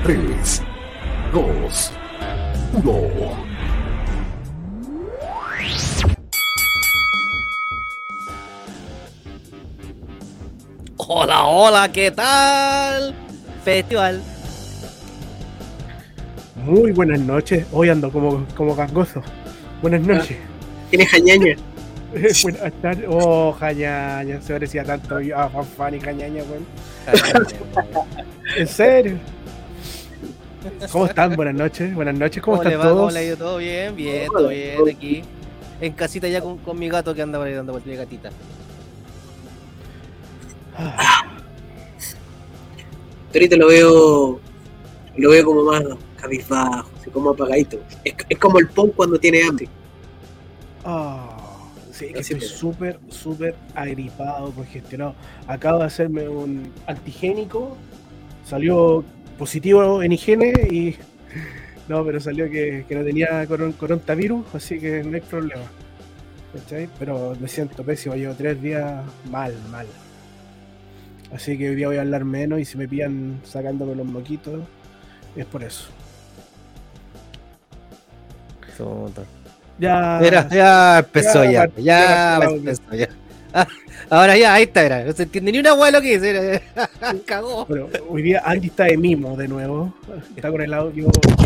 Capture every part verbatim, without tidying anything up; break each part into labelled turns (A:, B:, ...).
A: tres, dos, uno.
B: Hola, hola, ¿qué tal? Festival.
C: Muy buenas noches. Hoy ando como, como gangoso. Buenas noches.
D: ¿Tienes jañaña?
C: Buenas tardes. Oh, jañaña. Se parecía tanto a Fanfan y jañaña, weón. ¿En serio? ¿Cómo están? Buenas noches. Buenas noches. ¿Cómo,
B: ¿Cómo
C: están
B: le va?
C: todos?
B: ¿Cómo le ha ido? ¿Todo bien? Bien, todo bien aquí. En casita ya con, con mi gato que anda por ahí dando vueltas, mi gatita.
D: Ahorita lo veo, lo veo como más cabizbajo, así como apagadito. Es, es como el Pon cuando tiene hambre.
C: Ah, sí, que
D: Así
C: estoy
D: es.
C: súper, súper agripado, congestionado. Acabo de hacerme un antigénico. Salió positivo en higiene y... No, pero salió que, que no tenía coron- coronavirus, así que no hay problema. ¿Cachai? Pero me siento pésimo, llevo tres días mal, mal. Así que hoy día voy a hablar menos y si me pillan sacándome los moquitos, es por eso. Ya.
B: Mira, ya empezó
C: ya
B: ya,
C: part-
B: ya,
C: ya partió el
B: empezó ya. Ah, ahora ya, ahí está, era. No se entiende ni una hueá lo que dice. Cagó.
C: Bueno, hoy día Andy está de mimo de nuevo. Está con el audio.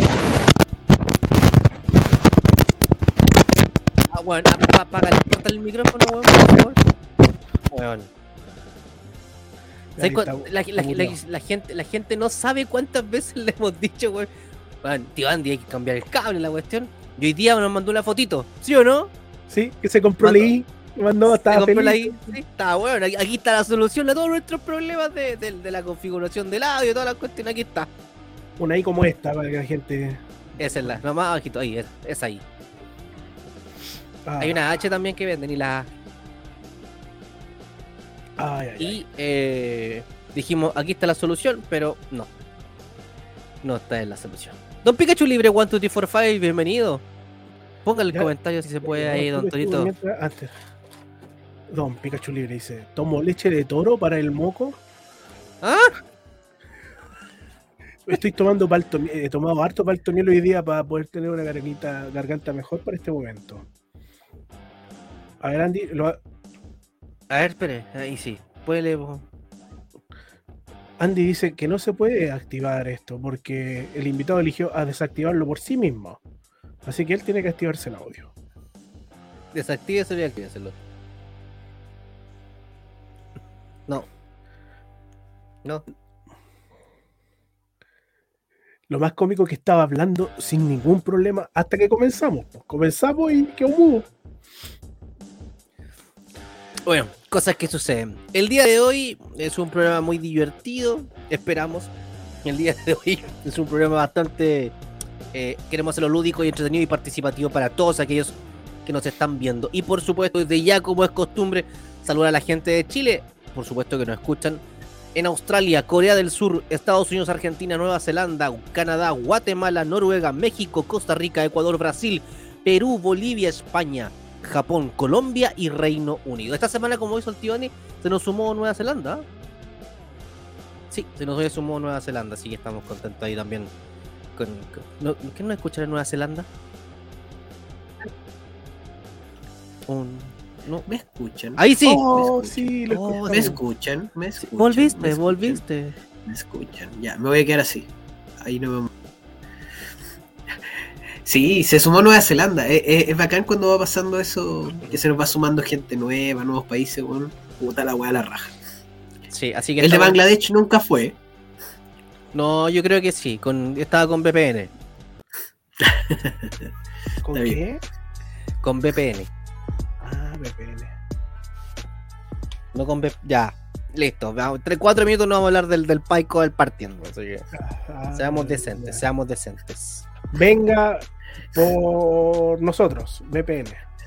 B: Ah, bueno, apaga el micrófono, weón, por favor. Weón. ¿Sabes
C: Ahí
B: cuán-
C: está,
B: la,
C: está
B: la- la-
C: muteado.
B: la gente, la gente no sabe cuántas veces le hemos dicho, weón. Weón, tío Andy, hay que cambiar el cable, la cuestión. Y hoy día nos mandó una fotito, ¿sí o no?
C: Sí, que se compró
B: Mando-
C: Leí. Mandó,
B: Se
C: estaba
B: compró
C: feliz.
B: la I- sí, está bueno. Aquí, aquí está la solución a todos nuestros problemas de, de- de la configuración del audio y todas las cuestiones. Aquí está.
C: Una I como esta para que la gente.
B: Esa es la, no más abajito, ahí, es, es ahí.
C: Ah,
B: Hay una H también que venden y la A.
C: Ay, ay, ay.
B: Y eh, dijimos, aquí está la solución, pero no. No está en la solución. Don Pikachu Libre uno dos tres cuatro cinco, bienvenido. Póngale el
C: Ya.
B: comentario si se puede ahí, don
C: Pikachu,
B: Torito.
C: mientras- antes. Don Pikachu Libre dice: ¿tomo leche de toro para el moco?
B: ¿Ah?
C: Estoy tomando paltomiel, he tomado harto paltomiel hoy día para poder tener una garganta, garganta mejor para este momento. A ver, Andy, lo,
B: A ver, espere, ahí sí. Puede leer.
C: Andy dice que no se puede activar esto porque el invitado eligió a desactivarlo por sí mismo. Así que él tiene que activarse el audio.
B: Desactíveselo y actíveselo. No. No.
C: Lo más cómico que estaba hablando sin ningún problema hasta que comenzamos. Pues comenzamos y qué hubo.
B: Bueno, cosas que suceden. El día de hoy es un programa muy divertido, esperamos. El día de hoy es un programa bastante... Eh, queremos hacerlo lúdico y entretenido y participativo para todos aquellos que nos están viendo. Y por supuesto, desde ya, como es costumbre, saludar a la gente de Chile, por supuesto que nos escuchan en Australia, Corea del Sur, Estados Unidos, Argentina, Nueva Zelanda, Canadá, Guatemala, Noruega, México, Costa Rica, Ecuador, Brasil, Perú, Bolivia, España, Japón, Colombia y Reino Unido. Esta semana, como hizo el tío Ani, se nos sumó Nueva Zelanda. Sí, se nos sumó Nueva Zelanda, así que estamos contentos ahí también. Con, con, ¿no, ¿Qué nos escuchan en Nueva Zelanda? Un, no.
D: ¿Me escuchan?
B: Ahí sí.
C: Oh,
D: me
C: sí, lo
B: Oh,
C: escuchamos.
D: ¿Me escuchan? ¿Me escuchan?
B: Volviste,
D: ¿Me escuchan?
B: volviste.
D: Me escuchan. Ya, me voy a quedar así. Ahí no me... Sí, se sumó Nueva Zelanda. Es, es, es bacán cuando va pasando eso, que se nos va sumando gente nueva, nuevos países, bueno, puta la weá la raja.
B: Sí, así que
D: El de
B: estamos-
D: Bangladesh nunca fue.
B: No, yo creo que sí. Con, estaba con V P N.
C: ¿Con
D: Está
C: qué?
B: Con V P N.
C: Ah, V P N.
B: No con V P N. Ya. Listo. Vamos, tres, cuatro minutos no vamos a hablar del, del Paico del partiendo. Así que
C: Ah,
B: seamos
C: ya.
B: decentes, seamos decentes.
C: Venga por nosotros, V P N.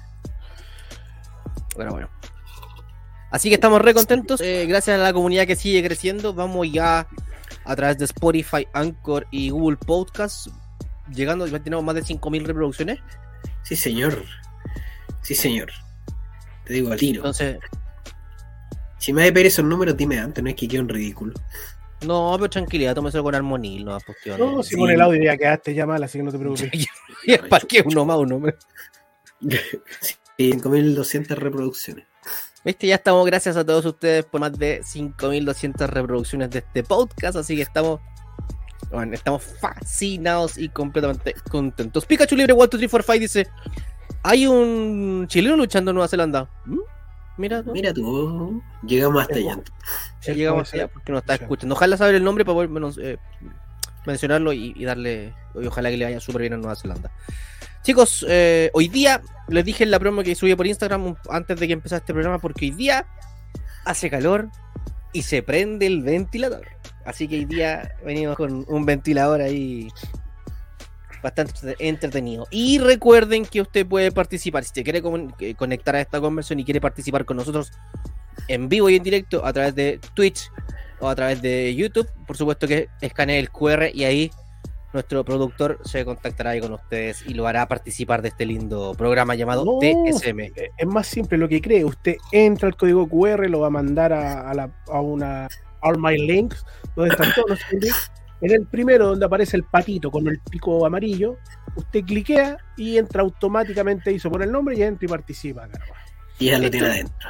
B: Bueno, bueno. Así que estamos re contentos. Eh, gracias a la comunidad que sigue creciendo. Vamos ya a través de Spotify, Anchor y Google Podcast. Llegando, ya tenemos más de cinco mil reproducciones.
D: Sí, señor. Sí, señor. Te digo al tiro.
B: Entonces,
D: Si me vas a pedir esos números, dime antes, no es que quede un ridículo.
B: No, pero tranquilidad, tómeselo con armonil, no, pues qué
C: No,
B: onda.
C: si con el audio ya quedaste ya mal, así que no te preocupes.
B: ¿Para qué uno más uno?
D: cinco mil doscientas reproducciones.
B: Viste, ya estamos, gracias a todos ustedes por más de cinco mil doscientas reproducciones de este podcast, así que estamos, bueno, estamos fascinados y completamente contentos. Pikachu Libre uno dos tres cuatro cinco dice, hay un chileno luchando en Nueva Zelanda. ¿Mm? Mira tú,
D: Mira tú, llegamos hasta allá.
B: ya llegamos allá porque nos está escuchando. Ojalá saber el nombre para poder menos, eh, mencionarlo y, y darle, y ojalá que le vaya súper bien en Nueva Zelanda. Chicos, eh, hoy día les dije en la promo que subí por Instagram antes de que empezara este programa, porque hoy día hace calor y se prende el ventilador. Así que hoy día venimos con un ventilador ahí bastante entretenido. Y recuerden que usted puede participar, si se quiere con- conectar a esta conversación y quiere participar con nosotros en vivo y en directo a través de Twitch o a través de YouTube, por supuesto que escanee el cu erre y ahí nuestro productor se contactará ahí con ustedes y lo hará participar de este lindo programa llamado
C: No.
B: T S M.
C: Eh, Es más simple lo que cree. Usted entra al código cu erre, lo va a mandar a, a, la, a una All My Links, donde están todos los links. En el primero, donde aparece el patito con el pico amarillo, usted cliquea y entra automáticamente y se pone el nombre y entra y participa. Caramba.
D: Y ya lo
B: Esto-
D: tiene adentro.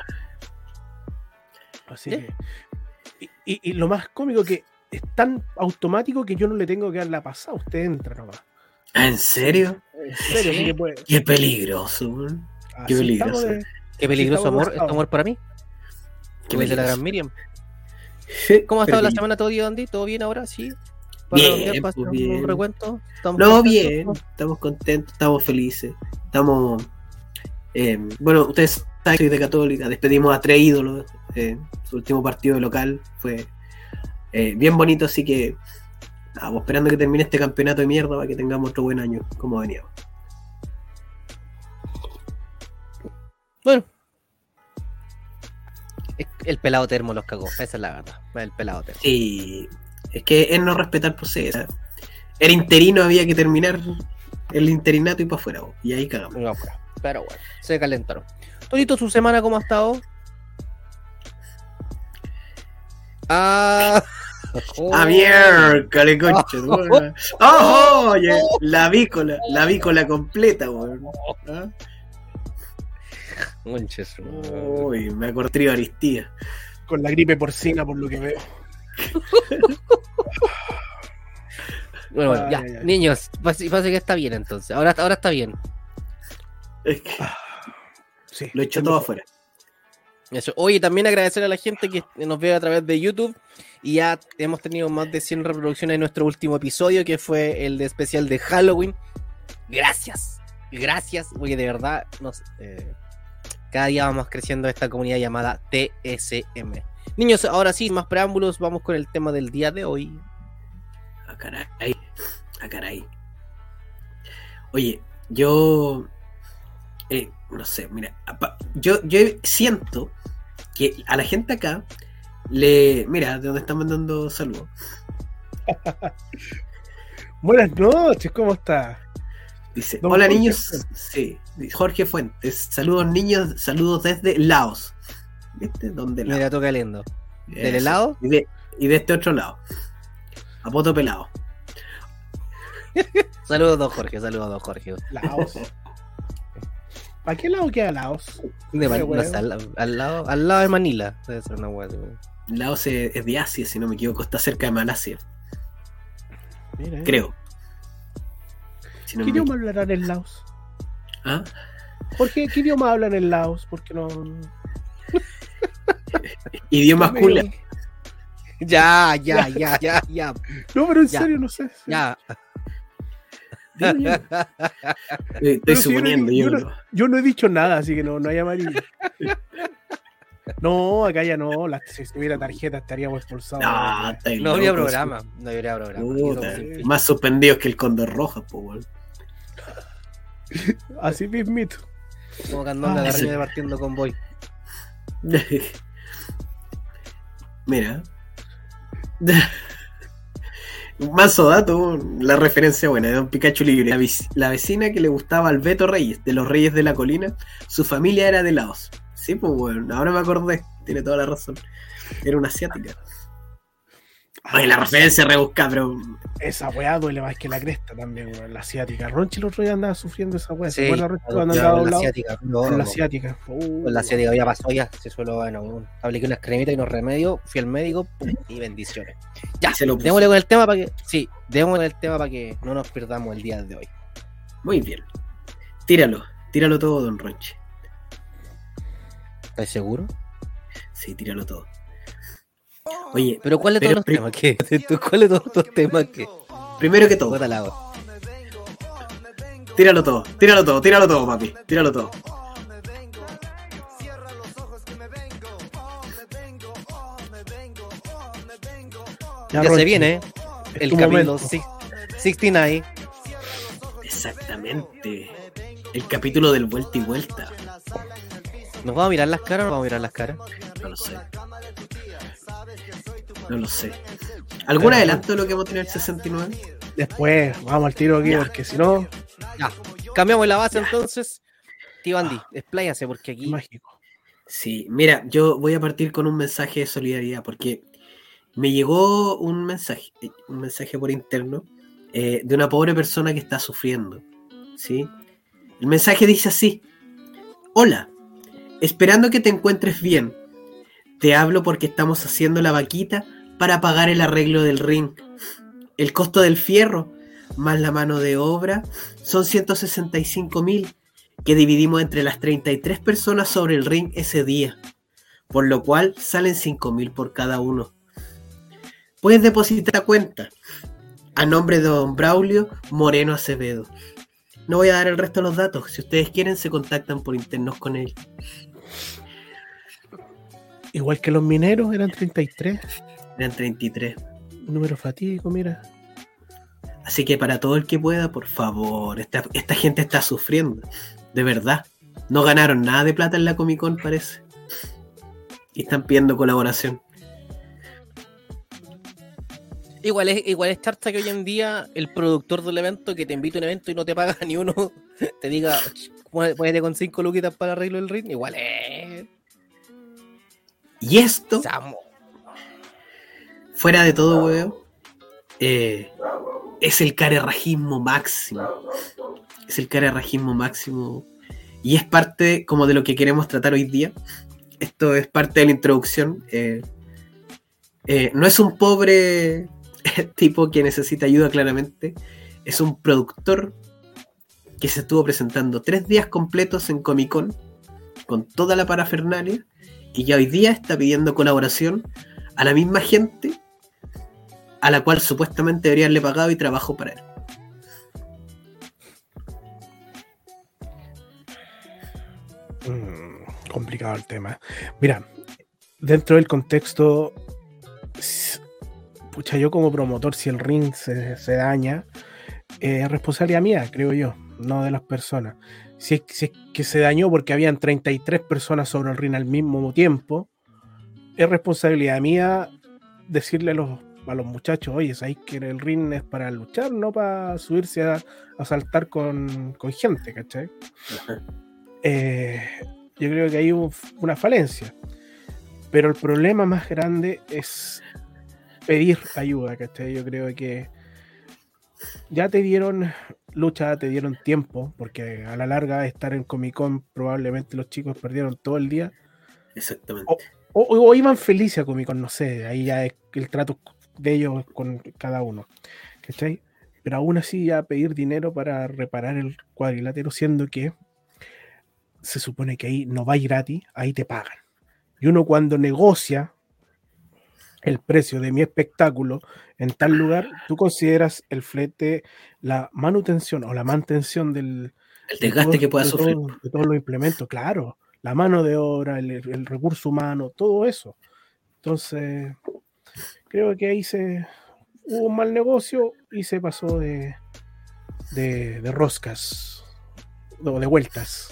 C: Así
B: ¿Sí?
C: que. Y, y- y lo más cómico que es tan automático que yo no le tengo que dar la pasada. Usted entra nomás.
D: ¿Ah, ¿En serio?
C: En serio, así que puede.
D: Qué peligroso, weón.
C: Así
D: Qué peligroso.
C: estamos de-
B: Qué peligroso
C: estamos
B: amor,
C: enojados.
B: este amor para mí.
D: Qué
B: Como dice la
D: peligroso.
B: gran Miriam.
D: Sí,
B: ¿Cómo ha estado la
D: pero-
B: semana todo día, Andy? ¿Todo bien ahora? Sí. Para
D: Bien,
B: redondear, para
D: pues
B: hacer un
D: bien.
B: recuento. ¿Estamos
D: No,
B: contentos?
D: bien, estamos contentos, estamos felices, estamos... eh, bueno, ustedes saben que soy de Católica, despedimos a tres ídolos, eh, su último partido local fue eh, bien bonito, así que estamos esperando que termine este campeonato de mierda para que tengamos otro buen año, como veníamos.
B: Bueno. Es- El pelado termo los cagó, esa es la verdad. El pelado termo.
D: Sí, es que es no respetar el proceso. ¿eh? Era interino, había que terminar el interinato y para afuera, bo, y ahí cagamos.
B: No, pero- pero bueno, se calentaron. Tonito, ¿su semana cómo ha estado? Ah,
D: ¡Ah, miércoles, concha! tu madre! ¡Oh, oye! La vícola, la vícola completa, weón. ¿Ah?
B: Conches,
D: Uy, me acordé de Aristía.
C: Con la gripe porcina, por lo que veo.
B: Bueno, bueno,
C: Ay,
B: ya,
C: ay, ay.
B: niños, parece, parece que está bien entonces. Ahora, ahora está bien.
D: Es que
C: Sí,
D: lo he hecho todo afuera.
B: Eso. Oye, también agradecer a la gente que nos ve a través de YouTube. Y ya hemos tenido más de cien reproducciones en nuestro último episodio, que fue el de especial de Halloween. Gracias, gracias, porque de verdad nos, eh, cada día vamos creciendo esta comunidad llamada T S M. Niños, ahora sí, más preámbulos, vamos con el tema del día de hoy.
D: Ah, caray. Ah, caray. Oye, yo. eh, no sé, mira. apa- Yo, yo siento que a la gente acá le. Mira, de donde están mandando saludos.
C: Buenas noches, ¿cómo está?
D: Dice:
C: Don
D: hola
C: Jorge
D: niños.
C: Fuentes.
D: Sí, Jorge Fuentes. Saludos niños, saludos desde Laos. ¿Viste? ¿Dónde Laos?
B: Mira, toca lindo. ¿Del
D: Eso.
B: helado?
D: Y de, y de este otro lado. A poto pelado.
B: Saludos, don Jorge, saludos, don Jorge.
C: Laos. ¿Para qué lado queda Laos?
B: De Man-
C: Qué
B: no
C: bueno.
B: sé, al, al lado, al lado de Manila. Debe ser una hueá.
D: Laos es, es de Asia, si no me equivoco. Está cerca de Malasia,
C: Mira, eh.
D: creo. Si no
C: ¿Qué
D: me
C: idioma
D: equivoco.
C: hablarán en Laos?
D: ¿Ah?
C: Jorge, ¿qué idioma hablan en Laos? Porque no.
D: Idioma
C: no
D: cula.
C: me-
B: Ya, ya, ya, ya, ya,
C: No, pero en
B: Ya.
C: serio, no sé.
B: ya.
D: Digo yo. Eh, Estoy
C: Pero si yo no-
D: suponiendo.
C: yo
D: Yo,
C: no-
D: no-
C: Yo no he dicho nada, así que no, no hay amarillo. No, acá ya no. La, si estuviera tarjeta estaríamos expulsados.
D: No, estáis
B: No habría
D: locos,
B: programa, no habría programa.
D: puta.
B: Eso sí.
D: Más suspendidos que el Condor Roja, pues, weón.
C: Así mismito.
B: Como Candonga
C: Ah,
B: de
D: sí.
B: Arriba partiendo convoy.
D: Mira. Mazo dato, la referencia buena de Don Pikachu Libre. La, vic- la vecina que le gustaba al Beto Reyes, de los Reyes de la Colina, su familia era de Laos. Sí, pues bueno, ahora me acordé, tiene toda la razón. Era una asiática. Oye, la referencia rebusca, pero.
C: Esa weá duele más que la cresta también, weón. La asiática. Ronchi el otro día andaba sufriendo esa weá.
B: Sí,
C: ¿Se acuerda, Ronchi,
B: ya,
C: cuando
B: con
C: andaba
B: la
C: doblado?
B: asiática, no,
C: Con la
B: no.
C: asiática. Uh,
B: Con la asiática ya pasó, ya se suelo, bueno, un- apliqué unas cremitas y unos remedios, fui al médico, pum, y bendiciones. Ya,
D: Y se lo puso.
B: démosle con el tema para que, sí, démosle con el tema para que no nos perdamos el día de hoy.
D: Muy bien. Tíralo. Tíralo todo, don Ronchi.
B: ¿Estás seguro?
D: Sí, tíralo todo. Oye,
B: Pero ¿cuál de
D: Pero
B: todos los
D: pri-
B: temas? ¿Qué? ¿Cuál de todos los temas que?
D: primero que todo,
B: Bota la agua.
D: tíralo todo. Tíralo todo, tíralo todo, papi. Tíralo todo.
B: Ya,
C: Ronchi,
B: se viene, ¿eh?
C: es
B: El
C: tu
B: capítulo
C: momento.
B: sesenta y nueve.
D: Exactamente. El capítulo del vuelta y vuelta.
B: ¿Nos vamos a mirar las caras o no vamos a mirar las caras?
D: No lo sé. No lo sé. ¿Algún
C: Pero-
D: adelanto de lo que vamos a tener el sesenta y nueve?
C: Después, vamos al tiro aquí,
D: Ya.
C: porque si no,
B: Ya, cambiamos la base entonces. Tío Andy, expláyase porque aquí...
C: mágico.
D: Sí, mira, yo voy a partir con un mensaje de solidaridad porque me llegó un mensaje, un mensaje por interno eh, de una pobre persona que está sufriendo, ¿sí? El mensaje dice así: hola, esperando que te encuentres bien. Te hablo porque estamos haciendo la vaquita para pagar el arreglo del ring. El costo del fierro más la mano de obra son ciento sesenta y cinco mil que dividimos entre las treinta y tres personas sobre el ring ese día, por lo cual salen cinco mil por cada uno. Puedes depositar la cuenta a nombre de don Braulio Moreno Acevedo. No voy a dar el resto de los datos. Si ustedes quieren, se contactan por internos con él.
C: Igual que los mineros, eran treinta y tres.
D: Eran treinta y tres.
C: Un número fatídico, mira.
D: Así que para todo el que pueda, por favor, esta, esta gente está sufriendo. De verdad. No ganaron nada de plata en la Comic Con, parece. Y están pidiendo colaboración.
B: Igual es, igual es charcha que hoy en día el productor del evento que te invita a un evento y no te paga ni uno, te diga, ponete con cinco luquitas para arreglo del ring, igual es...
D: Y esto,
B: Samo.
D: fuera de todo, weón, eh, es el carerrajismo máximo. Es el carerrajismo máximo. Y es parte como de lo que queremos tratar hoy día. Esto es parte de la introducción. Eh, eh, no es un pobre tipo que necesita ayuda, claramente. Es un productor que se estuvo presentando tres días completos en Comic Con con toda la parafernalia y ya hoy día está pidiendo colaboración a la misma gente a la cual supuestamente debería haberle pagado y trabajo para él.
C: Mm, complicado el tema. Mira, dentro del contexto, s- pucha, yo como promotor, si el ring se, se daña, eh, es responsabilidad mía, creo yo, no de las personas. Si es, si es que se dañó porque habían treinta y tres personas sobre el ring al mismo tiempo, es responsabilidad mía decirle a los, a los muchachos, oye, sabéis que el ring es para luchar, no para subirse a, a saltar con, con gente, ¿cachai? Eh, yo creo que hay un- una falencia. Pero el problema más grande es pedir ayuda, ¿cachai? Yo creo que ya te dieron lucha, te dieron tiempo, porque a la larga estar en Comic Con probablemente los chicos perdieron todo el día.
D: Exactamente.
C: O, o- o iban felices a Comic Con, no sé, ahí ya es el trato de ellos con cada uno, ¿cachai? Pero aún así ya pedir dinero para reparar el cuadrilátero, siendo que se supone que ahí no va gratis, ahí te pagan. Y uno cuando negocia el precio de mi espectáculo en tal lugar, tú consideras el flete, la manutención o la mantención del,
D: El
C: de
D: desgaste
C: todos-
D: que pueda
C: de
D: sufrir.
C: todo- de todos los implementos, claro, la mano de obra, el, el recurso humano, todo eso. Entonces, creo que ahí se hubo un mal negocio y se pasó de, de, de roscas o de vueltas.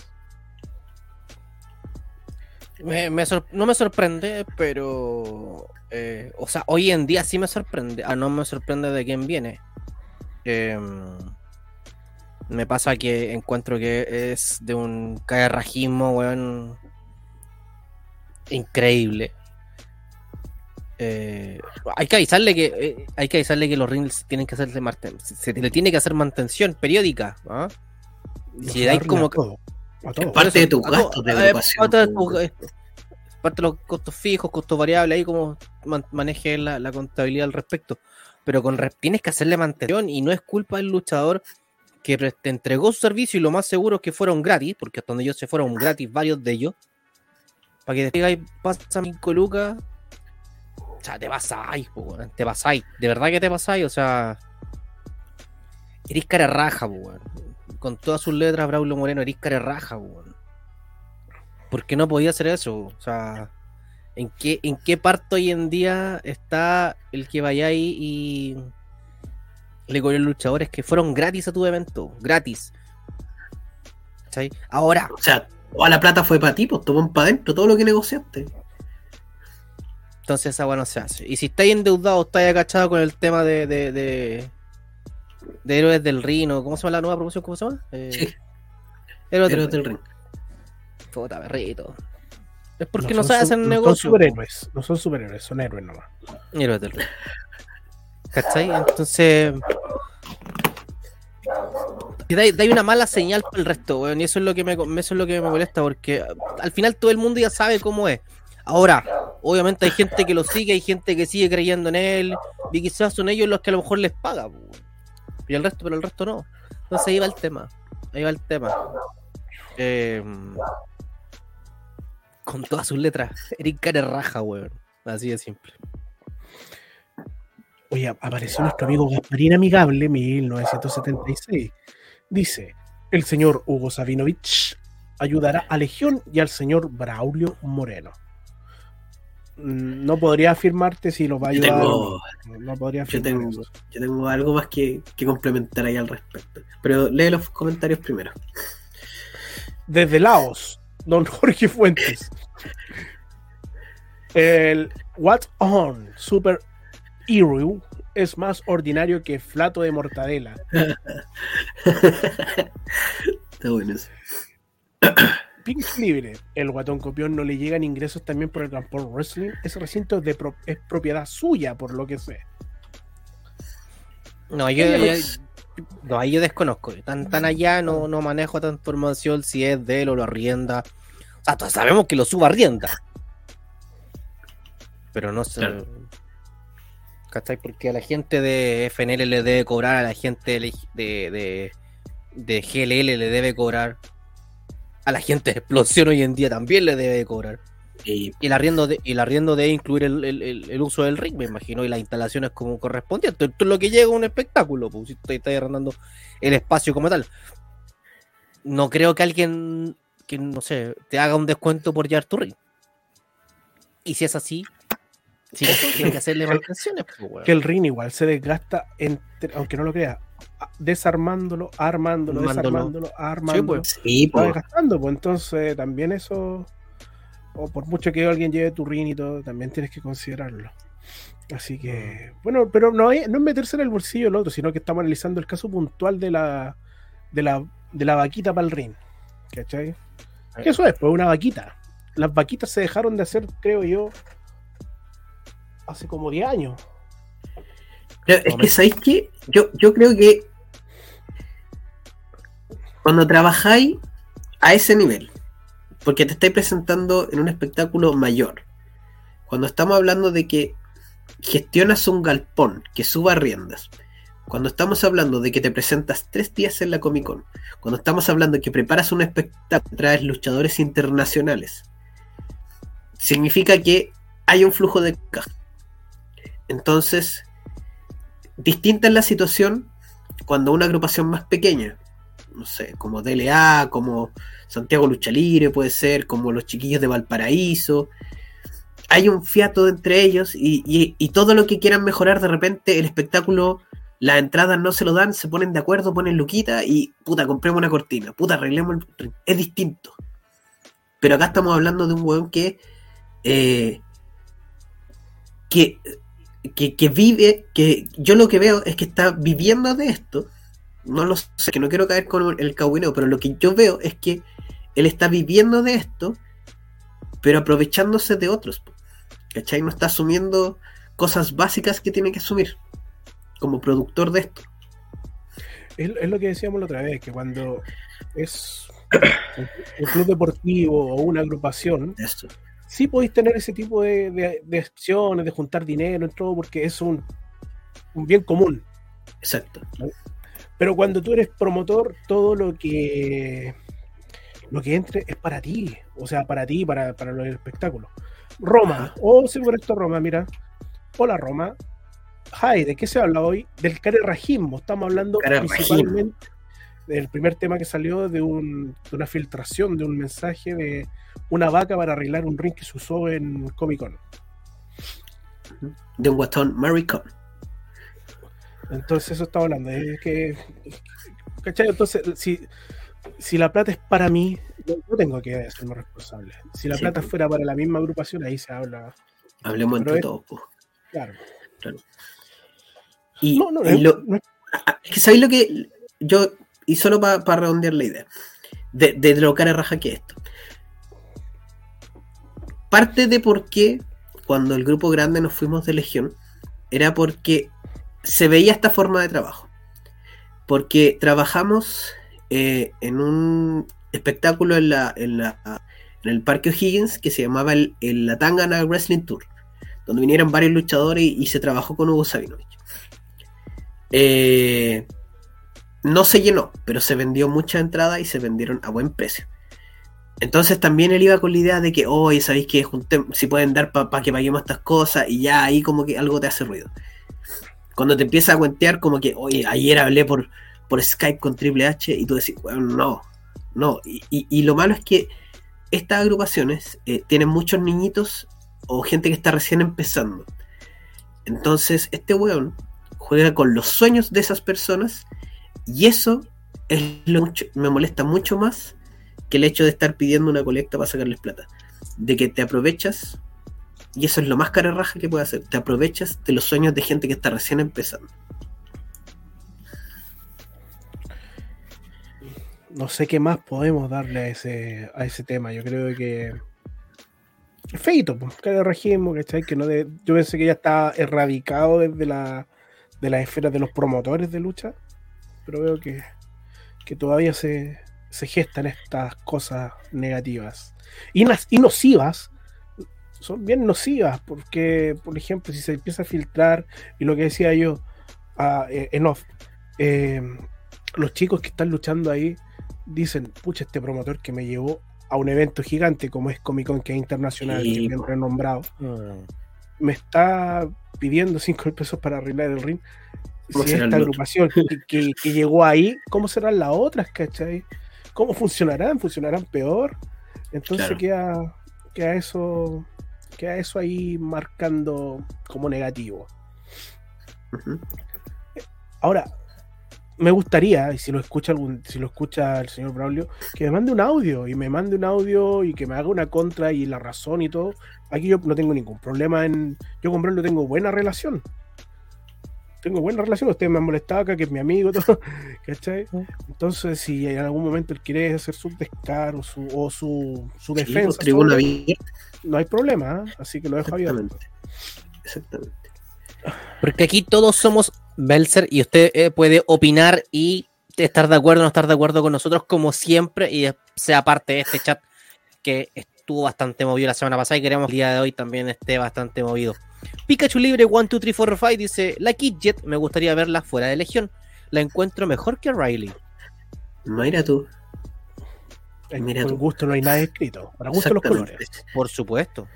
B: Me, me sor- no me sorprende, pero... eh, o sea, hoy en día sí me sorprende. Ah, no me sorprende de quién viene. Eh, me pasa que encuentro que es de un carrajismo, weón, increíble. Eh, hay que avisarle que eh, hay que avisarle que los rings tienen que hacerse marten- se, se le tiene que hacer mantención periódica, ¿ah? Si dais como
C: a todo, a todo.
D: Parte de tus
B: a
D: gastos
B: todo,
D: de
B: eh,
D: agrupación.
B: parte de tus- eh, parte de los costos fijos, costos variables, ahí como man- maneje la, la contabilidad al respecto. Pero con re- tienes que hacerle mantención y no es culpa del luchador que re- te entregó su servicio y lo más seguro es que fueron gratis, porque hasta donde ellos se fueron gratis, varios de ellos. Para que después digáis, pasa cinco lucas, o sea, te pasáis, po, weón, te pasáis, de verdad que te pasáis, o sea, eres cara raja, po, weón. Con todas sus letras, Braulio Moreno, eres cara raja, po, weón. ¿Por qué no podía hacer eso? O sea, ¿en qué, en qué parte hoy en día está el que vaya ahí y le cobró luchadores que fueron gratis a tu evento? Gratis. ¿Cachai? Ahora,
D: O sea, toda la plata fue para ti, pues tomó para adentro todo lo que negociaste.
B: entonces esa weá no se hace. Y si estáis endeudados, estáis agachados con el tema de, de, de, de Héroes del Rino, ¿cómo se llama la nueva promoción? ¿Cómo se llama? Eh,
D: Sí,
B: Héroes del
D: Héroes
B: Rino.
D: del ring.
B: Puta, perrito. Es porque no,
C: son
B: sabe
C: su-
B: hacer
C: no
B: negocio.
C: son superhéroes, no son superhéroes, son héroes nomás.
B: Héroes del Rino. ¿Cachai? Entonces. Y da, da una mala señal para el resto, weón. Y eso es lo que me eso es lo que me molesta, porque al final todo el mundo ya sabe cómo es. Ahora, obviamente hay gente que lo sigue, hay gente que sigue creyendo en él, y quizás son ellos los que a lo mejor les paga, weón. Y el resto, pero el resto no. Entonces ahí va el tema. Ahí va el tema. Eh, con todas sus letras. Eric Care raja, weón. Así de simple.
C: Oye, apareció nuestro amigo Gasparín Amigable, mil novecientos setenta y seis. Dice, el señor Hugo Sabinovich ayudará a Legión y al señor Braulio Moreno. Mm, No podría afirmarte si los va a
D: Yo
C: ayudar.
D: tengo-
C: o no. No podría
D: Yo
C: afirmar
D: tengo,
C: eso.
D: yo tengo algo más que, que complementar ahí al respecto. Pero lee los comentarios primero.
C: Desde Laos, don Jorge Fuentes. El What On Super Hero es más ordinario que flato de mortadela.
D: Está bueno eso.
C: Pink Libre, el guatón copión no le llegan ingresos también por el Transport Wrestling. Ese recinto es, de pro- es propiedad suya, por lo que sé.
B: No, yo, yo- no, ahí yo desconozco. Tan, tan allá no, no manejo tanta información si es de él o lo arrienda. O sea, todos sabemos que lo suba arrienda. Pero no sé.
D: Claro.
B: ¿Cachai? Porque a la gente de F N L le debe cobrar, a la gente de, de, de, de G L L le debe cobrar. A la gente de Explosión hoy en día también le debe cobrar.
D: Y
B: Y el arriendo de, y el arriendo debe incluir el, el, el, el uso del ring, me imagino, y las instalaciones como correspondiente. Esto es lo que llega a un espectáculo, pues, si te estás arrendando el espacio como tal. No creo que alguien, que no sé, te haga un descuento por llevar tu ring. Y si es así, sí, tienes que hacerle mantenciones, pues, weón.
C: Que el ring igual se desgasta, entre, aunque no lo creas, a- desarmándolo, armándolo,
B: Armándolo.
C: desarmándolo, armándolo.
B: pues.
D: sí,
C: Va
D: po.
C: desgastando, pues entonces también eso, o por mucho que alguien lleve tu ring y todo, también tienes que considerarlo. Así que, bueno, pero no, hay, no es meterse en el bolsillo del otro, sino que estamos analizando el caso puntual de la de la, de la vaquita para el ring. ¿Cachai? Que eso es, pues una vaquita. Las vaquitas se dejaron de hacer, creo yo, hace como diez años.
D: Pero es que, ¿sabéis qué? Yo, yo creo que cuando trabajáis a ese nivel, porque te estáis presentando en un espectáculo mayor, cuando estamos hablando de que gestionas un galpón que suba riendas, cuando estamos hablando de que te presentas tres días en la Comic Con, cuando estamos hablando de que preparas un espectáculo, traes luchadores internacionales, significa que hay un flujo de caja. Entonces, distinta es la situación cuando una agrupación más pequeña, no sé, como D L A, como Santiago Lucha Libre puede ser, como los chiquillos de Valparaíso, hay un fiato entre ellos y, y, y todo lo que quieran mejorar, de repente el espectáculo, las entradas no se lo dan, se ponen de acuerdo, ponen luquita y puta, compremos una cortina, puta, arreglemos el... es distinto. Pero acá estamos hablando de un weón que eh, que Que, que vive, que yo lo que veo es que está viviendo de esto, no lo sé, que no quiero caer con el cagüineo, pero lo que yo veo es que él está viviendo de esto, pero aprovechándose de otros. ¿cachai? No está asumiendo cosas básicas que tiene que asumir como productor de esto.
C: Es, es lo que decíamos la otra vez, que cuando es un club deportivo o una agrupación,
D: Esto.
C: sí podéis tener ese tipo de, de, de acciones, de juntar dinero y todo, porque es un, un bien común.
D: Exacto.
C: Pero cuando tú eres promotor, todo lo que lo que entre es para ti, o sea, para ti, para, para los espectáculos. Roma, oh, sí, por esto Roma, mira. Hola Roma. Hi, ¿de qué se habla hoy? Del carerrajismo. Estamos hablando
D: Carerrajismo.
C: principalmente del primer tema que salió de, un, de una filtración, de un mensaje de una vaca para arreglar un ring que se usó en Comic Con.
D: De un guatón maricón.
C: Entonces eso estaba hablando, es que, ¿cachai? Entonces, si, si la plata es para mí, yo, yo tengo que hacerme responsable. Si la
D: Sí,
C: plata
D: pues.
C: fuera para la misma agrupación, ahí se habla.
D: Hablemos
C: Pero
D: entre
C: es-
D: todos, pues.
C: Claro.
D: Y,
C: No, no,
D: y
C: es-
D: lo,
C: no es-
D: es que ¿sabéis lo que yo, y solo para pa redondear la idea de, de lo cara raja que es esto? Parte de por qué cuando el grupo grande nos fuimos de Legión era porque se veía esta forma de trabajo, porque trabajamos eh, en un espectáculo en la, en la en el Parque O'Higgins que se llamaba el, el La Tangana Wrestling Tour, donde vinieron varios luchadores y, y se trabajó con Hugo Sabinovich. Eh, no se llenó, pero se vendió mucha entrada y se vendieron a buen precio. Entonces también él iba con la idea de que, oye, ¿sabéis que si pueden dar para pa que paguemos estas cosas? Y ya ahí como que algo te hace ruido. Cuando te empieza a cuentear como que, oye, ayer hablé por, por Skype con Triple H y tú decís, bueno, no, no. Y, y, y lo malo es que estas agrupaciones eh, tienen muchos niñitos o gente que está recién empezando. Entonces este weón juega con los sueños de esas personas y eso es lo mucho, me molesta mucho más que el hecho de estar pidiendo una colecta para sacarles plata, de que te aprovechas, y eso es lo más carerraja que puede hacer, te aprovechas de los sueños de gente que está recién empezando.
C: no sé qué más podemos darle a ese, a ese tema. Yo creo que es feito, pues, carerrajismo, ¿cachai? Que no de, yo pensé que ya está erradicado desde la de las esferas de los promotores de lucha, pero veo que, que todavía se, se gestan estas cosas negativas y, nas, y nocivas. Son bien nocivas porque, por ejemplo, si se empieza a filtrar, y lo que decía yo uh, en off, eh, los chicos que están luchando ahí dicen, pucha, este promotor que me llevó a un evento gigante como es Comic Con, que es internacional, sí, que es bien renombrado, mm. me está pidiendo cinco mil pesos para arreglar el ring. Si esta agrupación que, que, que llegó ahí, ¿cómo serán las otras, cachai? ¿Cómo funcionarán? ¿Funcionarán peor? Entonces claro. queda, queda eso queda eso ahí marcando como negativo. Uh-huh. Ahora, me gustaría, y si lo escucha algún, si lo escucha el señor Braulio, que me mande un audio, y me mande un audio y que me haga una contra y la razón y todo. Aquí yo no tengo ningún problema en. Yo con Braulio tengo buena relación. Tengo buena relación, ustedes me han molestado acá, que es mi amigo, todo, ¿cachai? Entonces, si en algún momento él quiere hacer su descaro su, o su, su defensa,
D: sí, tribuna sobre,
C: no hay problema, ¿eh? Así que lo dejo abierto.
D: Exactamente.
B: Porque aquí todos somos Belzer y usted eh, puede opinar y estar de acuerdo o no estar de acuerdo con nosotros como siempre, y sea parte de este chat que estuvo bastante movido la semana pasada y queremos que el día de hoy también esté bastante movido. Pikachu Libre uno dos tres cuatro cinco dice: la Kidjet me gustaría verla fuera de Legión, la encuentro mejor que Riley.
D: Mira tú.
C: Mira por tú. Gusto no hay nada escrito, para gusto los colores.
B: Por supuesto.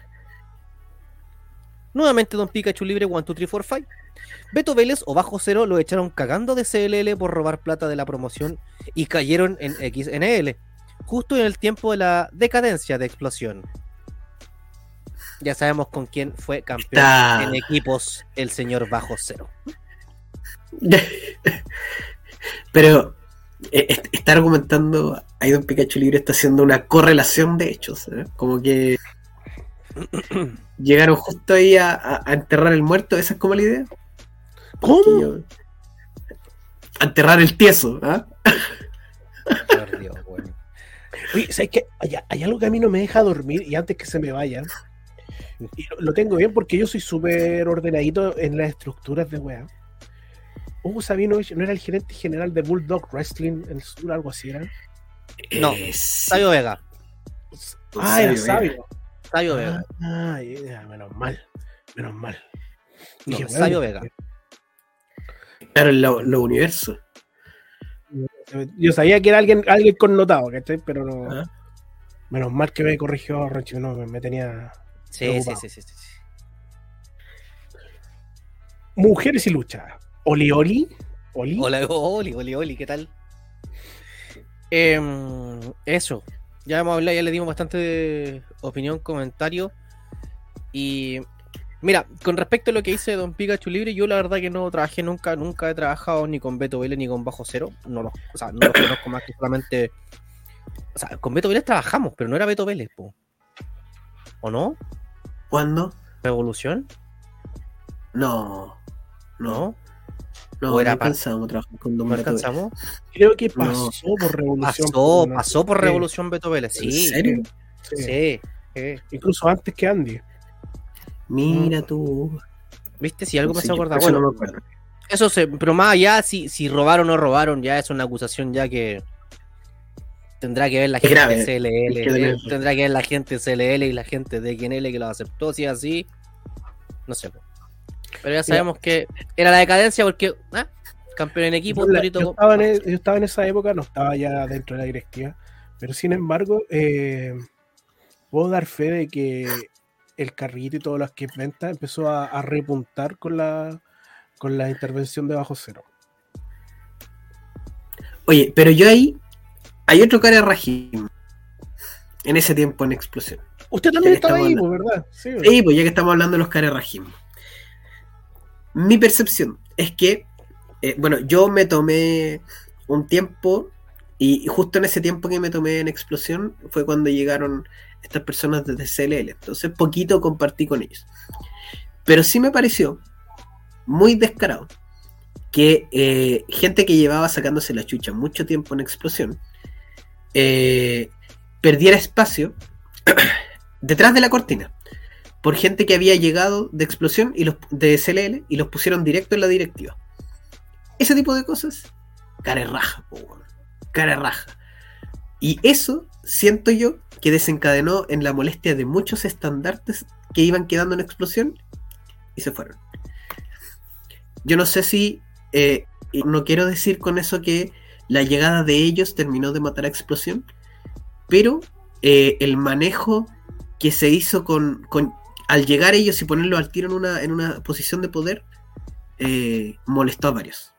B: Nuevamente Don Pikachu Libre uno dos tres cuatro cinco. Beto Vélez o Bajo Cero lo echaron cagando de C L L por robar plata de la promoción y cayeron en X N L, justo en el tiempo de la decadencia de Explosión. Ya sabemos con quién fue campeón Está... en equipos el señor Bajo Cero.
D: Pero eh, está argumentando, ahí Don Pikachu Libre está haciendo una correlación de hechos, ¿eh? Como que llegaron justo ahí a, a, a enterrar el muerto, esa es como la idea.
C: ¿Cómo? Yo...
D: A enterrar el tieso, ¿ah?
B: Por Dios, bueno.
C: Oye, ¿sabes qué? Hay, hay algo que a mí no me deja dormir, y antes que se me vaya, Y lo, lo tengo bien porque yo soy súper ordenadito en las estructuras de weá. Hugo Sabinovich no era el gerente general de Bulldog Wrestling en el sur, algo así era.
B: No,
D: Eh, sí.
B: Sabio Vega.
C: Ah, era
D: Sabio,
C: Sabio.
B: Sabio Vega.
C: Ah, ya, menos mal. Menos mal.
B: No,
C: Dije,
B: Sabio
C: bueno,
B: Vega.
D: Claro, los lo universos.
C: Yo sabía que era alguien, alguien connotado, ¿cachai? Pero no.
D: Ah.
C: Menos mal que me corrigió Ronchi, no, me, me tenía.
B: Sí, sí,
C: preocupado.
B: sí, sí, sí, sí.
C: Mujeres y lucha. Oli Oli. Oli.
B: Hola, Oli, Oli, Oli, ¿qué tal? Em, eso. Ya hemos hablado, ya le dimos bastante de opinión, comentario. Y mira, con respecto a lo que dice Don Pikachu Libre, yo la verdad que no trabajé nunca, nunca he trabajado ni con Beto Vélez ni con Bajo Cero. No los, o sea, no los conozco más que solamente. O sea, con Beto Vélez trabajamos, pero no era Beto Vélez, po. ¿O no?
D: ¿Cuándo?
B: ¿Revolución?
D: No. No.
B: ¿No?
D: No,
B: ¿O era
D: no
B: pa-
D: alcanzamos a trabajar con Don
B: ¿No
D: Beto Vélez.
B: alcanzamos?
C: Creo que
D: No.
C: pasó por Revolución.
B: Pasó,
C: ¿no?
B: pasó por
C: Sí,
B: Revolución Beto Vélez,
D: ¿En
B: sí.
D: serio?
C: sí.
B: Sí. sí.
C: Incluso antes que Andy.
D: Mira tú.
B: ¿Viste? Si algo me
D: Sí,
B: se
D: yo
B: acuerda.
D: eso no
B: Bueno,
D: me acuerdo.
B: eso se, pero más allá, si, si robaron o no robaron, ya es una acusación ya que tendrá que ver la
D: Es
B: gente
D: grave,
B: de C L L,
D: es que de-
B: eh, tendrá que ver la gente de C L L y la gente de X N L que lo aceptó, si es así, no sé. po. Pero ya sabemos que era la decadencia porque, ah, campeón en equipo,
C: Yo, la-
B: Torito,
C: yo estaba en, e- yo estaba en esa época, no estaba ya dentro de la directiva, pero sin embargo, eh, puedo dar fe de que el carrito y todas las que venta empezó a, a repuntar con la con la intervención de Bajo Cero.
D: Oye, pero yo ahí. Hay otro cara Rajim. En ese tiempo en Explosión.
C: Usted también
D: Ya que
C: estaba ahí,
D: estamos
C: pues, ¿verdad? Sí,
D: Sí, pues ya que estamos hablando de los Kare Rajim. Mi percepción es que, eh, bueno, yo me tomé un tiempo y justo en ese tiempo que me tomé en Explosión fue cuando llegaron estas personas desde C L L. Entonces poquito compartí con ellos. Pero sí me pareció muy descarado que eh, gente que llevaba sacándose la chucha mucho tiempo en Explosión eh, perdiera espacio detrás de la cortina por gente que había llegado de Explosión y los de C L L y los pusieron directo en la directiva. Ese tipo de cosas, cara raja, po, weón. Cara raja. Y eso siento yo que desencadenó en la molestia de muchos estandartes que iban quedando en Explosión y se fueron. Yo no sé si eh, no quiero decir con eso que la llegada de ellos terminó de matar a Explosión, pero eh, el manejo que se hizo con, con al llegar ellos y ponerlo al tiro en una, en una posición de poder eh, molestó a varios.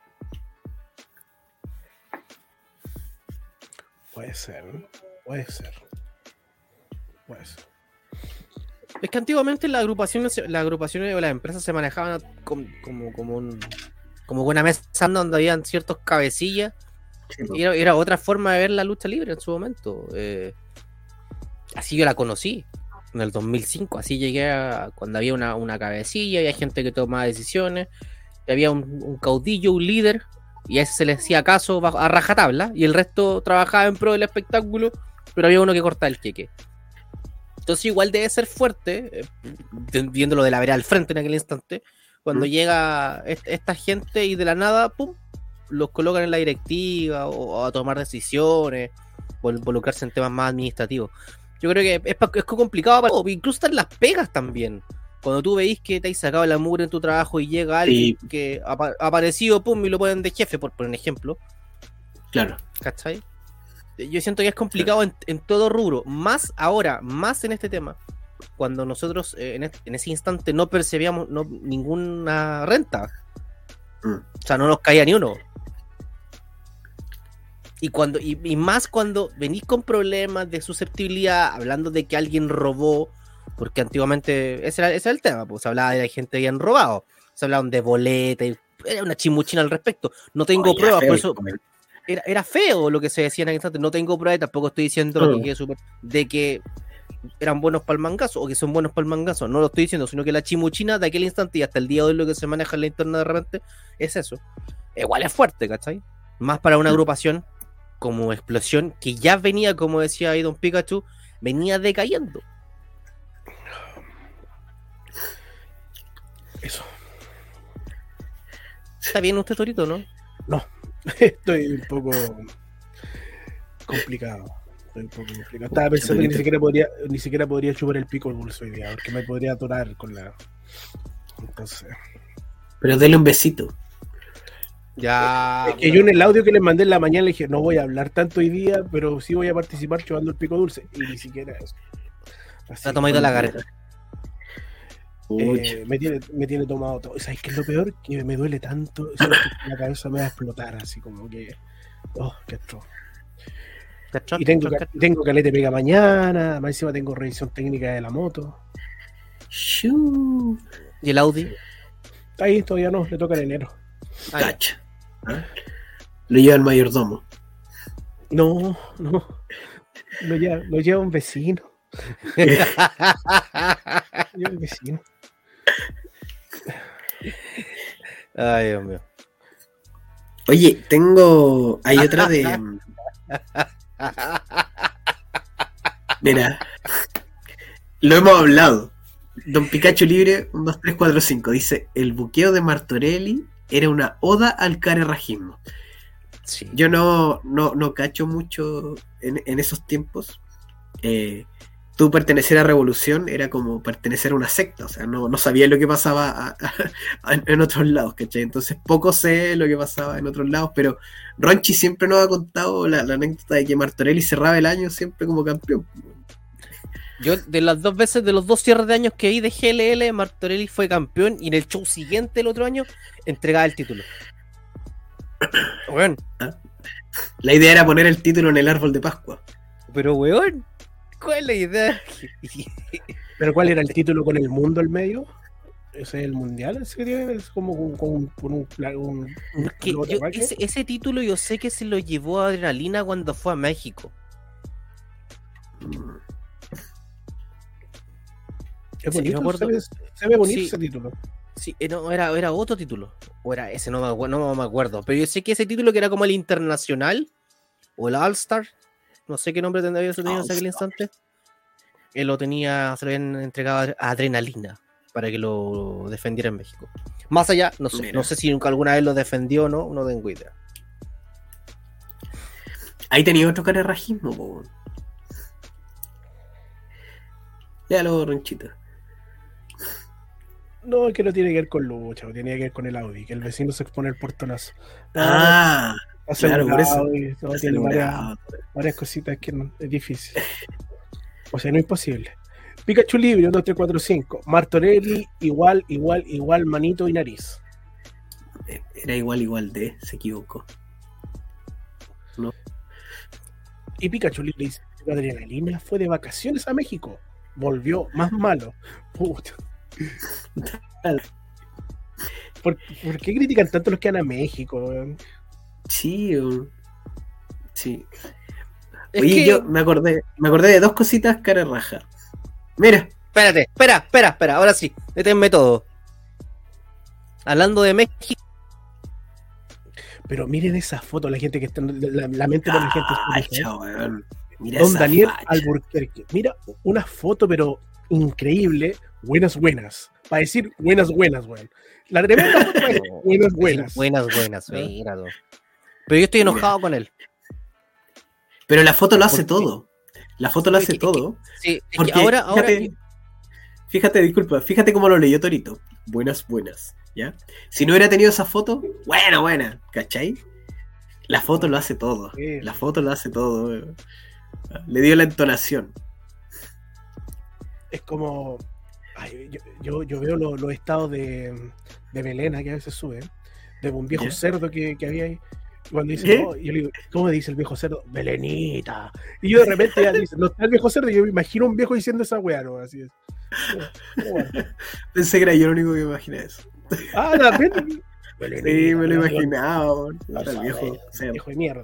C: puede ser, ¿no? puede ser, puede ser.
B: Es que antiguamente las agrupaciones, las agrupaciones o las empresas se manejaban como, como, como, un, como una mesa donde habían ciertos cabecillas.
D: Sí, no.
B: Y era, era otra forma de ver la lucha libre en su momento. Eh, así yo la conocí en el dos mil cinco. Así llegué a cuando había una, una cabecilla, había gente que tomaba decisiones, y había un, un caudillo, un líder, y a ese se le hacía caso bajo- a rajatabla, y el resto trabajaba en pro del espectáculo, pero había uno que cortaba el queque. Entonces igual debe ser fuerte, eh, viéndolo de la vereda al frente en aquel instante, cuando
D: ¿Mm?
B: llega est- esta gente y de la nada, pum, los colocan en la directiva o, o a tomar decisiones o involucrarse en temas más administrativos. Yo creo que es, pa- es complicado, para, incluso están las pegas también. Cuando tú veis que te has sacado la mugre en tu trabajo y llega alguien
D: Sí.
B: que ha apa- aparecido, pum, y lo ponen de jefe, por poner un ejemplo,
D: Claro.
B: ¿cachai? Yo siento que es complicado en, en todo rubro, más ahora, más en este tema, cuando nosotros eh, en, este- en ese instante no percibíamos no, ninguna renta.
D: Mm.
B: O sea, no nos caía ni uno. Y cuando y, y más cuando venís con problemas de susceptibilidad, hablando de que alguien robó, porque antiguamente ese era, ese era el tema, pues se hablaba de la gente que habían robado, se hablaban de boletas, y era una chimuchina al respecto. No tengo
D: Oye,
B: pruebas,
D: feo
B: por
D: el
B: eso
D: comentario.
B: era, era feo lo que se decía en aquel instante. No tengo pruebas, tampoco estoy diciendo lo que quede súper- de que eran buenos para el mangazo o que son buenos para el mangazo. No lo estoy diciendo, sino que la chimuchina de aquel instante y hasta el día de hoy lo que se maneja en la interna de repente es eso. Igual es fuerte, ¿cachai? Más para una agrupación como Explosión, que ya venía, como decía ahí Don Pikachu, venía decayendo.
C: Eso.
B: ¿Está bien usted, Torito, no?
C: No, estoy un poco complicado. Estoy un poco complicado. Estaba pensando que ni siquiera podría, ni siquiera podría chupar el pico dulce hoy día, porque me podría atorar con la. Entonces.
D: Pero dele un besito.
B: Ya.
C: Es que yo en el audio que les mandé en la mañana le dije, no voy a hablar tanto hoy día, pero sí voy a participar chupando el pico dulce. Y ni siquiera eso. Así,
B: Está tomadito la gareta.
C: Eh, me, tiene, me tiene tomado todo. ¿Sabes qué es lo peor? Que me duele tanto. Siento que la cabeza me va a explotar, así como que. Oh, qué atroz. Y tengo, tengo calete pega mañana. Más encima tengo revisión técnica de la moto.
D: Shoo.
B: ¿Y el Audi?
C: Está ahí, todavía no, le toca en enero.
D: Cacha. ¿Ah? Lo lleva el mayordomo.
C: No, no. Lo lleva, lo lleva un vecino. Lo lleva un vecino.
B: Ay, Dios mío.
D: Oye, tengo. Hay otra de. Mira. Lo hemos hablado. Don Pikachu Libre, uno, dos, tres, cuatro, cinco. Dice: el buqueo de Martorelli era una oda al carerrajismo.
B: Sí.
D: Yo no, no, no cacho mucho en, en esos tiempos. Eh. Tú pertenecer a Revolución era como pertenecer a una secta, o sea, no, no sabía lo que pasaba a, a, a, en otros lados, ¿cachai? Entonces poco sé lo que pasaba en otros lados, pero Ronchi siempre nos ha contado la, la anécdota de que Martorelli cerraba el año siempre como campeón.
B: Yo, de las dos veces, de los dos cierres de años que vi de G L L, Martorelli fue campeón y en el show siguiente, el otro año, entregaba el título. Weón.
D: ¿Ah? La idea era poner el título en el árbol de Pascua.
B: Pero, weón, ¿cuál es la idea?
C: ¿Pero cuál era el título con el mundo al medio? ¿Ese es el mundial? ¿Ese que tiene? Es como con, con, con un, un, un
B: que yo, ese, ese título yo sé que se lo llevó a Adrenalina cuando fue a México.
C: Es bonito,
B: sí, me
C: se, ve, se ve bonito
B: sí,
C: ese título.
B: Sí, no, era, era otro título. O era ese, no me, no me acuerdo. Pero yo sé que ese título que era como el Internacional o el All-Star, no sé qué nombre tendría ese tenido en aquel instante. Él lo tenía, se lo habían entregado a Adrenalina para que lo defendiera en México. Más allá, no sé, Mira. no sé si nunca alguna vez lo defendió o no, no tengo idea.
D: Ahí tenía otro carerrajismo, po. Léalo, Ronchito.
C: No, es que no tiene que ver con lucha, tiene que ver con el Audi, que el vecino se expone el portonazo.
D: Ah,
C: no,
D: claro, por eso.
C: Audi, no, tiene varias, varias cositas que no, es difícil. O sea, no es imposible. Pikachu Libre, uno, dos, tres, cuatro, cinco. Martorelli, igual, igual, igual, manito y nariz.
D: Era igual, igual de, se equivocó. No.
C: Y Pikachu Libre dice: Adrenalina fue de vacaciones a México. Volvió más malo. Puta. ¿Por, ¿Por qué critican tanto los que van a México?
D: Sí, sí.
B: Es
D: Oye,
B: que...
D: yo me acordé, me acordé de dos cositas cara raja. Mira.
B: Espérate, espera, espera, espera, ahora sí, deténme todo. Hablando de México.
C: Pero miren esa foto, la gente que está, la, la mente de la gente.
D: Ay, chaval. Mira
C: Don
D: esa
C: Daniel
D: facha.
C: Alburquerque. Mira, una foto, pero increíble. Buenas, buenas. Para decir buenas, buenas, weón. La tremenda foto para decir buenas, buenas.
B: Buenas, buenas, mira. Pero yo estoy enojado mira. con él.
D: Pero la foto lo hace todo. La foto lo hace
B: que,
D: todo.
B: Sí, es
D: porque
B: que ahora, ahora...
D: Fíjate, fíjate, disculpa, fíjate cómo lo leyó Torito. Buenas, buenas. ¿Ya? Si no hubiera tenido esa foto, buena, buena. ¿Cachai? La foto lo hace todo. Sí. La foto lo hace todo. Weón. Le dio la entonación.
C: Es como... Ay, yo, yo, yo veo los, los estados de, de Belena que a veces suben, de un viejo ¿Ya? cerdo que, que había ahí. Cuando dice, oh, yo le digo, ¿cómo dice el viejo cerdo? Belenita. Y yo de repente ya dice, no está el viejo cerdo, y yo me imagino un viejo diciendo esa weá, ¿no? Así es. Bueno.
D: Pensé que era yo el único que me imaginé eso.
C: Ah, la verdad.
D: Sí, me lo imaginaba. El viejo,
C: viejo de mierda.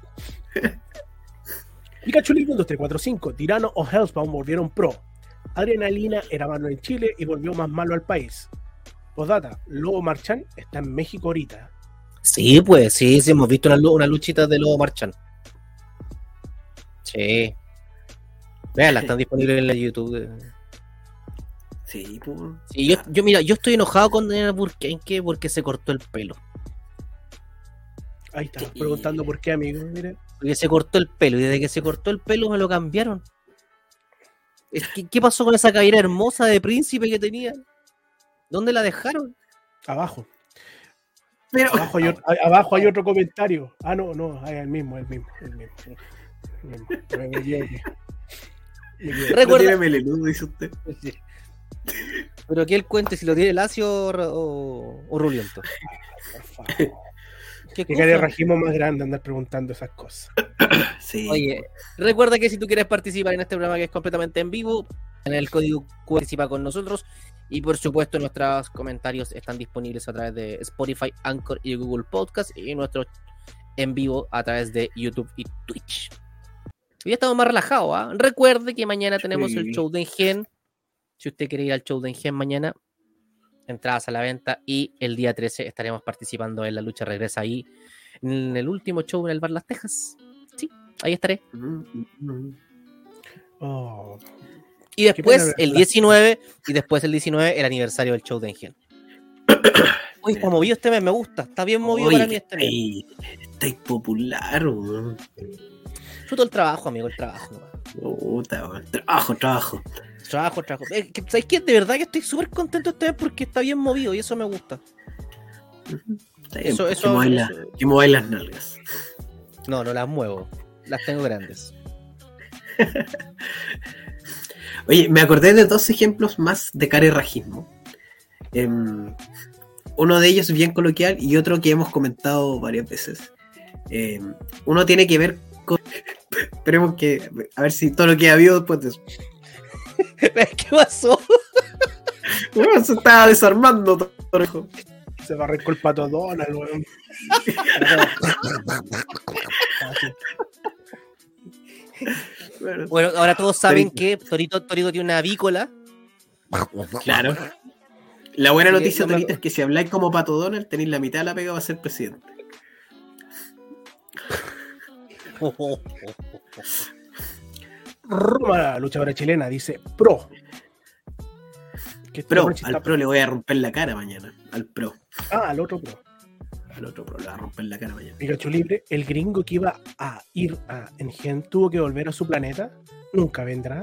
C: Pikachu Libre dos, tres, cuatro, cinco. Tirano o Hellspawn volvieron pro. Adrenalina era malo en Chile y volvió más malo al país. Postdata, Lobo Marchán está en México ahorita.
B: Sí, pues, sí, sí, hemos visto una, una luchita de Lobo Marchán. Sí. Veanla, están disponibles en la YouTube.
D: Sí, Sí, pues.
B: Sí, yo, yo, mira, yo estoy enojado con Daniel Burkenke porque se cortó el pelo.
C: Ahí está, preguntando por qué, amigo. Mire.
B: Porque se cortó el pelo y desde que se cortó el pelo me lo cambiaron. Es que, ¿qué pasó con esa cabellera hermosa de príncipe que tenía? ¿Dónde la dejaron?
C: Abajo.
D: Pero...
C: Abajo, hay, abajo hay otro comentario. Ah, no, no, hay el mismo, el mismo, el mismo. El mismo. Me, me equivoqué. Me equivoqué.
B: Recuerda...
D: No melenudo, dice usted.
B: Sí. Pero que él cuente si lo tiene lacio o, o, o ruliento.
C: Por favor.
B: ¿Qué
C: Qué cara de rajismo más grande andar preguntando esas cosas.
D: Sí.
B: Oye, recuerda que si tú quieres participar en este programa que es completamente en vivo, en el código participa con nosotros y por supuesto nuestros comentarios están disponibles a través de Spotify, Anchor y Google Podcast y nuestro en vivo a través de YouTube y Twitch. Hoy estamos más relajados, ¿ah? ¿eh? Recuerde que mañana tenemos sí. el show de Engen. Si usted quiere ir al show de Engen mañana, entradas a la venta y el día trece estaremos participando en La Lucha Regresa ahí en el último show en el Bar Las Tejas. Sí, ahí estaré.
C: Oh,
B: y después el diecinueve y después el diecinueve el aniversario del show de Engen. Uy, está movido este mes, me gusta. Está bien movido Oye, para mí este mes.
D: Está popular, ¿no?
B: Fruto el trabajo, amigo, el trabajo.
D: Puta, trabajo, trabajo.
B: Trabajo, trabajo. Eh, ¿Sabes qué? De verdad que estoy súper contento este mes porque está bien movido y eso me gusta.
D: Está bien, eso, eso, que, mueve eso... La, que mueve las nalgas.
B: No, no las muevo. Las tengo grandes.
D: Oye, me acordé de dos ejemplos más de carerrajismo. Eh, uno de ellos bien coloquial y otro que hemos comentado varias veces. Eh, uno tiene que ver con... Esperemos que... A ver si todo lo que ha habido después de eso.
B: ¿Qué pasó?
D: Bueno, se estaba desarmando todo.
C: Se va a arrancar el pato Donald, weón.
B: Bueno, bueno, ahora todos saben que Torito, Torito tiene una avícola.
D: Claro. La buena Así noticia, no Torito, me... es que si habláis como Pato Donald, tenéis la mitad de la pega para ser presidente.
C: Roma, la luchadora chilena, dice pro.
D: Pro, al pro le voy a romper la cara mañana. Al pro.
C: Ah, al otro pro.
D: Al otro pro le va a romper la cara mañana.
C: Pikachu libre, el gringo que iba a ir a Engen tuvo que volver a su planeta. Nunca vendrá.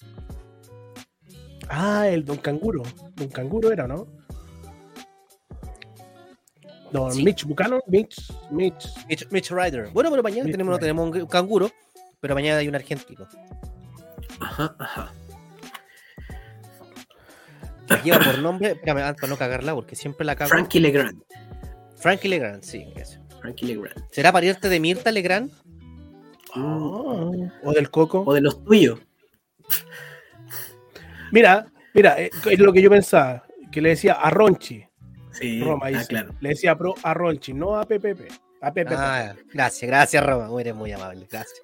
C: Ah, el Don Canguro. Don Canguro era, ¿no? Don sí. Mitch Buchanan, Mitch, Mitch.
B: Mitch, Mitch Ryder. Bueno, pero mañana tenemos, no tenemos un canguro, pero mañana hay un argentino.
D: Ajá, ajá.
B: Lleva por nombre, espérame, para no cagarla, porque siempre la cago.
D: Frankie Legrand.
B: Frankie Legrand, sí, eso.
D: Frankie Legrand.
B: ¿Será pariente de Mirta Legrand?
C: Oh, o del Coco.
D: O de los tuyos.
C: Mira, mira, es lo que yo pensaba, que le decía a Ronchi.
D: Sí,
C: Roma,
D: ah, claro.
C: Le decía pro a Ronchi, no a P P P. A P P P.
B: Ah, gracias, gracias, Roma. Eres muy amable, gracias.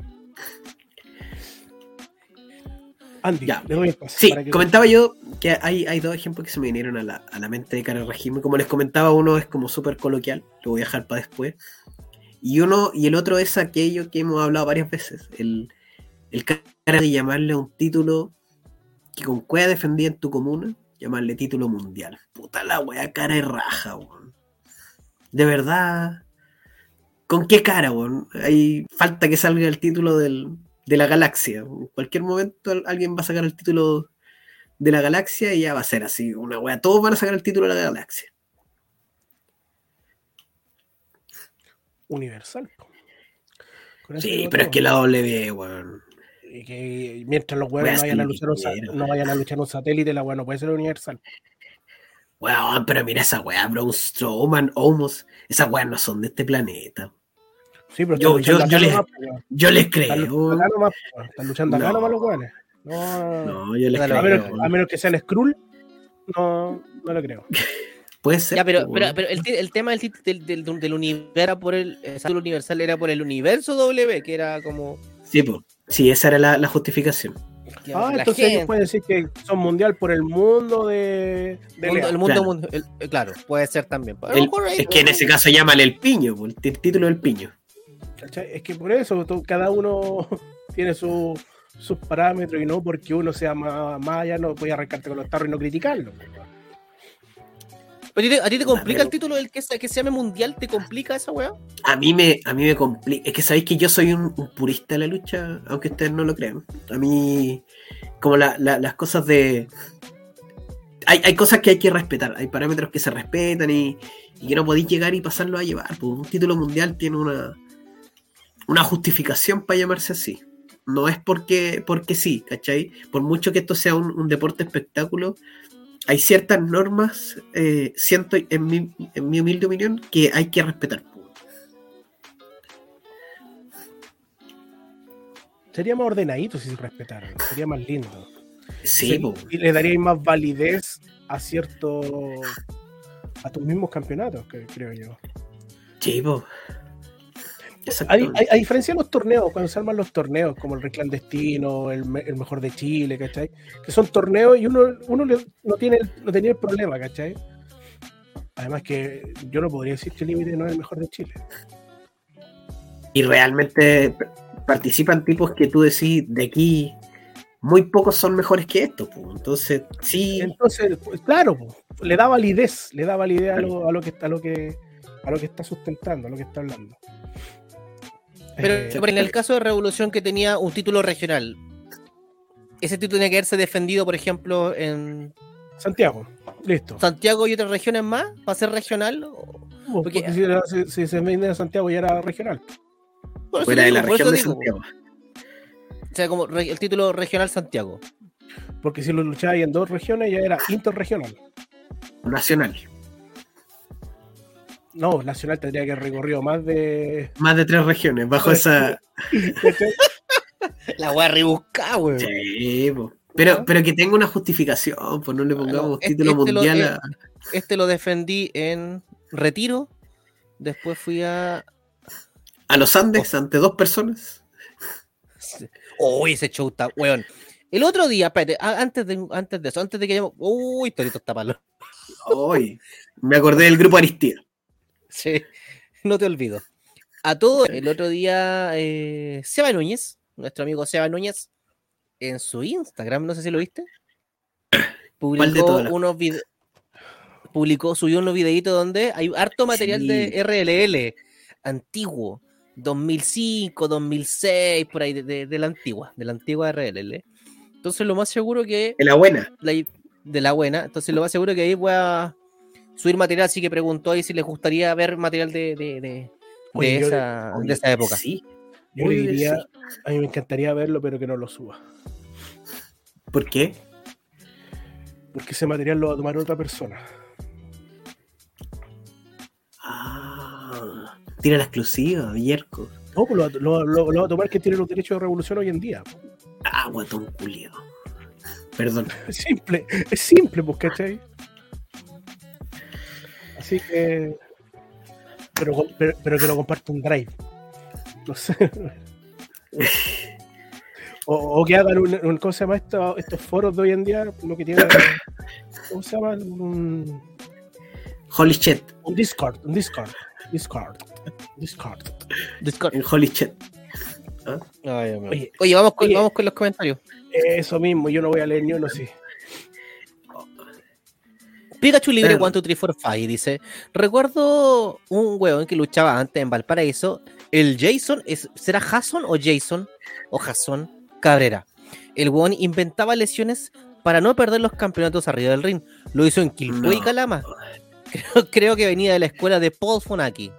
C: Andy,
D: ya.
C: le doy el paso.
D: Sí,
C: que...
D: comentaba yo que hay, hay dos ejemplos que se me vinieron a la, a la mente de carerrajismo. Como les comentaba, uno es como súper coloquial, lo voy a dejar para después. Y uno y el otro es aquello que hemos hablado varias veces. El, el cara de llamarle a un título que con cueva defendía en tu comuna, llamarle título mundial. Puta la wea, cara de raja, weón. De verdad. ¿Con qué cara, weón? Hay falta que salga el título del, de la galaxia. En cualquier momento alguien va a sacar el título de la galaxia y ya va a ser así, una wea. Todos van a sacar el título de la galaxia.
C: Universal.
D: Sí, pero es que la W, weón.
C: Y que mientras los weones no vayan a luchar un satélite, no vayan a luchar un satélite, la weá no puede ser universal.
D: Weón, pero mira esa weá, Braun Strowman, Omos, esas weas no son de este planeta.
C: Sí, pero
D: yo, yo, yo, les, más, yo les creo.
C: Están luchando acá nomás, están luchando acá no. nomás los weones. No,
D: no, yo les
C: a
D: creo.
C: Menos, a menos que sean Skrull, no, no lo creo.
D: Puede ser.
B: Ya, pero, pero, pero el, el tema del, del, del, del universo era por el, el universal era por el universo W, que era como.
D: Sí, pues. Sí, esa era la, la justificación.
C: Ah, la entonces gente. Ellos pueden decir que son mundial por el mundo de... de
B: mundo, el mundo, claro. Mundo, el, claro, puede ser también.
D: El, es que en ese caso llámale el piño, el, t- el título del piño.
C: Es que por eso todo, cada uno tiene su, sus parámetros y no porque uno sea más, más allá, no voy a arrancarte con los tarros y no criticarlo.
B: ¿A ti te, a ti te complica
D: Pero-
B: el título del que, se- que se llame mundial? ¿Te complica esa weá?
D: A mí me, a mí me complica. Es que sabéis que yo soy un, un purista de la lucha, aunque ustedes no lo crean. A mí, como la- la- las cosas de. Hay, hay cosas que hay que respetar, hay parámetros que se respetan y, y que no podéis llegar y pasarlo a llevar. Pues un título mundial tiene una, una justificación para llamarse así. No es porque, porque sí, ¿cachai? Por mucho que esto sea un, un deporte espectáculo, hay ciertas normas, eh, siento en mi, en mi humilde opinión, que hay que respetar.
C: Sería más ordenadito si se respetaran, sería más lindo.
D: Sí,
C: Se-
D: po.
C: y le daría más validez a cierto a tus mismos campeonatos, que creo yo.
D: Sí, po.
C: A,
D: Exactamente.
C: a- a diferencia de los torneos, cuando se arman los torneos, como el Reclandestino, el, me- el Mejor de Chile, ¿cachai? Que son torneos y uno, uno le- no, tiene, el- no tenía el problema, ¿cachai? Además que yo no podría decir que el límite no es el Mejor de Chile.
D: Y realmente p- participan tipos que tú decís, de aquí, muy pocos son mejores que estos, po. Entonces, sí,
C: Entonces, pues, claro, pues, le da validez, le da validez a lo, a lo que está, a lo que, a lo que está sustentando, a lo que está hablando.
B: Pero,
C: Eh,
B: pero en el caso de Revolución, que tenía un título regional, ese título tenía que haberse defendido, por ejemplo, en
C: Santiago, listo.
B: Santiago y otras regiones más, para ser regional.
C: Pues,
B: porque-
C: porque si, era- si- si se vende en Santiago ya era regional.
B: Por eso
D: fuera de
B: digo,
D: la
B: por
D: región
B: eso
D: de
B: digo,
D: Santiago.
B: O sea, como re- el título regional Santiago.
C: Porque si lo luchabas en dos regiones ya era interregional.
D: Nacional.
C: No, nacional tendría que haber recorrido más de.
D: Más de tres regiones, bajo esa.
B: La weá rebuscada, weón.
D: Sí, po. Pero, pero que tenga una justificación, pues no le pongamos
B: este-
D: título
B: este lo-
D: mundial
B: eh,
D: a.
B: Este lo defendí en Retiro. Después fui a.
D: A los Andes ante dos personas.
B: Uy, ese show está, weón. El otro día, espérate, a- antes de, antes de eso, antes de que hayamos. Uy, Torito está palo.
D: Hoy me acordé del grupo Aristía.
B: Sí, no te olvido. A todo, el otro día, eh, Seba Núñez, nuestro amigo Seba Núñez, en su Instagram, no sé si lo viste,
D: ¿Cuál de
B: publicó
D: todas las?
B: unos videos. Publicó, subió unos videitos donde hay harto material
D: Sí.
B: de R L L antiguo, dos mil cinco, dos mil seis, por ahí, de, de- de la antigua, de la antigua R L L. Entonces, lo más seguro que
D: De la buena.
B: la- de la buena, entonces lo más seguro que ahí voy a subir material, así que preguntó ahí si les gustaría ver material de, de, de,
C: Oye,
B: de
C: yo-
B: esa,
D: Oye,
B: de esa época.
D: Sí.
C: Yo le
D: Oye,
C: diría,
D: sí.
C: a mí me encantaría verlo, pero que no lo suba.
D: ¿Por qué?
C: Porque ese material lo va a tomar otra persona.
D: Ah, tira la exclusiva, Yerko.
C: No, pues lo, lo- lo- lo va a tomar que tiene los derechos de revolución hoy en día.
D: Ah, guatón culiao. Perdón.
C: Es simple, es simple, pues, ¿cachai? Así que. Pero, pero, pero que lo comparte un drive. No sé. O, o que hagan un, un- ¿cómo se llama esto? Estos foros de hoy en día, lo que tienen. ¿Cómo se llama? Un,
D: Holy Chat.
C: un Discord, un Discord. Discord. Discord.
B: Discord.
D: En Holy Chat.
B: Ay, amigo.
C: Oye,
B: Oye, vamos con,
C: oye.
B: vamos con los comentarios.
C: Eso mismo, yo no voy a leer ni uno así.
B: Pikachu Libre
D: Claro.
B: one two three four five dice: recuerdo un hueón que luchaba antes en Valparaíso. El Jason, es, ¿será Jason o Jason? O Jason Cabrera. El hueón inventaba lesiones para no perder los campeonatos arriba del ring. Lo hizo en Quilpué y
D: No.
B: Calama. Creo, creo que venía de la escuela de Paul Funaki.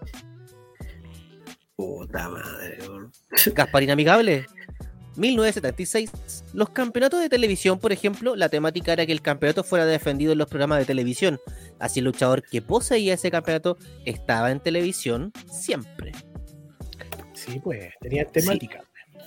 D: Puta madre, weón.
B: Gasparín Amigable. mil novecientos setenta y seis. Los campeonatos de televisión, por ejemplo, la temática era que el campeonato fuera defendido en los programas de televisión. Así el luchador que poseía ese campeonato estaba en televisión siempre.
C: Sí, pues, tenía temática.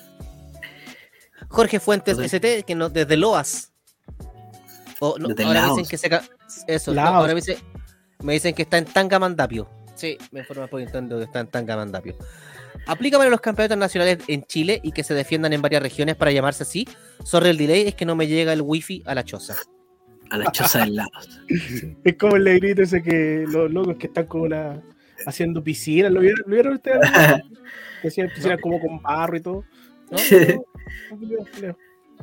B: Jorge Fuentes
D: Ok.
B: S T, que no, desde Loas. O, no,
D: Desde
B: ahora
D: Laos.
B: dicen que se ca- eso, no,
C: Laos.
B: ahora me, dice- me dicen que está en Tangamandapio. Sí, me informan por internet que está en Tangamandapio. Aplica para los campeonatos nacionales en Chile y que se defiendan en varias regiones para llamarse así. Sorry el delay, es que no me llega el wifi a la choza.
D: A la choza del lado.
C: Es como el negrito ese que los locos que están con una haciendo piscinas, ¿lo vieron? ¿Lo vieron ustedes? Que hacían piscinas como con barro y todo.
B: ¿no?
C: Leo, Leo.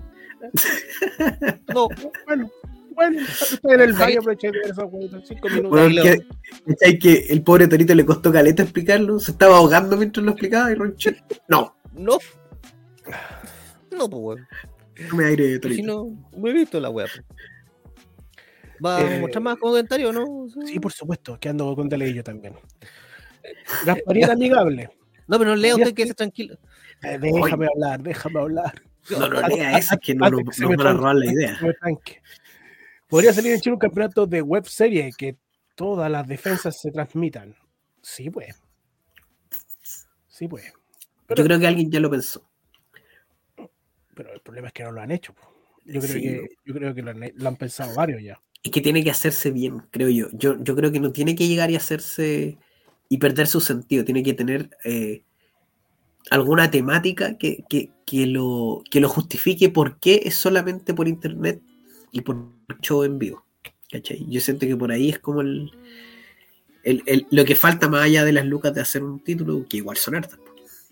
B: No,
C: Bueno, bueno, estoy en el baño, aproveché de ver esos huevitos, cinco minutos.
D: Bueno,
B: Ahí lo-
D: que, ¿cachai? Que el pobre Torito le costó caleta explicarlo, se estaba ahogando mientras lo explicaba y Ronchi, no,
B: no. No, pues, weón.
D: tome aire, Torito.
B: Si no, no he visto la weá. pues. ¿Va a
C: Eh,
B: mostrar más comentarios, no?
C: Sí, por supuesto, que ando con Teleillo también. Gasparín amigable.
B: No, pero no lea
C: Ya
B: usted, quédese tranquilo.
C: Eh, déjame hablar, déjame hablar.
D: No lo lea ese, que no
C: Antes
D: nos
C: que
D: no
C: se me
D: van a
C: tranque,
D: robar la
C: antes
D: idea.
C: que se me tranque. Podría salir en Chile un campeonato de web serie que todas las defensas se transmitan. Sí, pues. Sí, pues. Pero,
D: Yo creo que alguien ya lo pensó.
C: pero el problema es que no lo han hecho. po. Yo creo
D: Sí,
C: que,
D: no.
C: yo creo que lo han, lo han pensado varios ya.
D: Es que tiene que hacerse bien, creo yo. Yo, yo creo que no tiene que llegar y hacerse y perder su sentido. Tiene que tener eh, alguna temática que, que, que, lo, que lo justifique por qué es solamente por internet y por show en vivo. ¿Cachai? Yo siento que por ahí es como el, el, el- lo que falta más allá de las lucas de hacer un título, que igual son hartas.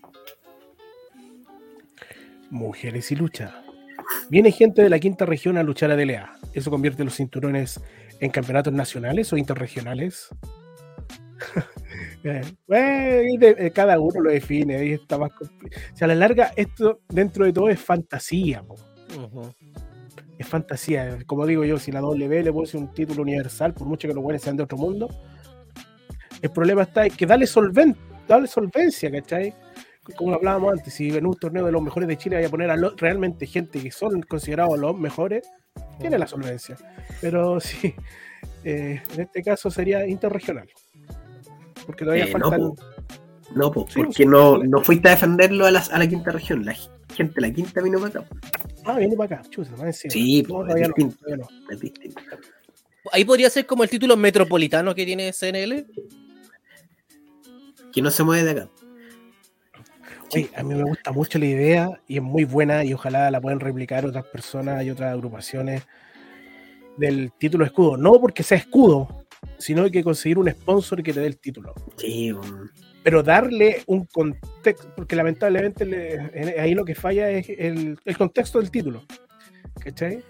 C: Mujeres y lucha. Viene gente de la quinta región a luchar a D L A. ¿Eso convierte los cinturones en campeonatos nacionales o interregionales? Eh, bueno, y de- eh, cada uno lo define. Ahí está más compli- O sea, a la larga, esto dentro de todo es fantasía. po.
B: Ujú.
C: Es fantasía. Como digo yo, si la W le pone un título universal, por mucho que los buenos sean de otro mundo, el problema está en que dale, solven, dale solvencia, ¿cachai? Como hablábamos antes, si en un torneo de los mejores de Chile hay a poner a lo- realmente gente que son considerados los mejores, tiene la solvencia. Pero sí, eh, en este caso sería interregional. Porque todavía
D: Eh, no,
C: faltan.
D: po. No, po,
C: Sí,
D: porque
C: sí,
D: no,
C: sí.
D: no fuiste a defenderlo a la, a la quinta región. La gente de la quinta vino para acá.
C: Ah, viene para acá, chuta, más encima.
D: Sí,
C: no,
D: pues,
C: todavía
D: es
C: no,
D: distinto.
C: todavía no.
D: Es distinto.
B: Ahí podría ser como el título metropolitano que tiene C N L.
D: Que no se mueve de acá.
C: Oye, a mí me gusta mucho la idea y es muy buena y ojalá la puedan replicar otras personas y otras agrupaciones del título escudo. No porque sea escudo, sino que conseguir un sponsor que te dé el título.
D: Sí, um,
C: Pero darle un contexto, porque lamentablemente le- ahí lo que falla es el, el contexto del título. ¿Cachai?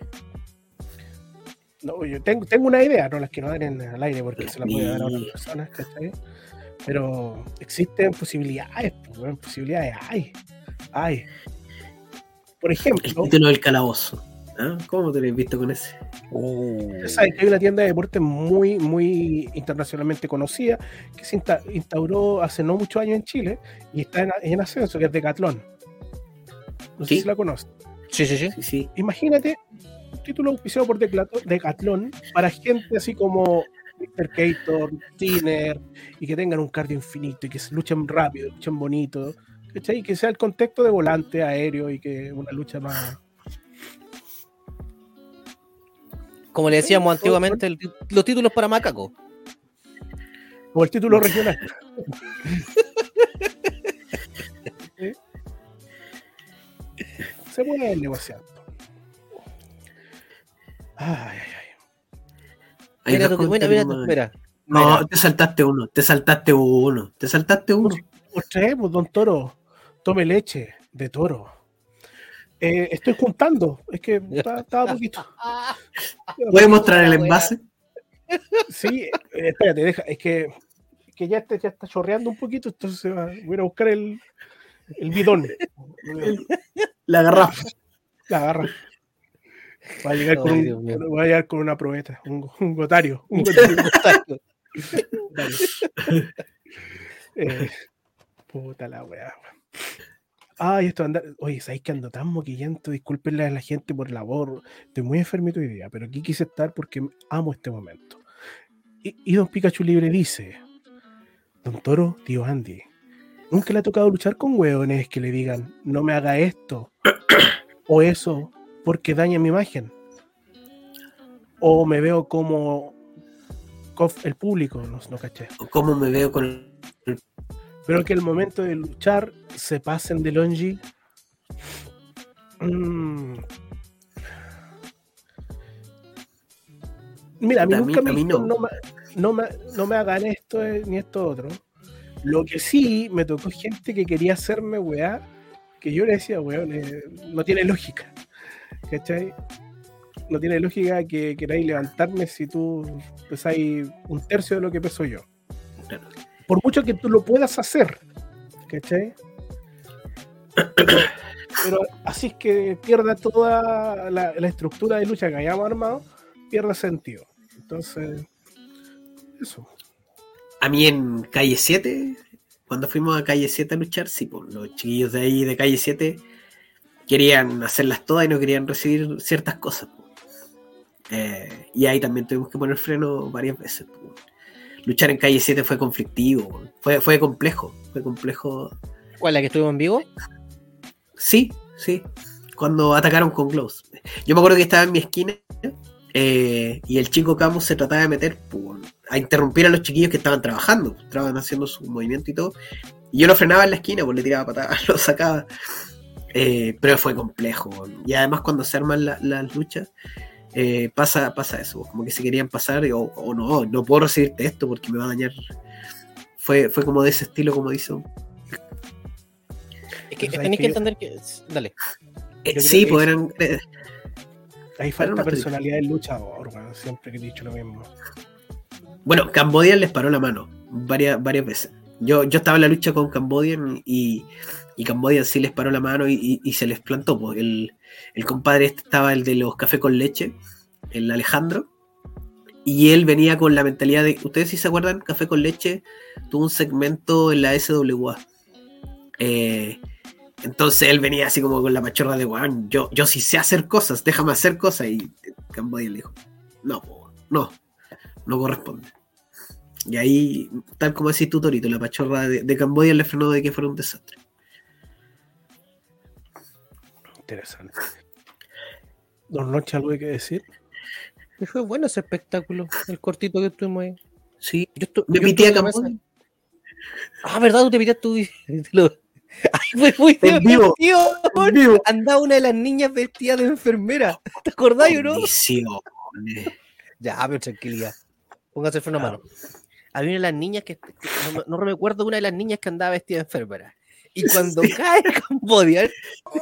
C: No, yo tengo, tengo una idea, no las quiero dar en al aire porque se las voy a dar a otras personas, ¿cachai? Pero existen posibilidades, pues, bueno, posibilidades hay, hay. Por
D: el
C: ejemplo,
D: título del calabozo. ¿Ah? ¿Cómo te lo has visto con ese?
C: ustedes saben que hay una tienda de deportes muy, muy internacionalmente conocida que se insta- instauró hace no muchos años en Chile y está en, en ascenso, que es Decathlon. No sé
D: Sí.
C: si la conocen.
B: Sí, sí, sí.
D: Sí, sí.
C: Imagínate un título auspiciado por Declato- Decathlon para gente así como mister Cator, Tiner, y que tengan un cardio infinito y que se luchen rápido, luchen bonito, ¿cachai? Y que sea el contexto de volante aéreo y que una lucha más.
B: Como le decíamos antiguamente, el ti- los títulos para macacos.
C: O el título regional. ¿Sí? Se puede negociar. Ay, ay, ay.
D: Hay
B: Mira,
D: dos
B: tú, mira,
D: comentarios
B: mira, tú,
D: más.
B: mira.
D: No,
B: Mira.
D: te saltaste uno, te saltaste uno, te saltaste uno.
C: Otra pues, don Toro, tome leche de toro. Eh, estoy juntando, es que está- estaba poquito.
D: ¿Puedes mostrar el
B: Buena,
D: envase?
C: Sí, eh, espérate, deja, es que, es que ya, este, ya está chorreando un poquito, entonces se va- voy a ir a buscar el, el bidón.
D: La garrafa.
C: La garra. Va a llegar, con,
B: Ay,
C: un-
B: Dios mío.
C: va a llegar con una probeta, un, un gotario. Un gotario.
B: Exacto.
C: Gotario. Eh, puta la weá. Ay, esto anda. Oye, ¿sabéis que ando tan moquillento? Discúlpenle a la gente por la voz. Estoy muy enfermito hoy día, pero aquí quise estar porque amo este momento. Y, y don Pikachu Libre dice: Don Toro, tío Andy, nunca le ha tocado luchar con hueones que le digan, no me haga esto o eso porque daña mi imagen. O me veo como cof- el público, no, no caché.
D: ¿Cómo me veo con el...
C: Pero que el momento de luchar se pasen de longi. Mm. Mira, a mí
D: A mí-
C: nunca me
D: a mí
C: dijeron,
D: no.
C: no. me, no, me, no me hagan esto eh, ni esto otro. Lo que sí me tocó gente que quería hacerme weá que yo le decía, weón, eh, no tiene lógica, ¿cachai? No tiene lógica que queráis levantarme si tú pesáis un tercio de lo que peso yo.
D: Claro.
C: Por mucho que tú lo puedas hacer, ¿cachai? Pero, pero así es que pierda toda la, la estructura de lucha que hayamos armado, pierda sentido. Entonces, eso.
D: A mí en Calle siete, cuando fuimos a Calle siete a luchar, sí, pues los chiquillos de ahí de Calle siete querían hacerlas todas y no querían recibir ciertas cosas. Eh, y ahí también tuvimos que poner freno varias veces. Pues. Luchar en Calle siete fue conflictivo, fue, fue complejo, fue complejo.
B: ¿Cuál, la que estuvimos en vivo?
D: Sí, sí, cuando atacaron con gloves. Yo me acuerdo que estaba en mi esquina eh, y el chico Camus se trataba de meter pues, a interrumpir a los chiquillos que estaban trabajando, estaban haciendo su movimiento y todo, y yo lo frenaba en la esquina, pues le tiraba patadas, lo sacaba, eh, pero fue complejo. Y además cuando se arman la, las luchas, eh, pasa, pasa eso, como que se querían pasar o, o no, no puedo recibirte esto porque me va a dañar. Fue, fue como de ese estilo, como dice.
B: Es que
C: Entonces,
B: tenéis que
C: que
B: entender que... Dale.
D: Eh, sí, pues eran... Eh,
C: ahí falta
D: una
C: personalidad del luchador, bueno, siempre que he dicho lo mismo.
D: Bueno, Cambodian les paró la mano varias, varias veces. Yo, yo estaba en la lucha con Cambodian y, y Cambodian sí les paró la mano y, y, y se les plantó. Pues. El, el compadre este estaba el de los cafés con leche, el Alejandro, y él venía con la mentalidad de... ¿Ustedes sí se acuerdan? Café con leche tuvo un segmento en la S W A. Eh, entonces él venía así como con la machorra de Juan, yo, yo sí sé hacer cosas, déjame hacer cosas. Y Cambodian le dijo, no, no, no corresponde. Y ahí, tal como decís tú, Torito, la machorra de, de Cambodian le frenó de que fuera un desastre.
C: Interesante. Don Noche, ¿algo hay que decir?
B: Y fue bueno ese espectáculo, el cortito que estuvimos ahí.
D: Sí,
B: Yo estu-
D: me
B: yo
D: pité a
B: estuve en la
D: Cambodian.
B: mesa. Ah, ¿verdad? Tú te pitaste tú. Lo... Ay, fue muy
D: En vivo,
B: divertido.
D: en vivo.
B: Andaba una de las niñas vestida de enfermera. ¿Te acordás o no?
D: Bendición.
B: Ya, pero tranquilidad. Póngase el freno a
D: Claro.
B: mano. Había una de las niñas que, que no, no recuerdo una de las niñas que andaba vestida de enfermera. Y cuando
D: Sí.
B: cae Cambodia.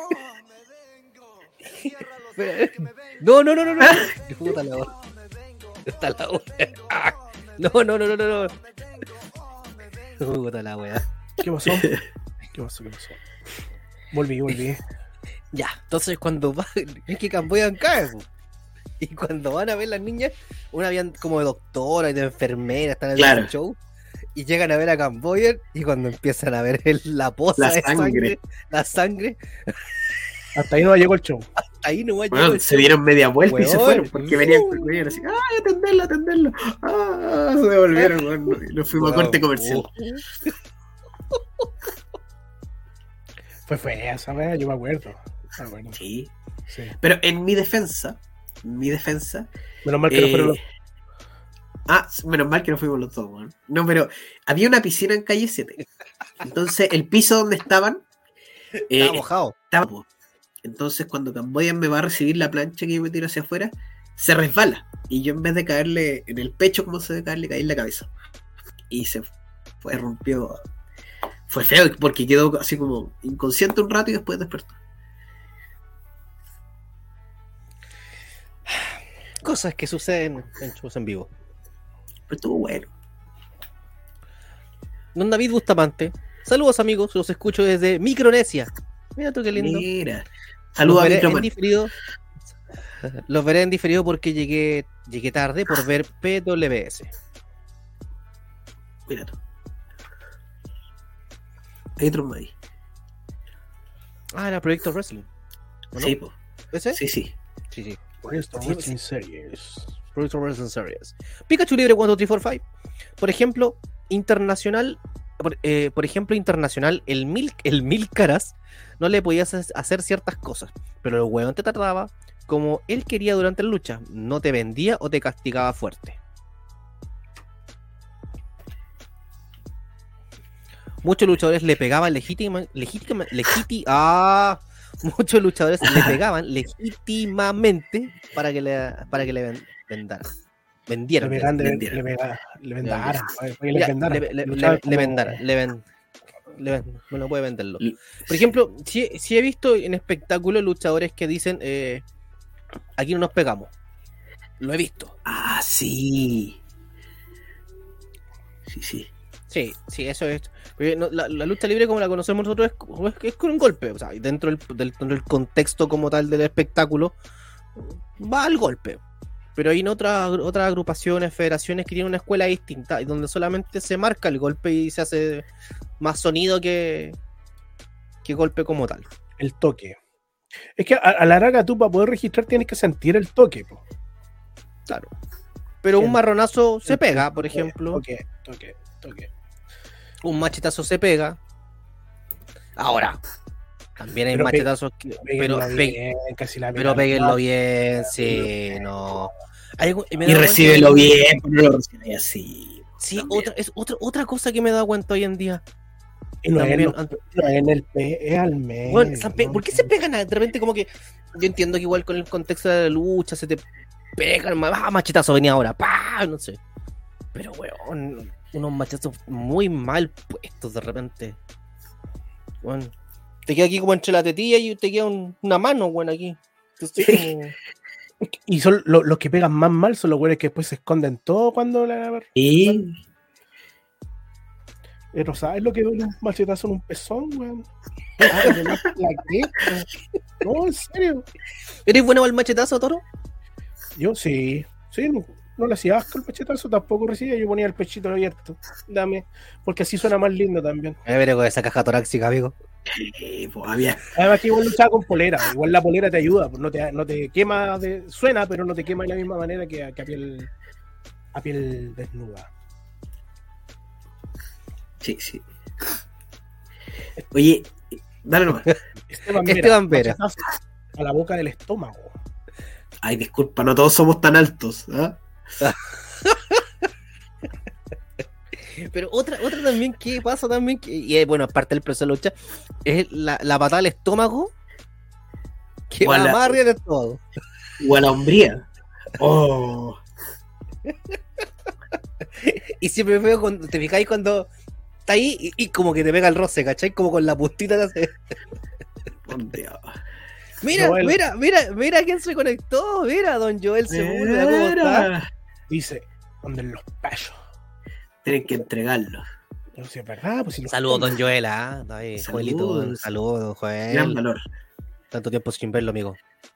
B: No, no, no, no, no. Puta la hora. Está la hora. No, no, no, no, no, no. Puta la wea.
C: ¿Qué pasó? ¿Qué pasó? ¿Qué pasó? Volví, volví.
B: Ya, entonces cuando va, es que Cambodia cae, po. Y cuando van a ver las niñas, una habían como de doctora y de enfermera, están en
D: Claro.
B: el show, y llegan a ver a Cambodia, y cuando empiezan a ver el- la poza
D: La
B: de
D: sangre.
B: sangre, la sangre,
C: Hasta ahí no llegó el show.
B: ahí no va a
D: Bueno,
B: llegar el
D: se
B: show.
D: dieron media vuelta y se
B: Weón.
D: fueron porque venían, venían así, ¡ay, atenderlo, atenderlo! ¡Ah! Se devolvieron, bueno, y nos fuimos a corte comercial.
C: Fue fea esa wea, yo me acuerdo. Me acuerdo.
D: Sí.
C: Sí.
D: Pero en mi defensa, en mi defensa.
C: Menos mal que no
D: eh,
C: fueron los.
D: Ah, menos mal que no fuimos los dos, weón. No, pero había una piscina en calle siete. Entonces, el piso donde estaban. eh,
B: Estaba mojado.
D: estaba, po. Entonces, cuando Cambodian me va a recibir la plancha que yo me tiro hacia afuera, se resbala. Y yo, en vez de caerle en el pecho, como se debe caerle, caí en la cabeza. Y se fue, rompió. Fue feo porque quedó así como inconsciente un rato y después despertó.
B: Cosas que suceden en shows en vivo.
D: Pero estuvo bueno.
B: Don David Bustamante. Saludos, amigos, los escucho desde Micronesia. Mira tú qué lindo.
D: Mira.
B: Los
D: Saludos a
B: veré en
D: Microman.
B: diferido. Los veré en diferido porque llegué, llegué tarde por ver P W S.
D: Mira tú. Hay otro más ahí.
B: Ah, era Proyecto Wrestling. ¿O no?
D: Sí, po.
B: ¿Ese?
D: Sí, sí.
B: Sí, sí.
C: Proyecto
B: Sí,
C: Wrestling
B: sí.
C: Series.
B: Proyecto Wrestling Series. Pikachu Libre cuatro tres cuatro cinco. Por ejemplo, internacional. Por, eh, por ejemplo, internacional, el mil, el mil caras no le podías hacer ciertas cosas, pero el huevón te trataba como él quería durante la lucha. No te vendía o te castigaba fuerte. Muchos luchadores le pegaban legítima, legítima, legíti, ah, muchos luchadores le pegaban legítimamente para que le, para que le ven- vendaran,
C: Le
B: vendieran,
C: pegan de-
D: vendieron.
C: le pega- le vendaran. Para que le
B: Ya,
C: vendaran.
B: le, le-
C: Luchaban
B: le- le
C: como-
B: vendaran, le ven- le, bueno, puede venderlo. Por ejemplo, si, si he visto en espectáculos luchadores que dicen, eh, aquí no nos pegamos. Lo he visto.
D: Ah, sí. Sí, sí.
B: Sí, sí, eso es. No, la, la lucha libre como la conocemos nosotros es, es, es con un golpe. O sea, dentro del, del, del contexto como tal del espectáculo, va al golpe. Pero hay otras otras agrupaciones, federaciones que tienen una escuela distinta y donde solamente se marca el golpe y se hace más sonido que, que golpe como tal.
C: El toque. Es que a, a la larga tú para poder registrar tienes que sentir el toque, po.
B: Claro. Pero
C: El,
B: un marronazo se
C: el,
B: pega, por
C: toque,
B: ejemplo.
C: Toque, toque, toque.
B: Un machetazo se pega. Ahora, también hay
C: pero
B: machetazos que. Pero,
C: bien, casi la
B: pero péguenlo bien, sí, no. Hay,
D: y y recíbelo que... bien, pero no lo recibe así.
B: Sí, otra, es otra, otra cosa que me he dado cuenta hoy en día.
C: Y no, también, es, no, no es en el P, es al medio.
B: Bueno, ¿no? ¿Por qué se pegan de repente? Como que yo entiendo que igual con el contexto de la lucha se te pegan, ah, machetazo venía ahora, pa, no sé. Pero weón, unos machetazos muy mal puestos de repente. Bueno, te queda aquí como entre la tetilla y te queda un, una mano, weón, aquí. Como...
C: Y son lo, los que pegan más mal son los güeyes que después se esconden todo cuando la.
D: Sí.
C: Pero ¿sabes lo que duele un machetazo en un pezón, weón? Ah, la no, en serio.
B: ¿Eres bueno al machetazo, Toro?
C: Yo sí. Sí, no, no le hacía asco el machetazo, tampoco recibía. Yo ponía el pechito abierto. Dame. Porque así suena más lindo también.
B: A ver, con esa caja torácica, amigo.
D: Eh, pues, había...
C: Además que igual luchaba con polera, igual la polera te ayuda, no te, no te quema, de, suena, pero no te quema de la misma manera que a, que a piel a piel desnuda.
D: Sí, sí. Oye, dale nomás.
C: Esteban Vera,
B: Esteban Vera.
C: A la boca del estómago.
D: Ay, disculpa, no todos somos tan altos, ¿eh?
B: Pero otra, otra también que pasa también, que, y bueno, aparte del proceso de lucha, es la, la patada al estómago que
D: o
B: va
D: la,
B: más arriba del estómago.
D: O a la hombría. Oh.
B: Y siempre veo cuando te fijáis cuando está ahí y, y como que te pega el roce, ¿cachai? Como con la puntita de hace... Mira, Joel. mira, mira, mira quién se conectó, mira, don Joel Segura, ¿cómo está?
C: Dice, donde los payos.
D: Tienen que entregarlo.
C: No sé, ¿verdad? Pues si
B: saludos, don Joel, ¿ah? ¿eh? Joelito, saludos, don Joel.
D: Gran valor.
B: Tanto tiempo sin verlo, amigo.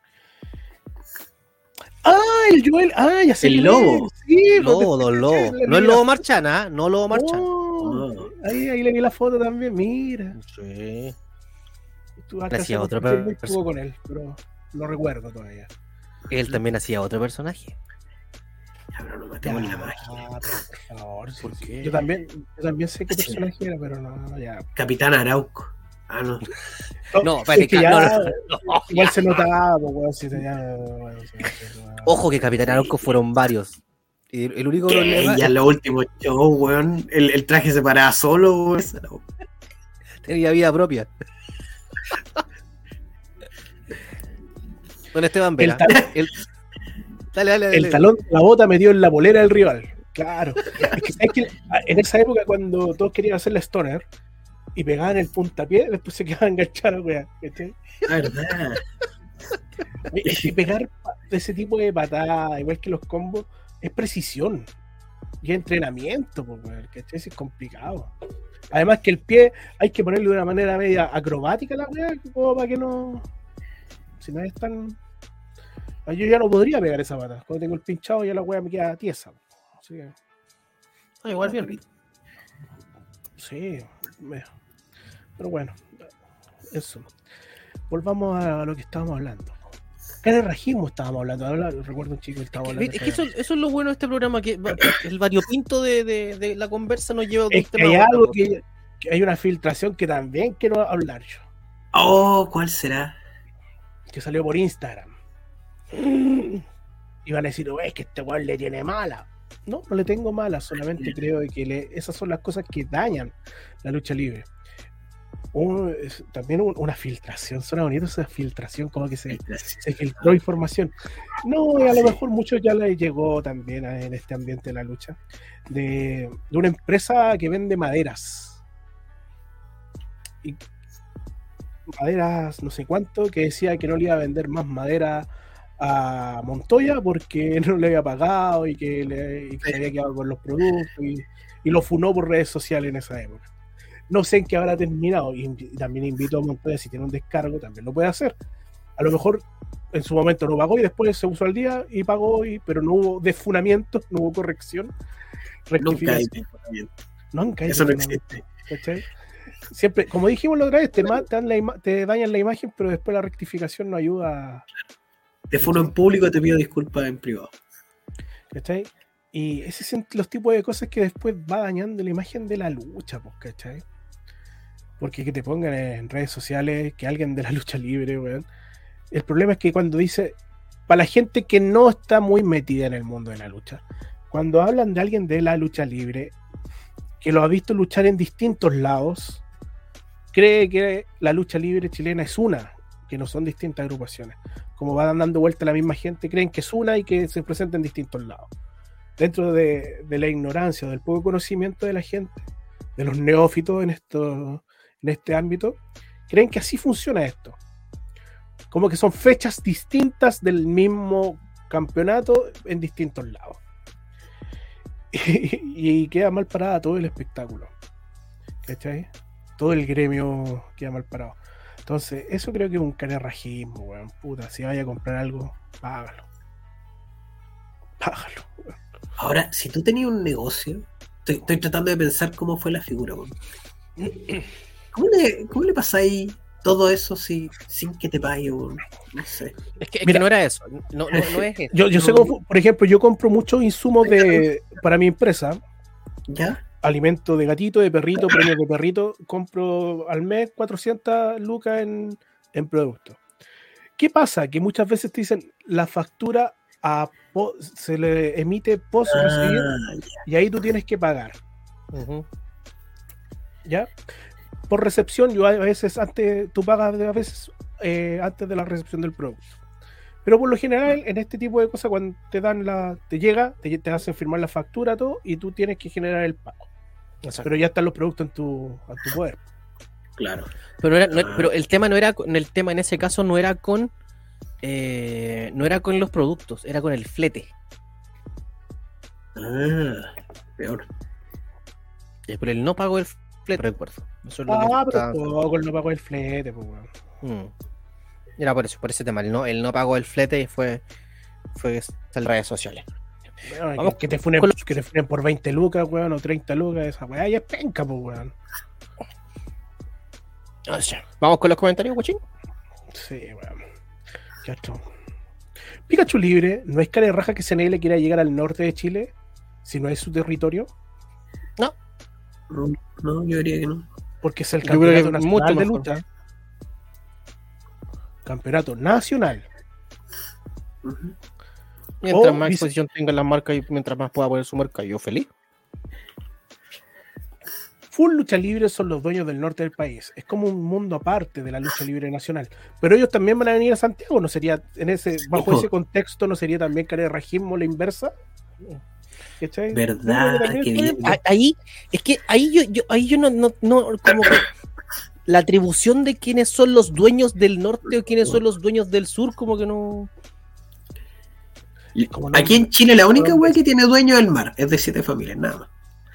C: Ah, el Joel, ah, ya sé.
D: El lobo.
B: Sí, lobo, don Lobo. No es Lobo Marchana, ¿eh? No Lobo Marchana.
C: Oh, oh. Ahí, ahí le vi la foto también, mira.
B: Sí.
C: Hacía otro personaje. Estuvo con él, pero lo recuerdo todavía.
B: Él también hacía otro personaje.
D: Ya, pero no matemos la magia.
C: Por favor, ¿por qué? Yo también, yo también sé qué personaje era, pero no, ya.
D: Capitán Arauco. Ah, no.
C: No, no, es que ya, no, no, no, igual se notaba, pues, si tenía, bueno, sí, sí, no.
B: Ojo que Capitán Arauco fueron varios. El, el único
D: problema. Ya en los últimos shows, weón. El, el traje se paraba solo, weón.
B: Tenía vida propia. Don Esteban Vera.
C: El, tal... el... Dale, dale, dale. El talón de la bota metió en la polera del rival. Claro. Es que, es que en esa época, cuando todos querían hacer la stoner y pegaban el puntapié, después se quedaban enganchados, weón.
D: ¿Verdad?
C: Es que pegar ese tipo de patadas, igual que los combos, es precisión. Y entrenamiento, porque es complicado. Además que el pie hay que ponerlo de una manera media acrobática la weá, como para que no. Si no es tan. Yo ya no podría pegar esa pata. Cuando tengo el pinchado ya la weá me queda tiesa. Así que...
B: ah, igual bien.
C: Sí. Pero bueno. Eso. Volvamos a lo que estábamos hablando. Carerrajismo estábamos hablando. Ahora recuerdo un chico que estaba hablando.
B: Es que eso, eso es lo bueno de este programa, que el variopinto de, de, de la conversa nos lleva a
C: es que hay algo que, que hay una filtración que también quiero hablar yo.
D: Oh, ¿cuál será?
C: Que salió por Instagram. Iban a decir, oh, es que este weón le tiene mala. No, no le tengo mala, solamente creo que le, esas son las cosas que dañan la lucha libre. Un, también un, una filtración, suena bonito esa filtración, como que se, se filtró información. No, y a lo mejor muchos ya les llegó también a, en este ambiente de la lucha, de, de una empresa que vende maderas. y maderas no sé cuánto, que decía que no le iba a vender más madera a Montoya porque no le había pagado y que, le, y que se había quedado con los productos y, y lo funó por redes sociales en esa época. No sé en qué habrá terminado y, y también invito a Montoya, si tiene un descargo también lo puede hacer. A lo mejor en su momento no pagó y después se usó al día y pagó, y, pero no hubo desfunamiento, no hubo corrección.
D: Nunca hay desfunamiento.
C: Nunca hay
D: Eso no
C: desfunamiento,
D: existe.
C: ¿cachai? Siempre, como dijimos la otra vez, te, ma- te, dan la ima- te dañan la imagen, pero después la rectificación no ayuda.
D: Te funo en público, te pido disculpas en privado.
C: ¿Cachai? Y esos son los tipos de cosas que después va dañando la imagen de la lucha, pues, ¿cachai? Porque que te pongan en redes sociales que alguien de la lucha libre, weón. El problema es que cuando dice, para la gente que no está muy metida en el mundo de la lucha, cuando hablan de alguien de la lucha libre, que lo ha visto luchar en distintos lados, cree que la lucha libre chilena es una, que no son distintas agrupaciones. Como van dando vuelta la misma gente, creen que es una y que se presenta en distintos lados. Dentro de, de la ignorancia, del poco conocimiento de la gente, de los neófitos en, esto, en este ámbito, creen que así funciona esto. Como que son fechas distintas del mismo campeonato en distintos lados. Y, y queda mal parada todo el espectáculo. ¿Cachai? Todo el gremio queda mal parado. Entonces, eso creo que es un carerrajismo, weón. Puta, si vaya a comprar algo, págalo. Págalo, weón.
D: Ahora, si tú tenías un negocio, estoy, estoy tratando de pensar cómo fue la figura, weón. ¿Cómo le, cómo le pasáis todo eso si, sin que te pague, weón? No sé.
B: Es que, es
C: Mira,
B: que no era eso. No, no, no es eso.
C: Yo, yo sé cómo, por ejemplo, yo compro muchos insumos de, para mi empresa.
D: ¿Ya?
C: Alimento de gatito, de perrito, premios de perrito. Compro al mes cuatrocientas lucas en, en productos. ¿Qué pasa? Que muchas veces te dicen la factura a po- se le emite post recibir
D: Ah,
C: y ahí tú tienes que pagar.
B: Ujú.
C: ¿Ya? Por recepción, yo a veces antes, tú pagas a veces eh, antes de la recepción del producto. Pero por lo general, en este tipo de cosas, cuando te dan la, te llega, te, te hacen firmar la factura, todo, y tú tienes que generar el pago.
B: Exacto.
C: Pero ya están los productos en tu, a tu poder.
D: claro.
B: Pero, era, no- pero el tema no era con- el tema en ese caso no era con eh, no era con los productos, era con el flete.
D: Ah, peor.
B: Eh, Pero el no pago del flete, recuerdo. Eso es lo que
C: Ah, pero
B: estaba-
C: poco el no pago el flete, pues, weón.
B: Mm. Era por eso, por ese tema. El no, el no pago del flete fue fue en redes sociales.
C: Bueno,
B: Vamos
C: que, que te funen,
B: con lo-
C: que te funen por veinte lucas, weón, o treinta lucas, esa weá ya es penca, pues, weón.
B: O sea, vamos con los comentarios, guachín.
C: Sí, weón. Ya está. Pikachu libre, ¿no es cara de raja que C N L quiera llegar al norte de Chile si no es su territorio?
D: No, no, yo diría que no.
C: Porque es el
B: Yo creo que
C: campeonato
B: es
C: nacional
B: mucho
C: de
B: mejor.
C: lucha. Campeonato nacional.
D: Ujú.
B: Mientras
C: Oh,
B: más
C: dice-
B: exposición tenga la marca y mientras más pueda poner su marca, yo feliz.
C: Full lucha libre son los dueños del norte del país. Es como un mundo aparte de la lucha libre nacional. Pero ellos también van a venir a Santiago. ¿No sería, en ese, bajo
D: Ojo.
C: ese contexto, no sería también carerrajismo la inversa? ¿Cachai?
D: ¿Verdad?
C: Yo creo que también
D: Qué
C: está
D: bien.
C: bien.
B: Ah, Ahí, es que ahí yo, yo, ahí yo no, no, no, como que la atribución de quiénes son los dueños del norte o quiénes son los dueños del sur, como que no.
D: Y
C: Como no-
D: aquí en Chile la única
C: no-
D: wea que tiene dueño es el mar, es de siete familias, nada más.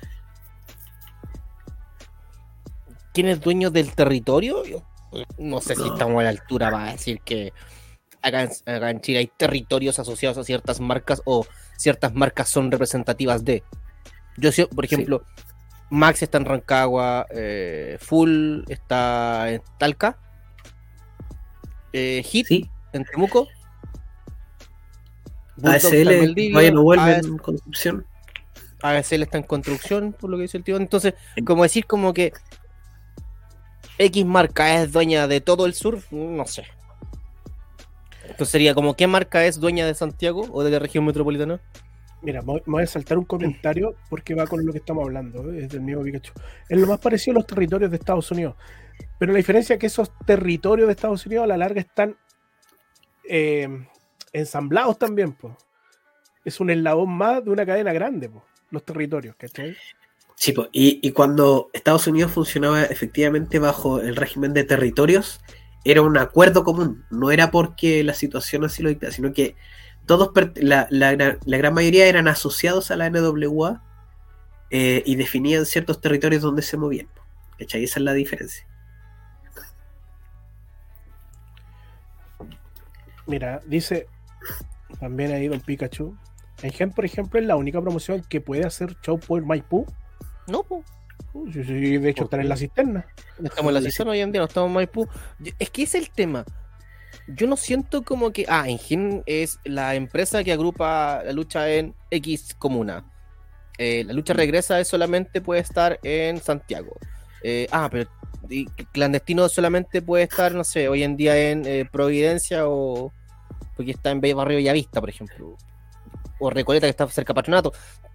B: ¿Quién es dueño del territorio? Yo no sé si
D: No.
B: estamos a la altura para decir que acá en, acá en Chile hay territorios asociados a ciertas marcas o ciertas marcas son representativas de. Yo sé, por ejemplo, Max está en Rancagua, eh, Full está en Talca, eh, Hit
D: Sí,
B: en Temuco, Bulldog está en
D: A S L
B: Valdivia,
D: todavía no vuelve
B: AS
D: en construcción.
B: A S L está en construcción, por lo que dice el tío. Entonces, como decir como que X marca es dueña de todo el sur, no sé. Entonces sería como, ¿qué marca es dueña de Santiago o de la región metropolitana?
C: Mira, me voy me voy a saltar un comentario porque va con lo que estamos hablando, ¿eh? Es del mismo Pikachu. Es lo más parecido a los territorios de Estados Unidos. Pero la diferencia es que esos territorios de Estados Unidos a la larga están eh, ensamblados también, pues. Es un eslabón más de una cadena grande, pues, los territorios, ¿cachai?
D: Sí, po, y, y cuando Estados Unidos funcionaba efectivamente bajo el régimen de territorios, era un acuerdo común, no era porque la situación así lo dictaba, sino que todos, la, la, la gran mayoría eran asociados a la N W A eh, y definían ciertos territorios donde se movían. ¿Cachai? Esa es la diferencia.
C: Mira, dice también ahí Don Pikachu. Engen, por ejemplo, es la única promoción que puede hacer show por Maipú.
B: No, po.
C: Uh, sí, sí, de hecho, están en la cisterna.
B: Estamos en la cisterna hoy en día, no estamos en Maipú. Es que ese es el tema. Yo no siento como que. Ah, Engen es la empresa que agrupa la lucha en X comuna. Eh, la lucha regresa es solamente puede estar en Santiago. Eh, ah, pero y clandestino solamente puede estar, no sé, hoy en día en eh, Providencia o. Porque está en Barrio Bellavista, por ejemplo. O Recoleta, que está cerca de Patronato.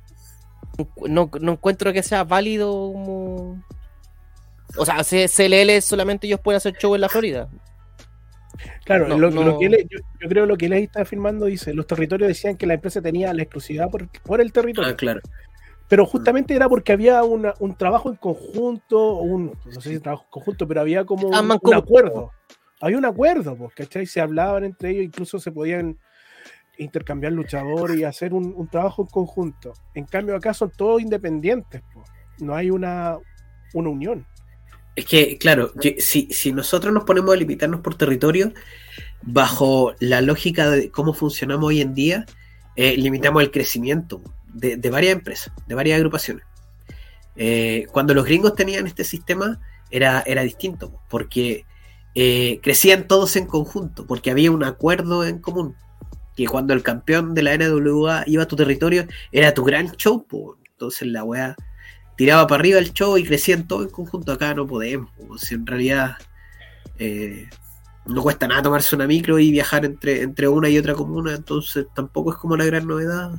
B: No, no encuentro que sea válido como. O sea, C L L solamente ellos pueden hacer show en la Florida.
C: Claro,
B: No,
C: lo,
B: no.
C: lo que él, yo, yo creo lo que él ahí está afirmando dice, los territorios decían que la empresa tenía la exclusividad por, por el territorio.
D: Ah, claro.
C: Pero justamente era porque había una, un trabajo en conjunto, un, no sé si trabajo en conjunto, pero había como un,
B: Ah,
C: un
B: mancomunado.
C: acuerdo. Había un acuerdo, pues, ¿cachai? Se hablaban entre ellos, incluso se podían intercambiar luchadores y hacer un, un trabajo en conjunto. En cambio acá son todos independientes, pues. No hay una, una unión.
D: Es que, claro, yo- si, si nosotros nos ponemos a limitarnos por territorio, bajo la lógica de cómo funcionamos hoy en día, eh, limitamos el crecimiento de, de varias empresas, de varias agrupaciones. Eh, cuando los gringos tenían este sistema, era, era distinto, porque eh, crecían todos en conjunto, porque había un acuerdo en común. Que cuando el campeón de la N W A iba a tu territorio, era tu gran show, po. Entonces la weá tiraba para arriba el show y crecían todos en conjunto. Acá no podemos, po. Si en realidad eh, no cuesta nada tomarse una micro y viajar entre, entre una y otra comuna, entonces tampoco es como la gran novedad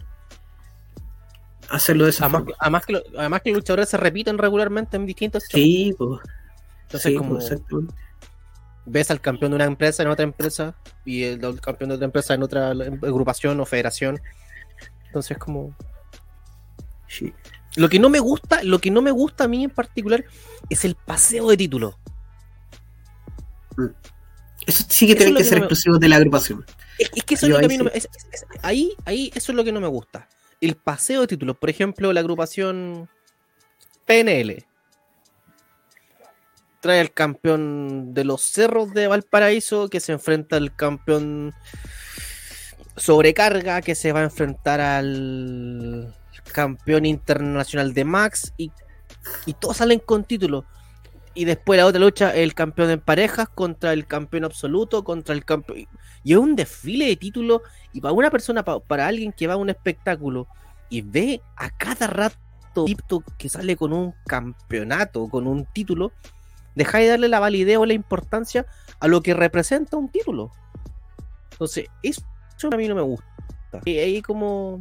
D: hacerlo de esa
B: Además,
D: forma.
B: que- además, que lo- además que los luchadores se repiten regularmente en distintos shows.
D: Sí, pues.
B: Entonces,
D: Sí,
B: como
D: pues, exactamente.
B: ves al campeón de una empresa en otra empresa y el, el campeón de otra empresa en otra agrupación o federación. Entonces, como.
D: Sí.
B: Lo que no me gusta, lo que no me gusta a mí en particular es el paseo de títulos.
D: Eso sí que
B: Eso
D: tienen
B: es lo
D: que
B: que
D: ser
B: no me-
D: exclusivos de la agrupación.
B: Es, es que eso es
D: Yo
B: lo que a
D: ahí
B: mí no me,
D: sí.
B: es- es- es- ahí, ahí, eso es lo que no me gusta. El paseo de títulos. Por ejemplo, la agrupación P N L trae al campeón de los cerros de Valparaíso que se enfrenta al campeón Sobrecarga que se va a enfrentar al campeón internacional de Max y, y todos salen con títulos. Y después la otra lucha, el campeón en parejas contra el campeón absoluto, contra el campeón. Y es un desfile de títulos. Y para una persona, pa- para alguien que va a un espectáculo y ve a cada rato tipo que sale con un campeonato, con un título, deja de darle la validez o la importancia a lo que representa un título. Entonces, eso a mí no me gusta. Y ahí como.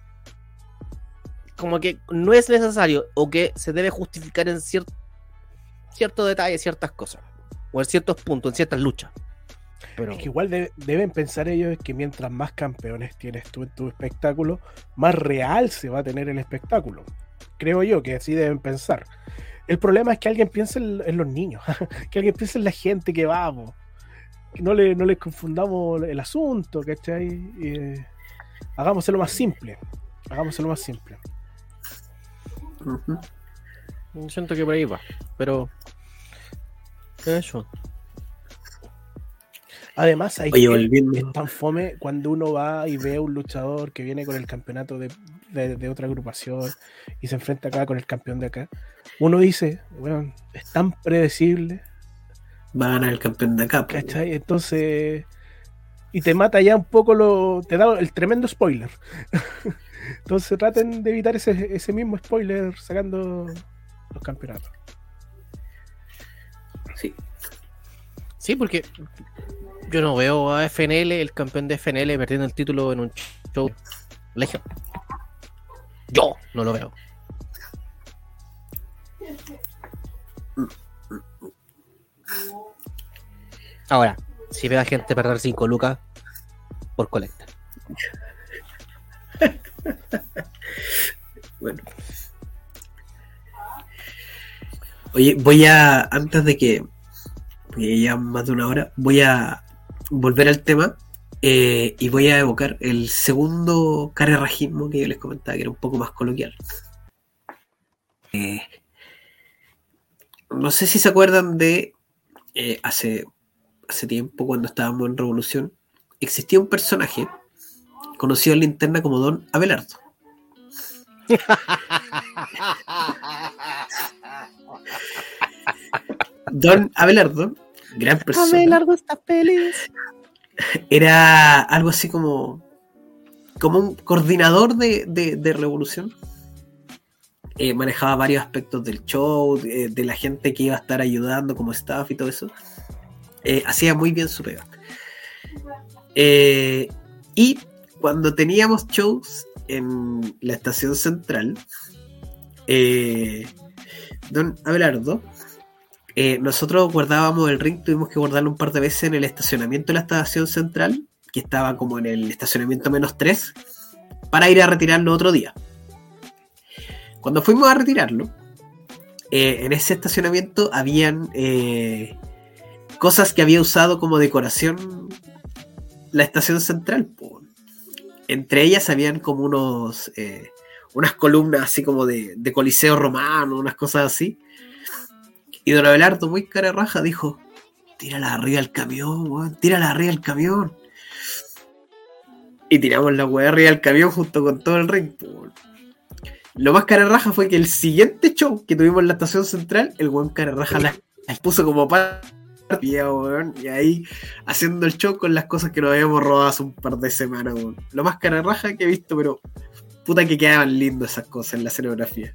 B: Como que no es necesario o que se debe justificar en cierto ciertos detalles, ciertas cosas, o en ciertos puntos, en ciertas luchas. Pero
C: Es que igual de- deben pensar ellos que mientras más campeones tienes tú en tu espectáculo, más real se va a tener el espectáculo. Creo yo que así deben pensar. El problema es que alguien piense en, en los niños, que alguien piense en la gente que va, po. Que no le, no les confundamos el asunto, ¿cachai? Eh, hagámoselo más simple. Hagámoselo más simple.
D: Ujú.
B: siento que por ahí va. Pero eso.
C: Además, hay
D: Oye,
C: que-
D: volviendo.
C: es tan fome cuando uno va y ve a un luchador que viene con el campeonato de, de- de otra agrupación y se enfrenta acá con el campeón de acá. Uno dice, bueno, es tan predecible,
D: Va a ganar el campeón de acá. po.
C: ¿cachai? Entonces, y te mata ya un poco lo. Te da el tremendo spoiler. Entonces, traten de evitar ese, ese mismo spoiler sacando los campeonatos.
D: Sí.
B: Sí, porque yo no veo a F N L, el campeón de F N L, perdiendo el título en un show Legion. Yo no lo veo. Ahora, si veo a gente perder cinco lucas por colecta.
D: Bueno. Oye, voy a, antes de que, porque ya más de una hora, voy a volver al tema eh, y voy a evocar el segundo carerrajismo que yo les comentaba, que era un poco más coloquial. Eh, no sé si se acuerdan de eh, hace, hace tiempo, cuando estábamos en Revolución, existía un personaje conocido en la interna como Don Abelardo. Don Abelardo, gran persona.
B: Abelardo está feliz.
D: Era algo así como como un coordinador de, de, de Revolución. Eh, manejaba varios aspectos del show, de, de la gente que iba a estar ayudando como staff y todo eso. Eh, hacía muy bien su pega. Eh, y cuando teníamos shows en la estación central, eh, Don Abelardo, eh, nosotros guardábamos el ring, tuvimos que guardarlo un par de veces en el estacionamiento de la estación central, que estaba como en el estacionamiento menos tres, para ir a retirarlo otro día. Cuando fuimos a retirarlo, eh, en ese estacionamiento habían eh, cosas que había usado como decoración la estación central. Po. Entre ellas habían como unos eh, unas columnas así como de, de coliseo romano, unas cosas así. Y Don Abelardo, muy cara raja, dijo: tírala arriba del camión, weón, tírala arriba del camión. Y tiramos la weá arriba del camión junto con todo el ring. Po. Lo más cara raja fue que el siguiente show que tuvimos en la estación central, el weón cara raja la, la puso como para y ahí haciendo el show con las cosas que nos habíamos robado hace un par de semanas, weón. Lo más cara raja que he visto, pero puta que quedaban lindas esas cosas en la escenografía.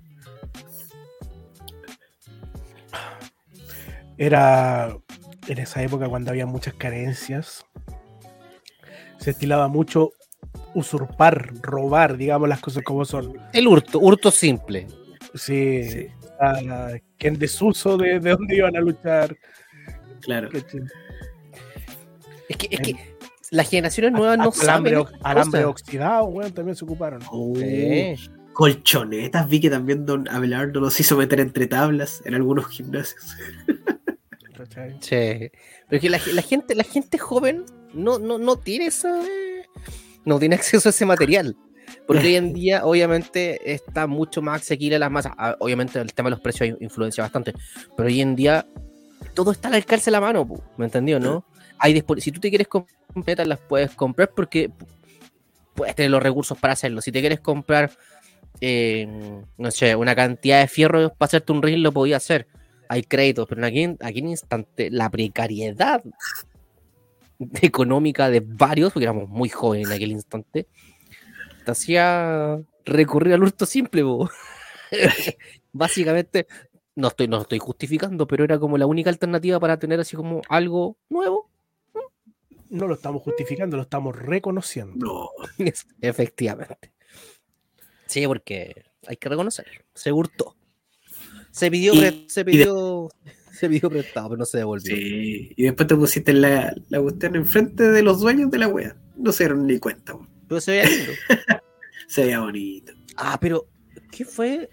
C: Era en esa época cuando había muchas carencias, se estilaba mucho usurpar, robar, digamos las cosas como son.
B: El hurto, hurto simple.
C: Sí,
D: Sí.
C: a, que en desuso de, de dónde iban a luchar.
D: Claro.
B: Es que, es que las generaciones nuevas no
C: alambre,
B: saben.
C: alambre
B: cosas.
C: oxidado, bueno, también se ocuparon.
D: Oh,
B: Sí.
D: colchonetas, vi que también Don Abelardo los hizo meter entre tablas en algunos gimnasios.
C: ¿Cachai?
B: Sí. Pero es que la, la gente, la gente joven no, no, no tiene esa, no tiene acceso a ese material. Porque hoy en día, obviamente, está mucho más asequible a las masas. Ah, obviamente, el tema de los precios influencia bastante. Pero hoy en día, todo está al alcance de la mano, ¿me entendió, no? Hay dispon- si tú te quieres comprar, las puedes comprar porque puedes tener los recursos para hacerlo. Si te quieres comprar, eh, no sé, una cantidad de fierros para hacerte un ring, lo podías hacer. Hay créditos, pero aquí, aquí en instante, la precariedad económica de varios, porque éramos muy jóvenes en aquel instante, te hacía recurrir al hurto simple, bo. Básicamente, no estoy, no estoy justificando, pero era como la única alternativa para tener así como algo nuevo.
C: No lo estamos justificando, lo estamos reconociendo.
D: No.
B: Efectivamente. Sí, porque hay que reconocer, se hurtó. Se pidió,
D: Y-
B: pre- se pidió, se pidió prestado, pero no se devolvió.
D: Sí. Y después te pusiste la, la cuestión enfrente de los dueños de la wea. No se dieron ni cuenta, weón.
B: Pero se veía lindo.
D: Se veía bonito.
B: Ah, pero, ¿qué fue?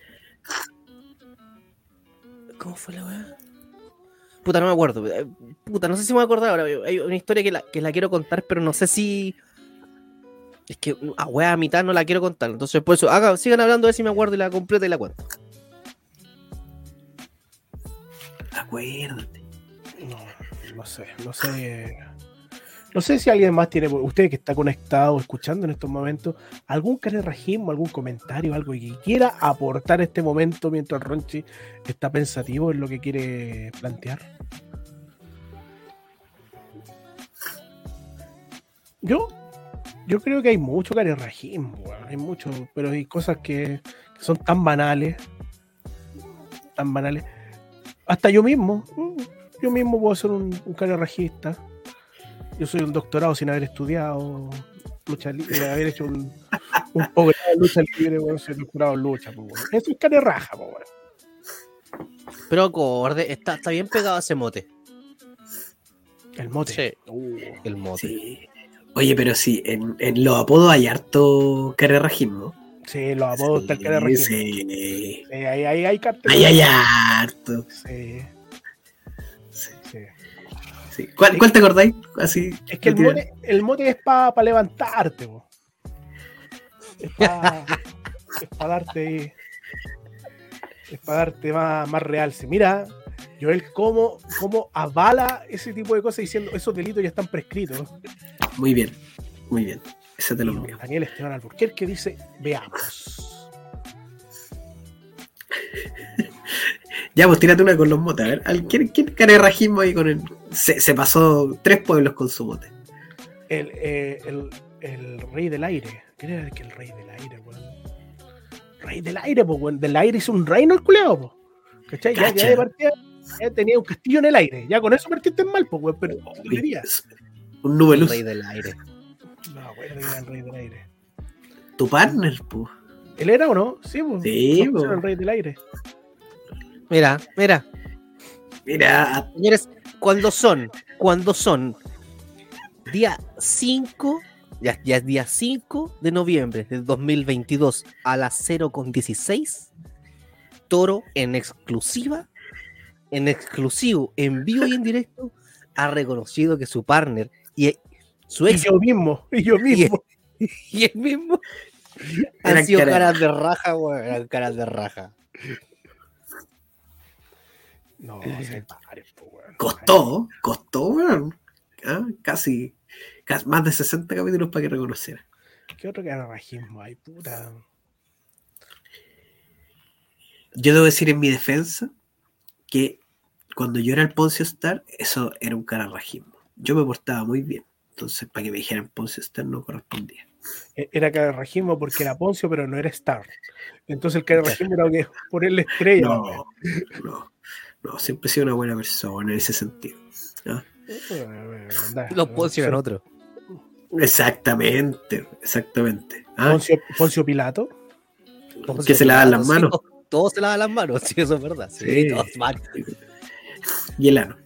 B: ¿Cómo fue la weá? Puta, no me acuerdo. Eh, Puta, no sé si me voy a acordar ahora. Hay una historia que la, que la quiero contar, pero no sé si. Es que a weá a mitad no la quiero contar. Entonces, por eso, haga, sigan hablando de ver si me acuerdo y la completa y la cuento.
D: Acuérdate.
C: No, no sé, no sé. No sé si alguien más tiene, usted que está conectado, escuchando en estos momentos, algún carerrajismo, algún comentario, algo que quiera aportar en este momento mientras Ronchi está pensativo en lo que quiere plantear. Yo, yo creo que hay mucho carerrajismo, bueno, hay mucho, pero hay cosas que, que son tan banales, tan banales. Hasta yo mismo, yo mismo puedo ser un, un carerrajista. Yo soy un doctorado sin haber estudiado lucha libre, haber hecho un, un posgrado de lucha libre, bueno, soy doctorado en lucha, pues, bueno. Eso es carerraja, pues, bueno.
B: Pero acorde, está, está bien pegado ese mote.
C: El mote.
B: Sí,
C: Uh,
B: el mote.
D: Sí. Oye, pero sí, en, en los apodos hay harto carerrajismo.
C: Sí, los apodos tal que de registro.
D: Sí.
C: Sí, ahí hay, hay cartas.
D: Ahí hay harto.
C: Sí.
D: Sí.
C: Sí.
D: Sí. ¿Cuál, ¿Cuál te acordáis? Así.
C: Es que el
D: tiene-
C: mote, el mote es para pa levantarte, po. Es para pa darte ahí. Es para darte más, más realce. Mira, Joel, cómo, cómo avala ese tipo de cosas diciendo esos delitos ya están prescritos.
D: Muy bien, muy bien. Ese te lo envío.
C: Daniel Esteban Alburquerque dice, veamos.
D: Ya, pues tírate una con los motes. A ver, ¿al- ¿quién, quién cara de rajismo ahí con el. Se, se pasó tres pueblos con su mote.
C: El, eh, el, el rey del aire. ¿Quién era el que el rey del aire, weón? Rey del aire, pues, weón. Del aire hizo un reino el culeado, pues. ¿Cachai? Ya, ya
D: Cacha.
C: de partida ya tenía un castillo en el aire. Ya con eso partiste mal, pues, weón. Pero debería.
D: Es Un nube
B: El
D: luz.
B: rey del aire.
C: No, weón, era el rey del aire.
D: Tu partner, pues.
C: ¿Él era o no? Sí, pues.
D: Sí,
C: ¿Cómo
D: po.
C: era el rey del aire?
B: Mira, mira.
D: Mira,
B: Señores, cuando son, cuando son día cinco, ya, ya es día cinco de noviembre del dos mil veintidós a las cero con dieciséis, Toro en exclusiva, en exclusivo, en vivo y en directo, ha reconocido que su partner y su
C: Y
B: ex
C: yo mismo, y yo mismo.
B: y él mismo han
D: Eran
B: sido
D: caras.
B: caras de raja, weón, eran caras de raja.
C: No, se paren, po, weón.
D: costó, costó, weón. Ah, Casi, casi más de sesenta capítulos para que reconociera.
C: ¿Qué otro carajismo hay, puta?
D: Yo debo decir en mi defensa que cuando yo era el Poncio Star, eso era un cararrajismo. Yo me portaba muy bien. Entonces, para que me dijeran Poncio Star no correspondía.
C: Era carajismo porque era Poncio, pero no era Star. Entonces el carajismo era que ponerle estrella.
D: No,
C: weón.
D: no, no, siempre he sido una buena persona en ese sentido. ¿no?
B: Los Poncio eran otros.
D: Exactamente, exactamente. ¿Ah?
C: Poncio, Poncio Pilato.
D: Que se lavan las
B: Sí,
D: manos.
B: todos se lavan las manos, sí, eso es verdad. Sí,
D: Sí.
B: todos mal.
D: Y el ano.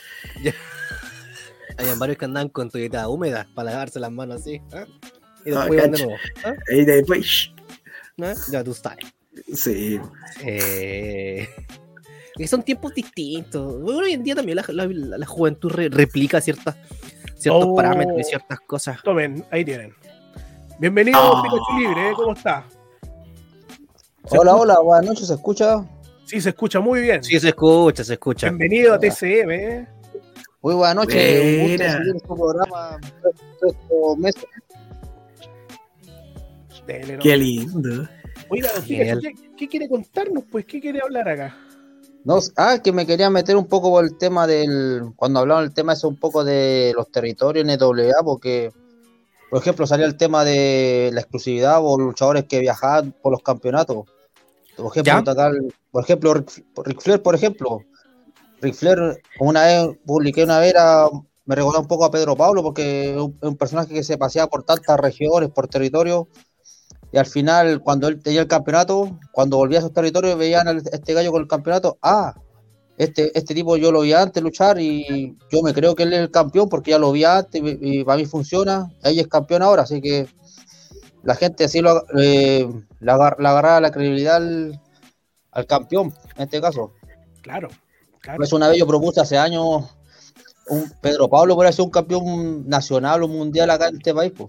B: Habían varios que andaban con toallitas húmedas para lavarse las manos así. ¿eh? Y
D: Ah,
B: después iban de
D: cacha.
B: nuevo. ¿eh?
D: Ahí después. shh,
B: ¿Eh? Ya tú sabes.
D: Sí.
B: Eh... que son tiempos distintos. Bueno, hoy en día también la, la, la- la juventud re- replica ciertas, ciertos
C: Oh.
B: parámetros y ciertas cosas.
C: Tomen, ahí tienen. Bienvenido,
D: Oh.
C: Pikachu Libre, ¿eh? ¿Cómo está? ¿Se
E: Hola,
C: escucha?
E: hola, buenas noches, ¿se escucha?
C: Sí, se escucha muy bien.
B: Sí, se escucha, se escucha.
C: Bienvenido a T C M, ¿eh?
E: Muy buenas noches, un gusto
D: Mira.
E: seguir su programa estos meses.
C: Dele, ¿no?
D: Qué lindo.
C: Oiga, don
B: Genial.
C: Pikachu, ¿qué, qué quiere contarnos? Pues, ¿qué quiere hablar acá?
E: No, ah, que me quería meter un poco por el tema del, cuando hablaban del tema eso un poco de los territorios N W A, porque, por ejemplo, salía el tema de la exclusividad o luchadores que viajaban por los campeonatos. Por ejemplo,
B: ¿Ya?
E: total, por ejemplo, Ric, Ric Flair, por ejemplo. Ric Flair, una vez publiqué una vez, era- me recordaba un poco a Pedro Pablo, porque es un, es un personaje que se paseaba por tantas regiones, por territorios, y al final, cuando él tenía el campeonato, cuando volvía a esos territorios, veían a este gallo con el campeonato, ah, este, este tipo yo lo vi antes luchar y yo me creo que él es el campeón porque ya lo vi antes y, y para mí funciona, ella es campeón ahora, así que la gente así lo, eh, le, agar, le agarraba la credibilidad al, al campeón, en este caso.
C: Claro, claro.
E: Por eso una vez yo propuse hace años un Pedro Pablo podría ser un campeón nacional o mundial acá en este país, pues.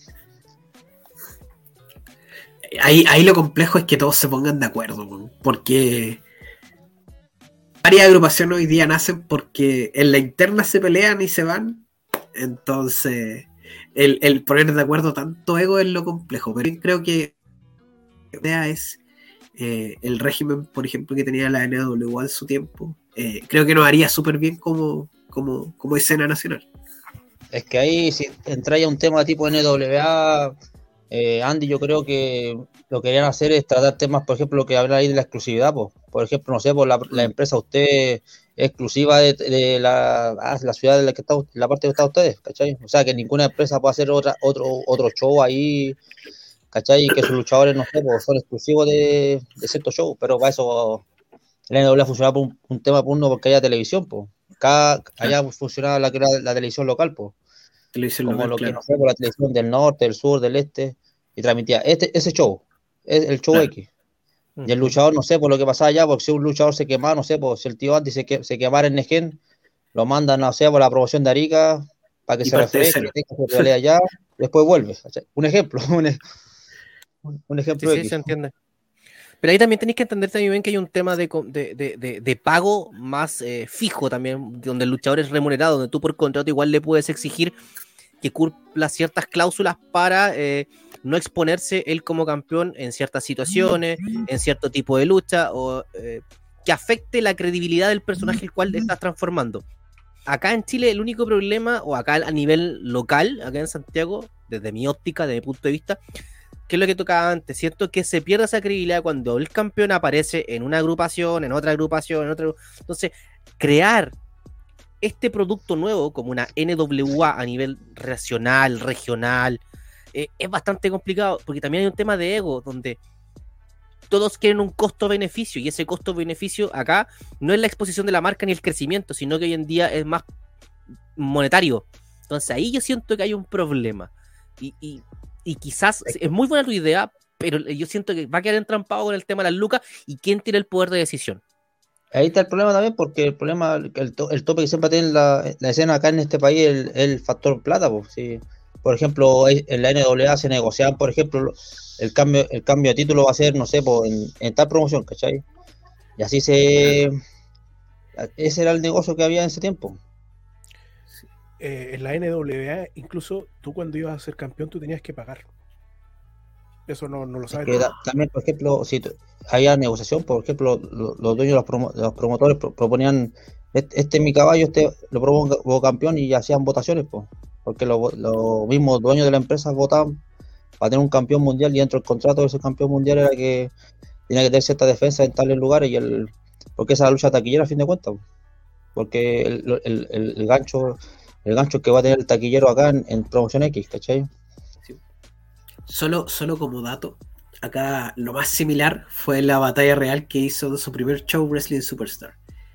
D: Ahí, ahí lo complejo es que todos se pongan de acuerdo, weón, porque varias agrupaciones hoy día nacen porque en la interna se pelean y se van. Entonces, el, el poner de acuerdo tanto ego es lo complejo. Pero yo creo que la idea es eh, el régimen, por ejemplo, que tenía la N W A en su tiempo. Eh, creo que nos haría súper bien como, como, como escena nacional.
E: Es que ahí, si entra un tema tipo N W A, eh, Andy, yo creo que lo que querían hacer es tratar temas, por ejemplo, lo que habla ahí de la exclusividad, pues. Por ejemplo, no sé, por la, la empresa usted es exclusiva de, de la, ah, la ciudad de la que está, la parte que está ustedes, ¿cachai? O sea, que ninguna empresa puede hacer otra, otro, otro show ahí, ¿cachai? Y que sus luchadores, no sé, pues, son exclusivos de, de ciertos shows, pero para eso la N W A funcionaba por un, un tema por uno porque haya televisión, pues. Acá, allá funcionaba la, la, la televisión local, pues.
D: Televisión
E: Como
D: local,
E: lo que
D: claro.
E: no sé, por la televisión del norte, del sur, del este, y transmitía este, ese show. es el show
D: Claro.
E: X. Y el luchador, no sé, por lo que pasaba allá, porque si un luchador se quemaba, no sé, pues si el tío Andy se, que, se quemara en Nejen, lo mandan, no sé, por la promoción de Arica, para que
D: Y
E: se
D: parte de
E: refresque,
D: cero.
E: tenga su rivalidad allá, después vuelve. ¿Cachai? Un ejemplo, un, e- un
B: Sí,
E: ejemplo
B: sí,
E: X.
B: se entiende. Pero ahí también tenéis que entender también bien que hay un tema de, co- de, de, de, de pago más eh, fijo también, donde el luchador es remunerado, donde tú por contrato igual le puedes exigir que cumpla ciertas cláusulas para eh, no exponerse él como campeón en ciertas situaciones, en cierto tipo de lucha, o eh, que afecte la credibilidad del personaje el cual estás transformando. Acá en Chile el único problema, o acá a nivel local, acá en Santiago, desde mi óptica, desde mi punto de vista, que es lo que tocaba antes, siento que se pierde esa credibilidad cuando el campeón aparece en una agrupación, en otra agrupación, en otra. Entonces, crear este producto nuevo como una N W A a nivel nacional, regional, eh, es bastante complicado, porque también hay un tema de ego, donde todos quieren un costo-beneficio, y ese costo-beneficio acá no es la exposición de la marca ni el crecimiento, sino que hoy en día es más monetario. Entonces ahí yo siento que hay un problema. Y, y, y quizás es muy buena tu idea, pero yo siento que va a quedar entrampado con el tema de las lucas y quién tiene el poder de decisión.
E: Ahí está el problema también, porque el problema, el, to- el tope que siempre tiene la, la escena acá en este país es el, el factor plata, pues, sí. Por ejemplo, hay- en la N W A se negociaban, por ejemplo, el cambio, el cambio de título va a ser, no sé, pues, en, en tal promoción, ¿cachai? Y así se... Ese era el negocio que había en ese tiempo.
C: Eh, en la N W A, incluso tú cuando ibas a ser campeón, tú tenías que pagar. Eso no, no lo
E: Es
C: saben
E: que
C: todos.
E: da- también, por ejemplo, si tu- había negociación, por ejemplo, lo- los dueños, los, promo- los promotores pro- proponían, este, este es mi caballo, este lo propongo como campeón y hacían votaciones, pues, porque los los mismos dueños de la empresa votaban para tener un campeón mundial y dentro del contrato de ese campeón mundial era que tenía que tener cierta defensa en tales lugares y el, porque esa lucha taquillera a fin de cuentas, pues, porque el, el, el, el gancho el gancho que va a tener el taquillero acá en, en promoción X, ¿cachai?
D: Sí. Solo, solo como dato, acá lo más similar fue la batalla real que hizo de su primer show Wrestling Superstar.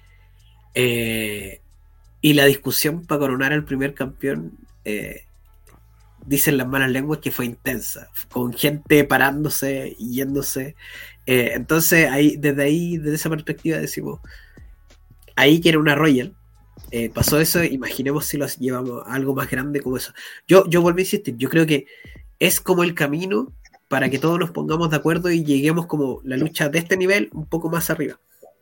D: Eh, y la discusión para coronar al primer campeón, eh, dicen las malas lenguas que fue intensa, con gente parándose y yéndose. Eh, entonces, ahí, desde ahí, desde esa perspectiva, decimos, ahí que era una Royal, eh, pasó eso, imaginemos si lo llevamos a algo más grande como eso. Yo, yo volví a insistir, yo creo que es como el camino para que todos nos pongamos de acuerdo y lleguemos como la lucha de este nivel un poco más arriba.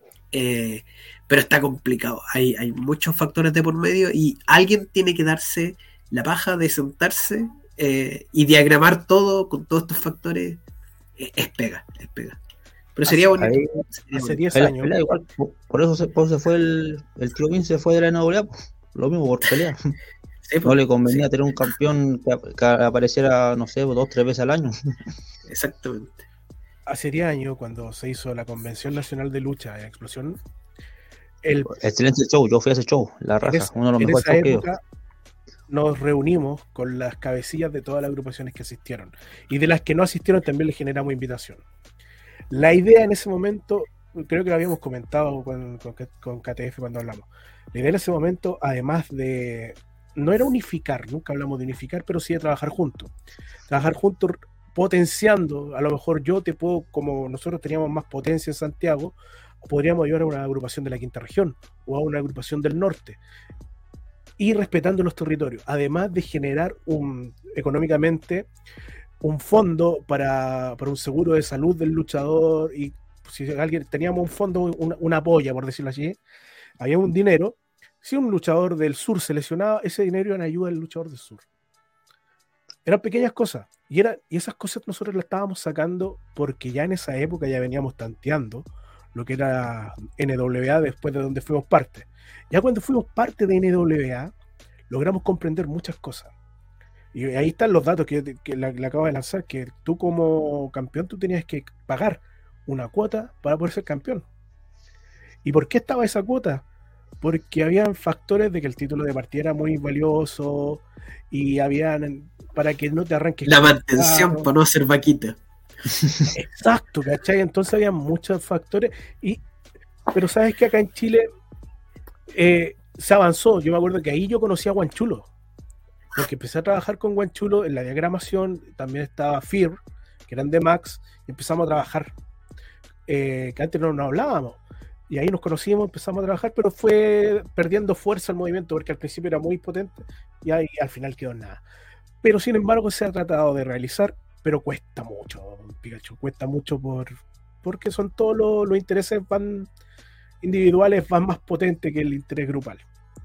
D: Eh, pero está complicado, hay, hay muchos factores de por medio y alguien tiene que darse la paja de sentarse eh, y diagramar todo con todos estos factores. Eh, es pega, es pega. Pero sería bonito.
E: Ahí,
D: Sería
C: Hace
D: bonito.
C: diez
E: ahí la
C: años,
E: pelea igual, por, por eso se, por eso se fue el, el tío Vince se fue de la N W A, pues, lo mismo por pelear.
D: Sí,
E: No
D: pues,
E: le convenía
D: sí,
E: tener un campeón que, que apareciera, no sé, dos, tres veces al año.
D: exactamente.
C: hace diez años, cuando se hizo la Convención Nacional de Lucha en Explosión, el,
E: Excelente show, yo fui a ese show, la
C: en,
E: raja,
C: es-
E: uno de los
C: en
E: mejores
C: esa
E: shows que yo.
C: época nos reunimos con las cabecillas de todas las agrupaciones que asistieron. Y de las que no asistieron también les generamos invitación. La idea en ese momento, creo que lo habíamos comentado con, con, con K T F cuando hablamos. La idea en ese momento, además de... No era unificar, nunca hablamos de unificar, pero sí de trabajar juntos. Trabajar juntos potenciando, a lo mejor yo te puedo, como nosotros teníamos más potencia en Santiago, podríamos ayudar a una agrupación de la quinta región o a una agrupación del norte. Y respetando los territorios, además de generar un económicamente un fondo para, para un seguro de salud del luchador, y si alguien teníamos un fondo, una, una polla, por decirlo así, había un dinero. Si un luchador del sur se lesionaba, ese dinero iba en ayuda del luchador del sur. Eran pequeñas cosas, y, era, y esas cosas nosotros las estábamos sacando porque ya en esa época ya veníamos tanteando lo que era N W A después de donde fuimos parte. Ya cuando fuimos parte de N W A, logramos comprender muchas cosas. Y ahí están los datos que, que le, le acabo de lanzar, que tú como campeón tú tenías que pagar una cuota para poder ser campeón. ¿Y por qué estaba esa cuota? Porque habían factores de que el título de partida era muy valioso y habían, para que no te arranques.
D: La mantención para no ser vaquita.
C: Exacto, ¿cachai? Entonces había muchos factores. Y, pero sabes que acá en Chile eh, se avanzó. Yo me acuerdo que ahí yo conocí a Guanchulo. Porque empecé a trabajar con Guanchulo en la diagramación, también estaba Fear, que eran de Max, y empezamos a trabajar, eh, que antes no nos hablábamos. Y ahí nos conocimos, empezamos a trabajar, pero fue perdiendo fuerza el movimiento, porque al principio era muy potente y ahí al final quedó en nada. Pero sin embargo se ha tratado de realizar, pero cuesta mucho, Pikachu, cuesta mucho por porque son todos los, los intereses van individuales, van más potentes que el interés grupal.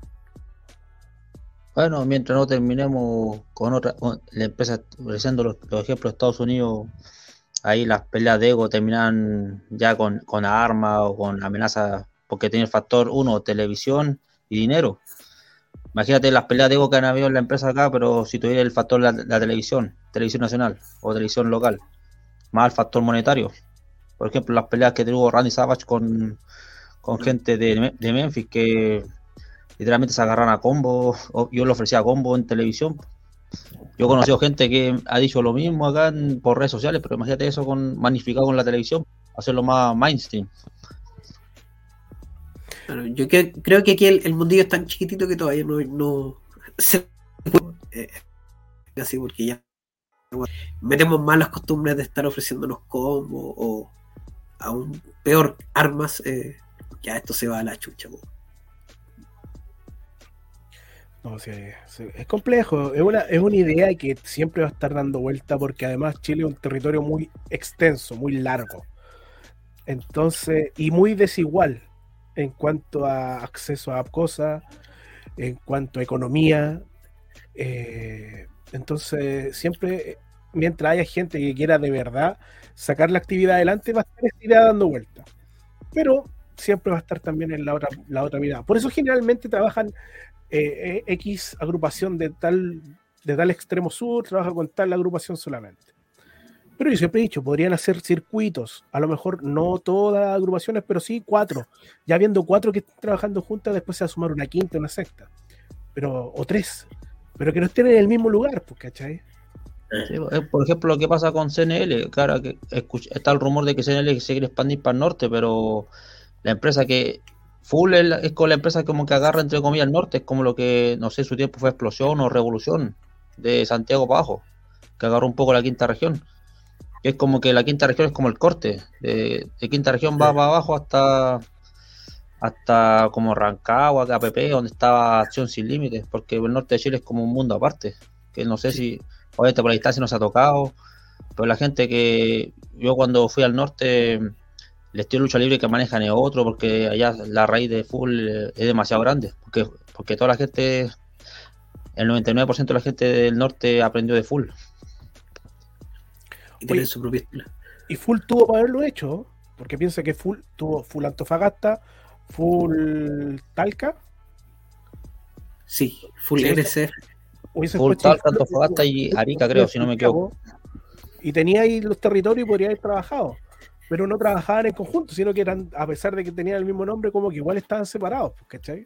E: Bueno, mientras no terminemos con otra, con la empresa, realizando los, los ejemplos de Estados Unidos, ahí las peleas de ego terminan ya con, con armas o con amenazas, porque tiene el factor uno, televisión y dinero. Imagínate las peleas de ego que han habido en la empresa acá, pero si tuviera el factor la, la televisión, televisión nacional o televisión local, más el factor monetario. Por ejemplo, las peleas que tuvo Randy Savage con, con gente de, de Memphis que literalmente se agarran a combo, yo le ofrecía combo en televisión. Yo he conocido gente que ha dicho lo mismo acá en, por redes sociales, pero imagínate eso con magnificado con la televisión, hacerlo más mainstream.
D: Claro, yo que, creo que aquí el, el mundillo es tan chiquitito que todavía no, no se eh, así porque ya metemos más las costumbres de estar ofreciéndonos combos o aún peor armas, eh, ya esto se va a la chucha. Po.
C: No, sí, sí, es complejo, es una, es una idea que siempre va a estar dando vuelta porque además Chile es un territorio muy extenso, muy largo, entonces, y muy desigual en cuanto a acceso a cosas, en cuanto a economía, eh, entonces siempre, mientras haya gente que quiera de verdad sacar la actividad adelante, va a estar esta idea dando vuelta, pero siempre va a estar también en la otra, la otra mirada, por eso generalmente trabajan Eh, X agrupación de tal de tal extremo sur, trabaja con tal agrupación solamente. Pero yo siempre he dicho, podrían hacer circuitos, a lo mejor no todas las agrupaciones, pero sí cuatro. Ya viendo cuatro que están trabajando juntas, después se va a sumar una quinta, una sexta. Pero, o tres, pero que no estén en el mismo lugar, pues, ¿cachai?
E: Sí, por ejemplo, lo que pasa con C N L, claro, que escucha, está el rumor de que C N L se quiere expandir para el norte, pero la empresa que Full es, la, es con la empresa como que agarra entre comillas el norte, es como lo que, no sé, en su tiempo fue Explosión o Revolución de Santiago para abajo, que agarró un poco la quinta región, que es como que la quinta región es como el corte, de, de quinta región va para abajo hasta hasta como Rancagua, K P P, donde estaba Acción Sin Límites, porque el norte de Chile es como un mundo aparte, que no sé si, obviamente por la distancia nos ha tocado, pero la gente que, yo cuando fui al norte, el estilo de lucha libre que manejan es otro, porque allá la raíz de Full es demasiado grande, porque, porque toda la gente, el noventa y nueve por ciento de la gente del norte aprendió de Full.
D: Y tiene su propia estilo.
C: Y Full tuvo para haberlo hecho, porque piensa que Full tuvo Full Antofagasta, Full Talca.
D: Sí, Full N C.
E: Full Talca, Antofagasta y Arica, creo, si no me equivoco.
C: Y tenía ahí los territorios y podría haber trabajado, pero no trabajaban en conjunto, sino que eran, a pesar de que tenían el mismo nombre, como que igual estaban separados, ¿cachai?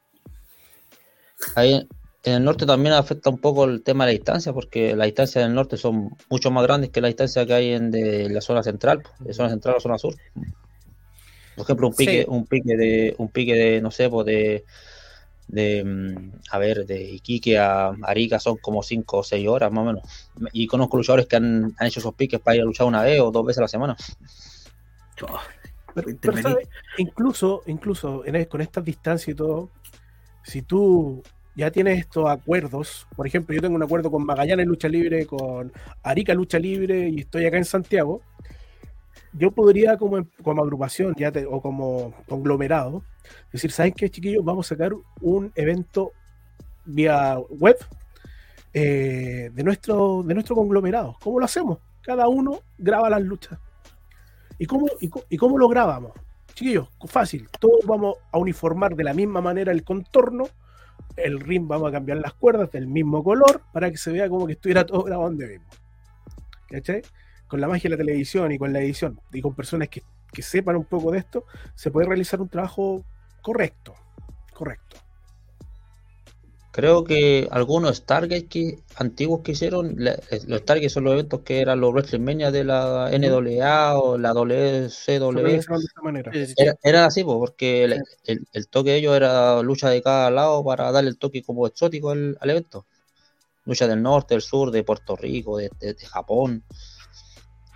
E: Ahí en el norte también afecta un poco el tema de la distancia, porque las distancias del norte son mucho más grandes que la distancia que hay en de la zona central, de zona central a la zona sur. Por ejemplo, un pique, sí. un pique de, un pique de, no sé, pues de, de, a ver, de Iquique a Arica son como cinco o seis horas más o menos. Y conozco luchadores que han, han hecho esos piques para ir a luchar una vez o dos veces a la semana.
C: Oh, pero, pero ¿sabes? Incluso, incluso en el, con estas distancias y todo, si tú ya tienes estos acuerdos, por ejemplo, yo tengo un acuerdo con Magallanes Lucha Libre, con Arica Lucha Libre y estoy acá en Santiago, yo podría como, como agrupación ya te, o como conglomerado decir, ¿saben qué, chiquillos? Vamos a sacar un evento vía web eh, de, nuestro, de nuestro conglomerado. ¿Cómo lo hacemos? Cada uno graba las luchas. ¿Y cómo, y, ¿Y cómo lo grabamos? Chiquillos, fácil. Todos vamos a uniformar de la misma manera el contorno. El ring vamos a cambiar las cuerdas del mismo color para que se vea como que estuviera todo grabado donde mismo. ¿Cachai? Con la magia de la televisión y con la edición y con personas que, que sepan un poco de esto, se puede realizar un trabajo correcto. Correcto.
E: Creo que algunos Stargate que, antiguos que hicieron, los Stargate son los eventos que eran los WrestleMania de la N W A o la W C W.
C: De esa manera.
E: Era, era así, porque el, el, el toque de ellos era lucha de cada lado para darle el toque como exótico al, al evento. Lucha del norte, del sur, de Puerto Rico, de, de, de Japón.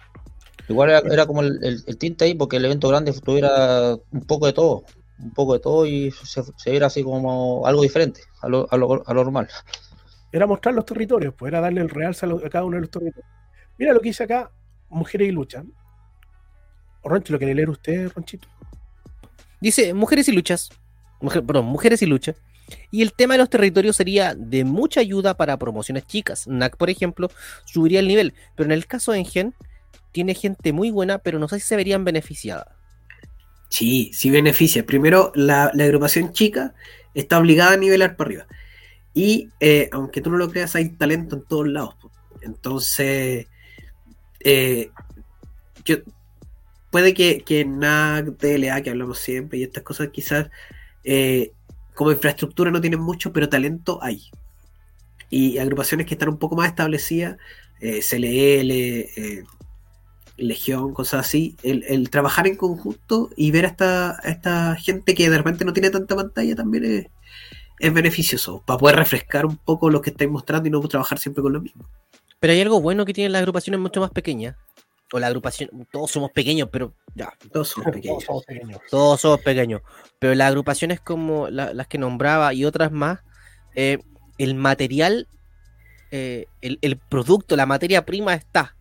E: Igual era, era como el, el, el tinte ahí, porque el evento grande tuviera un poco de todo, un poco de todo y se, se viera así como algo diferente a lo, a lo, a lo normal.
C: Era mostrar los territorios, pues era darle el realce a, lo, a cada uno de los territorios. Mira lo que dice acá, Mujeres y Lucha. Ronchi, ¿lo quiere leer usted, Ronchito?
B: Dice, mujeres y luchas, mujer, perdón, mujeres y lucha. Y el tema de los territorios sería de mucha ayuda para promociones chicas. N A C, por ejemplo, subiría el nivel, pero en el caso de Engen, tiene gente muy buena, pero no sé si se verían beneficiadas.
D: Sí, sí beneficia. Primero, la, la agrupación chica está obligada a nivelar para arriba. Y eh, aunque tú no lo creas, hay talento en todos lados. Entonces, eh, yo, puede que, que N A C, D L A, que hablamos siempre, y estas cosas quizás eh, como infraestructura no tienen mucho, pero talento hay. Y agrupaciones que están un poco más establecidas, eh, C L L, eh, Legión, cosas así, el, el trabajar en conjunto y ver a esta, a esta gente que de repente no tiene tanta pantalla también es, es beneficioso, para poder refrescar un poco lo que estáis mostrando y no trabajar siempre con lo mismo.
B: Pero hay algo bueno que tienen las agrupaciones mucho más pequeñas. O la agrupación, todos somos pequeños, pero ya.
D: Todos somos pequeños.
C: Todos somos pequeños.
B: Todos somos pequeños. Pero las agrupaciones como la, las que nombraba y otras más, eh, el material, eh, el, el producto, la materia prima está.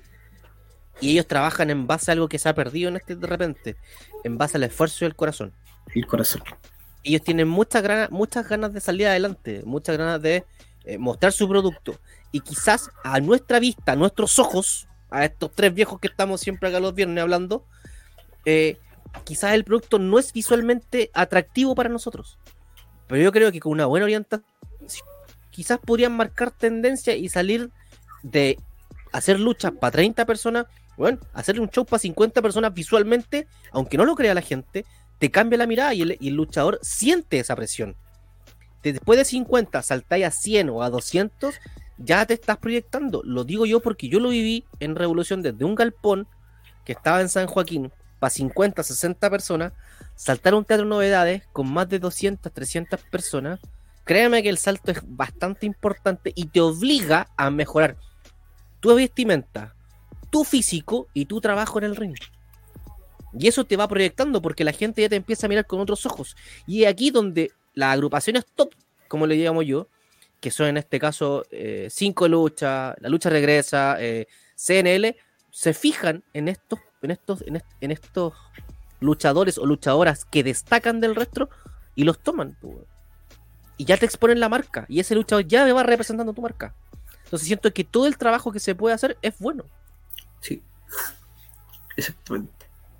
B: Y ellos trabajan en base a algo que se ha perdido en este de repente, en base al esfuerzo del corazón.
D: El corazón.
B: Ellos tienen muchas ganas, muchas ganas de salir adelante, muchas ganas de eh, mostrar su producto. Y quizás a nuestra vista, a nuestros ojos, a estos tres viejos que estamos siempre acá los viernes hablando, eh, quizás el producto no es visualmente atractivo para nosotros. Pero yo creo que con una buena orientación, quizás podrían marcar tendencia y salir de hacer luchas para treinta personas, bueno, hacer un show para cincuenta personas visualmente, aunque no lo crea la gente, te cambia la mirada y el, y el luchador siente esa presión. Después de cincuenta saltáis a cien o a doscientos, ya te estás proyectando. Lo digo yo porque yo lo viví en Revolución desde un galpón que estaba en San Joaquín para cincuenta, sesenta personas, saltar a un teatro de novedades con más de doscientas, trescientas personas. Créeme que el salto es bastante importante y te obliga a mejorar tu vestimenta, tu físico y tu trabajo en el ring. Y eso te va proyectando porque la gente ya te empieza a mirar con otros ojos. Y es aquí donde las agrupaciones top, como le llamo yo, que son en este caso eh, Cinco Lucha, La Lucha Regresa, eh, C N L, se fijan en estos, en estos, en, est en estos luchadores o luchadoras que destacan del resto y los toman. Y ya te exponen la marca. Y ese luchador ya me va representando tu marca. Entonces siento que todo el trabajo que se puede hacer es bueno.
D: Sí, exactamente.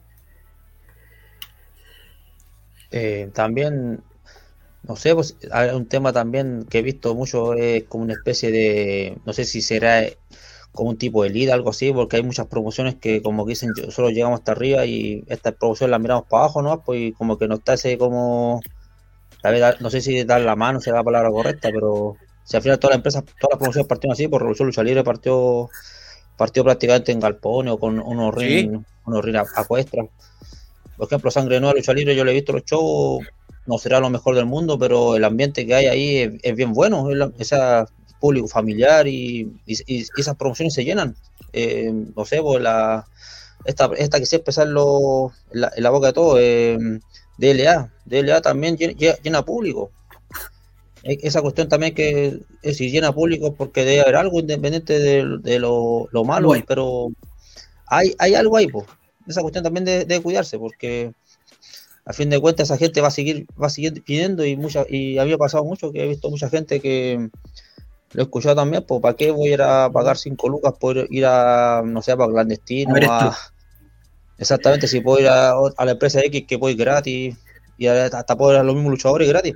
E: Eh, también, no sé, pues hay un tema también que he visto mucho, es como una especie de, no sé si será eh, como un tipo de lead, algo así, porque hay muchas promociones que como que dicen, yo- solo llegamos hasta arriba y esta promoción la miramos para abajo, ¿no? Pues y como que no está ese como, a ver, no sé si dar la mano será la palabra correcta, pero si al final todas las empresas, todas las promociones partieron así, por Revolución Lucha Libre partió, partió prácticamente en galpones o con unos
B: Sí.
E: ring, unos ring a, a cuestas. Por ejemplo, Sangre Nueva Lucha Libre, yo le he visto los shows, no será lo mejor del mundo, pero el ambiente que hay ahí es, es bien bueno, es la- esa público familiar y, y, y esas promociones se llenan. Eh, no sé, pues la, esta, esta que siempre sale en, lo- en la, en la boca de todo, eh, D L A, D L A también llena, llena- llena público. E- Esa cuestión también que eh, si llena público porque debe haber algo independiente de, de lo, lo malo,
D: Bueno.
E: pero hay, hay algo ahí, pues. Esa cuestión también debe, debe cuidarse porque a fin de cuentas esa gente va a seguir va a seguir pidiendo y mucha y a mí me ha pasado mucho que he visto mucha gente que lo he escuchado también, pues ¿para qué voy a ir a pagar cinco lucas por ir a, no sé, para clandestino?
D: A ver,
E: A, exactamente, si puedo ir a, a la empresa X que puedo ir gratis y hasta puedo ir a los mismos luchadores gratis.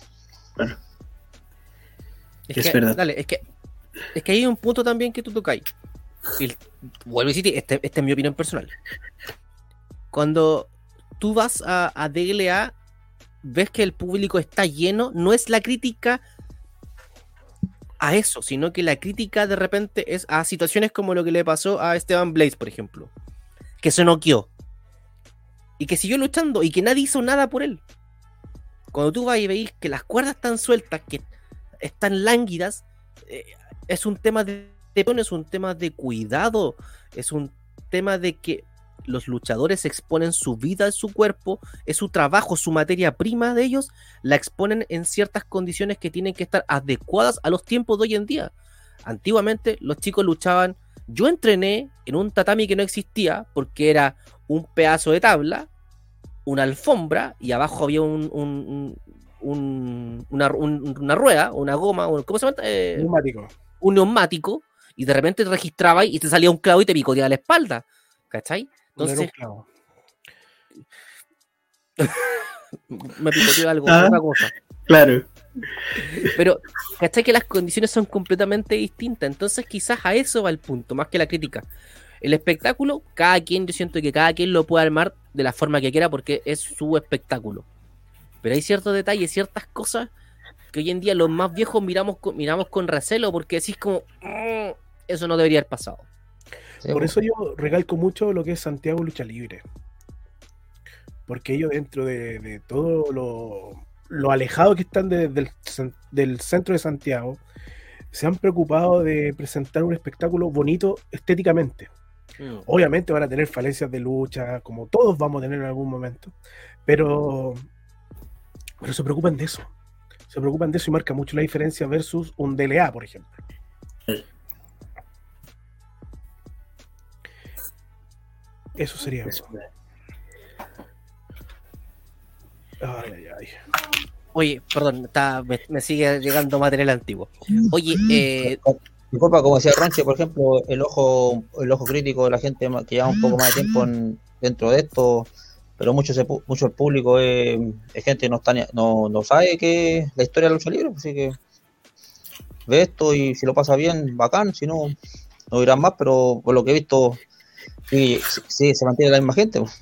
B: Es,
D: Es
B: que,
D: verdad.
B: dale, es que es que hay un punto también que tú tocáis. Y vuelvo a decir, este, esta es mi opinión personal. Cuando tú vas a, a D L A, ves que el público está lleno, no es la crítica a eso, sino que la crítica de repente es a situaciones como lo que le pasó a Esteban Blaze, por ejemplo, que se noqueó y que siguió luchando y que nadie hizo nada por él. Cuando tú vas y veis que las cuerdas están sueltas, que están lánguidas, eh, es un tema de, es un tema de cuidado, es un tema de que los luchadores exponen su vida, su cuerpo, es su trabajo, su materia prima de ellos, la exponen en ciertas condiciones que tienen que estar adecuadas a los tiempos de hoy en día. Antiguamente los chicos luchaban, yo entrené en un tatami que no existía porque era un pedazo de tabla, una alfombra y abajo había un, un, un, una, un, una rueda, una goma, un, ¿cómo se llama? Eh,
C: Neumático.
B: un neumático, y de repente te registraba y te salía un clavo y te picoteaba la espalda, ¿cachai? Entonces,
C: Claro.
B: me picoteó algo,
D: Ah.
B: otra cosa.
D: Claro.
B: Pero, ¿cachai? Que las condiciones son completamente distintas. Entonces, quizás a eso va el punto, más que la crítica. El espectáculo, cada quien, yo siento que cada quien lo puede armar de la forma que quiera porque es su espectáculo. Pero hay ciertos detalles, ciertas cosas que hoy en día los más viejos miramos con, miramos con recelo porque decís como, "Mm, eso no debería haber pasado".
E: Sí,
C: Por
E: pues.
C: eso yo recalco mucho lo que es Santiago Lucha Libre. Porque ellos dentro de, de todo lo, lo alejado que están de- del, cen- del centro de Santiago, se han preocupado de presentar un espectáculo bonito estéticamente.
B: Mm.
C: Obviamente van a tener falencias de lucha, como todos vamos a tener en algún momento, pero, pero se preocupan de eso. Se preocupan de eso y marca mucho la diferencia versus un D L A, por ejemplo. Eso sería eso. Ay, ay, ay.
B: Oye, perdón, está, me, me sigue llegando material antiguo. Oye, eh,
E: Disculpa, como decía Ronche, por ejemplo, el ojo, el ojo crítico de la gente ma- que lleva un poco más de tiempo en- dentro de esto, pero mucho, se pu- mucho el público es, es gente que no, está, ni- no, no sabe que es la historia de la lucha libre, así que ve esto y si lo pasa bien, bacán, si no, no dirán más, pero por lo que he visto, sí, sí, sí, se mantiene la misma gente. Pues.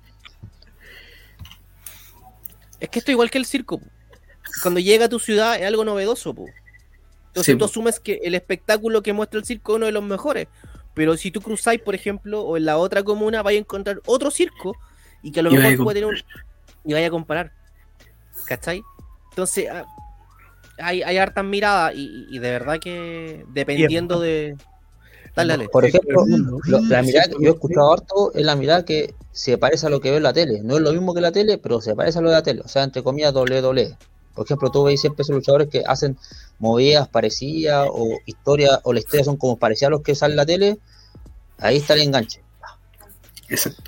B: es que esto igual que el circo, po. Cuando llega a tu ciudad es algo novedoso, po. Entonces
D: Sí,
B: tú
D: po.
B: asumes que el espectáculo que muestra el circo es uno de los mejores. Pero si tú cruzáis, por ejemplo, o en la otra comuna, vais a encontrar otro circo y que a lo
D: Y vais
B: mejor
D: a
B: puede tener un... y vaya a comparar. ¿Cachai? Entonces, ah, hay, hay hartas miradas y, y de verdad que dependiendo de... Dale, dale.
E: Por ejemplo,
C: mundo.
E: lo- la mirada que yo he escuchado harto es la mirada que se parece a lo que veo en la tele. No es lo mismo que la tele, pero se parece a lo de la tele. O sea, entre comillas, doble doble. Por ejemplo, tú veis siempre esos luchadores que hacen movidas parecidas o historias, o la historia son como parecidas a los que salen en la tele. Ahí está el enganche.
D: Exacto.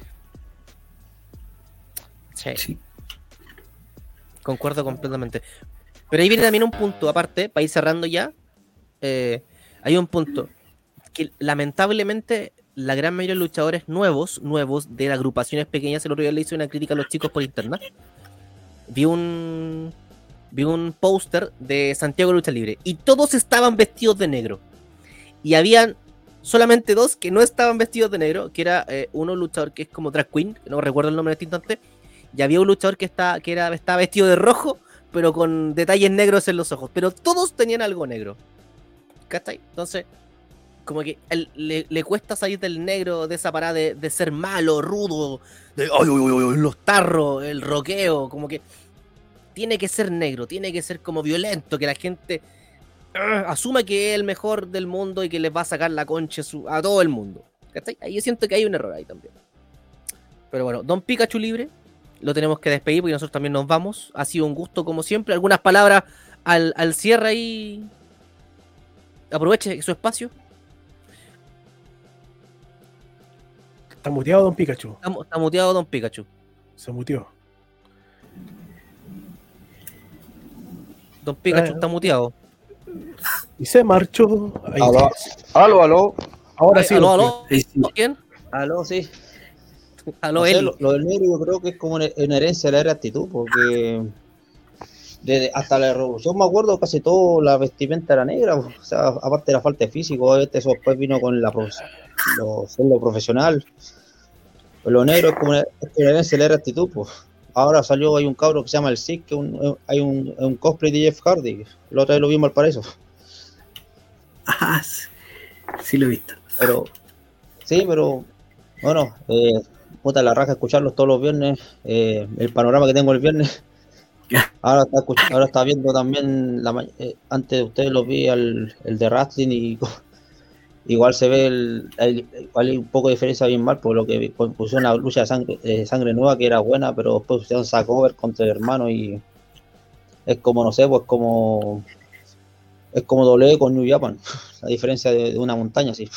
B: Sí,
D: Sí.
B: concuerdo completamente. Pero ahí viene también un punto, aparte, para ir cerrando ya. eh, hay un punto que lamentablemente la gran mayoría de luchadores nuevos, nuevos de agrupaciones pequeñas, el otro día le hice una crítica a los chicos por internet. Vi un vi un póster de Santiago Lucha Libre y todos estaban vestidos de negro. Y habían solamente dos que no estaban vestidos de negro, que era eh, uno luchador que es como drag queen, que no recuerdo el nombre en este instante, y había un luchador que está que era estaba vestido de rojo, pero con detalles negros en los ojos, pero todos tenían algo negro. ¿Cachai? Entonces, como que él, le, le cuesta salir del negro, de esa parada de, de ser malo, rudo, de ay, ay, ay, ay, los tarros, el roqueo, como que tiene que ser negro, tiene que ser como violento, que la gente uh, asuma que es el mejor del mundo y que les va a sacar la concha su, a todo el mundo. ¿Cachai? Ahí yo siento que hay un error ahí también. Pero bueno, Don Pikachu libre, lo tenemos que despedir porque nosotros también nos vamos. Ha sido un gusto como siempre. Algunas palabras al, al cierre ahí. Aproveche su espacio.
C: Está muteado Don Pikachu.
B: Está, está muteado Don Pikachu.
C: Se muteó.
B: Don Pikachu
C: Eh.
B: está muteado.
C: Y se marchó. Ahí
E: Aló,
C: sí.
E: aló, aló.
C: Ahora
B: Ay,
C: sí.
B: aló,
C: Don
B: aló.
D: Ahí sí.
B: ¿Quién?
E: Aló, sí.
B: Aló,
E: No sé,
B: Eli.
E: lo, lo del negro yo creo que es como una, una herencia de la era actitud, porque desde, hasta la revolución me acuerdo casi todo la vestimenta era negra, o sea, aparte de la falta de físico, obviamente eso después vino con la prof- lo, ser lo profesional. Pues lo negro es como una, es una herencia de la era actitud, pues. Ahora salió, hay un cabro que se llama el Sith, que un, hay un, un cosplay de Jeff Hardy, la otra vez lo vimos al paraíso.
D: Ah, sí. Sí lo he visto.
E: Pero, sí, pero, bueno, eh, puta la raja escucharlos todos los viernes, eh, el panorama que tengo el viernes. Ahora está, escuch- ahora está viendo también, la, ma- eh, antes de ustedes los vi al, el de wrestling y, igual se ve el, el- igual hay un poco de diferencia bien mal por lo que pusieron una lucha de sangre, de sangre nueva que era buena, pero después pusieron Sacover contra el hermano y es como, no sé, pues como es como W con New Japan, la diferencia de, de una montaña, sí.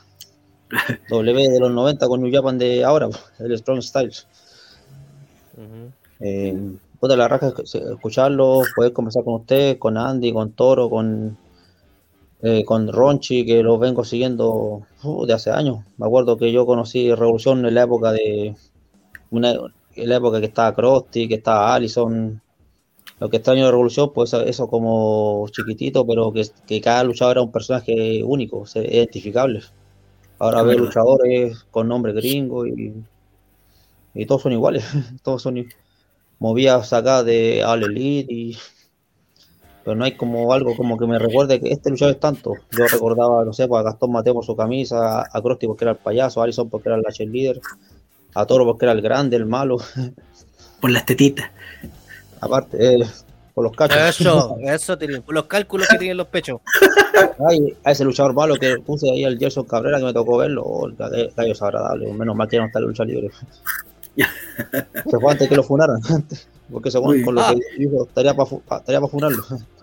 E: W de los noventa con New Japan de ahora, pues, el Strong Styles.
B: Ujú.
E: Eh, puta, la raja es escucharlo, poder conversar con ustedes, con Andy, con Toro, con eh, con Ronchi, que los vengo siguiendo uh, de hace años. Me acuerdo que yo conocí Revolución en la época de una, en la época que estaba Krusty, que estaba Allison. Lo que extraño de Revolución, pues eso, eso como chiquitito, pero que, que cada luchador era un personaje único, se- identificable. Ahora
D: Es
E: veo
D: verdad.
E: luchadores con nombre gringo y, y todos son iguales, todos son i- movidas acá de All Elite, y, pero no hay como algo como que me recuerde que este luchador es tanto. Yo recordaba, no sé, pues a Gastón Mateo por su camisa, a Krusty porque era el payaso, a Allison porque era la cheerleader, a Toro porque era el grande, el malo,
D: Por las tetitas.
E: aparte, eh, por los cachos.
B: Eso, eso, Tirín, por los cálculos que tienen los pechos.
E: Ay, a ese luchador malo que puse ahí, al Gerson Cabrera, que me tocó verlo, oh, el gallo gallo es agradable, menos mal que ya no está en lucha libre. Se fue antes que lo funaran, antes, porque según
D: Uy.
E: con lo
B: Ah.
E: que dijo, estaría para estaría pa funarlo.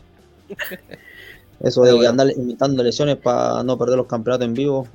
E: Eso
B: Pero
E: de
B: bueno.
E: andar inventando lesiones para no perder los campeonatos en vivo.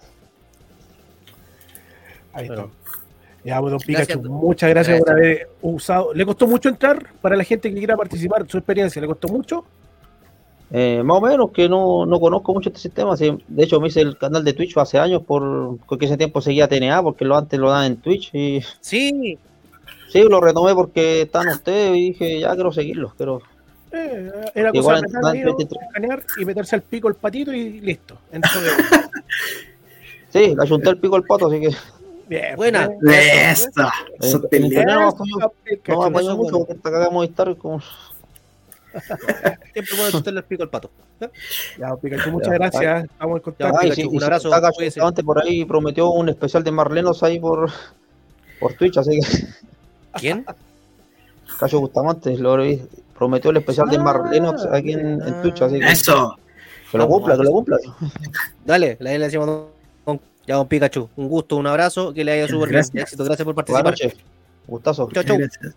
C: Ahí
B: Bueno.
C: está. Ya, pues, don
B: Gracias,
C: Pikachu,
B: don-
C: muchas gracias, por
B: gracias.
C: haber usado. ¿Le costó mucho entrar para la gente que quiera participar? Su experiencia, ¿le costó mucho?
E: Eh, más o menos que no, no conozco mucho este sistema. Sí, de hecho, me hice el canal de Twitch hace años por, porque ese tiempo seguía T N A, porque lo antes lo daban en Twitch. Y
B: Sí,
E: sí, lo retomé porque están ustedes y dije, ya quiero seguirlos. Pero
C: Eh, era cosa
E: igual
C: de apretar
E: en-
C: ahí,
E: en-
C: ¿no?
E: en-
C: Escanear y meterse al pico el patito y listo. Entró de-
E: sí, le ayunté el pico al pato, así que
C: Bien,
B: buena.
C: bien.
D: Eso.
E: en,
D: Eso
E: en internet no me
C: Eso,
E: apañó,
C: don
E: no me
C: Pikachu.
E: apañó
B: eso es
E: mucho
B: bueno.
E: porque esta cagada Movistar como...
B: Siempre bueno que le explico al pato.
C: Ya, don Pikachu, muchas
E: Ya,
C: gracias. Estamos en
B: Ya,
C: contacto.
E: Ay,
B: Pikachu,
E: sí,
B: un
E: y si
B: abrazo,
E: está Cacho
B: cuídese.
E: Bustamante por ahí prometió un especial de Marlenos ahí por, por Twitch, así que
B: ¿Quién?
E: Cacho Bustamante lo vi, prometió el especial de Marlenos
C: Ah,
E: aquí en, en
B: ah.
E: Twitch, así que
D: Eso.
E: que lo
B: Vamos,
E: cumpla, que lo cumpla.
B: Dale, le le decimos don- ya don Pikachu. Un gusto, un abrazo, que le haya súper bien.
D: Gracias.
B: Éxito, gracias por
E: Buenas
B: participar.
E: noches, gustazo.
B: Chau, chau.
D: Gracias.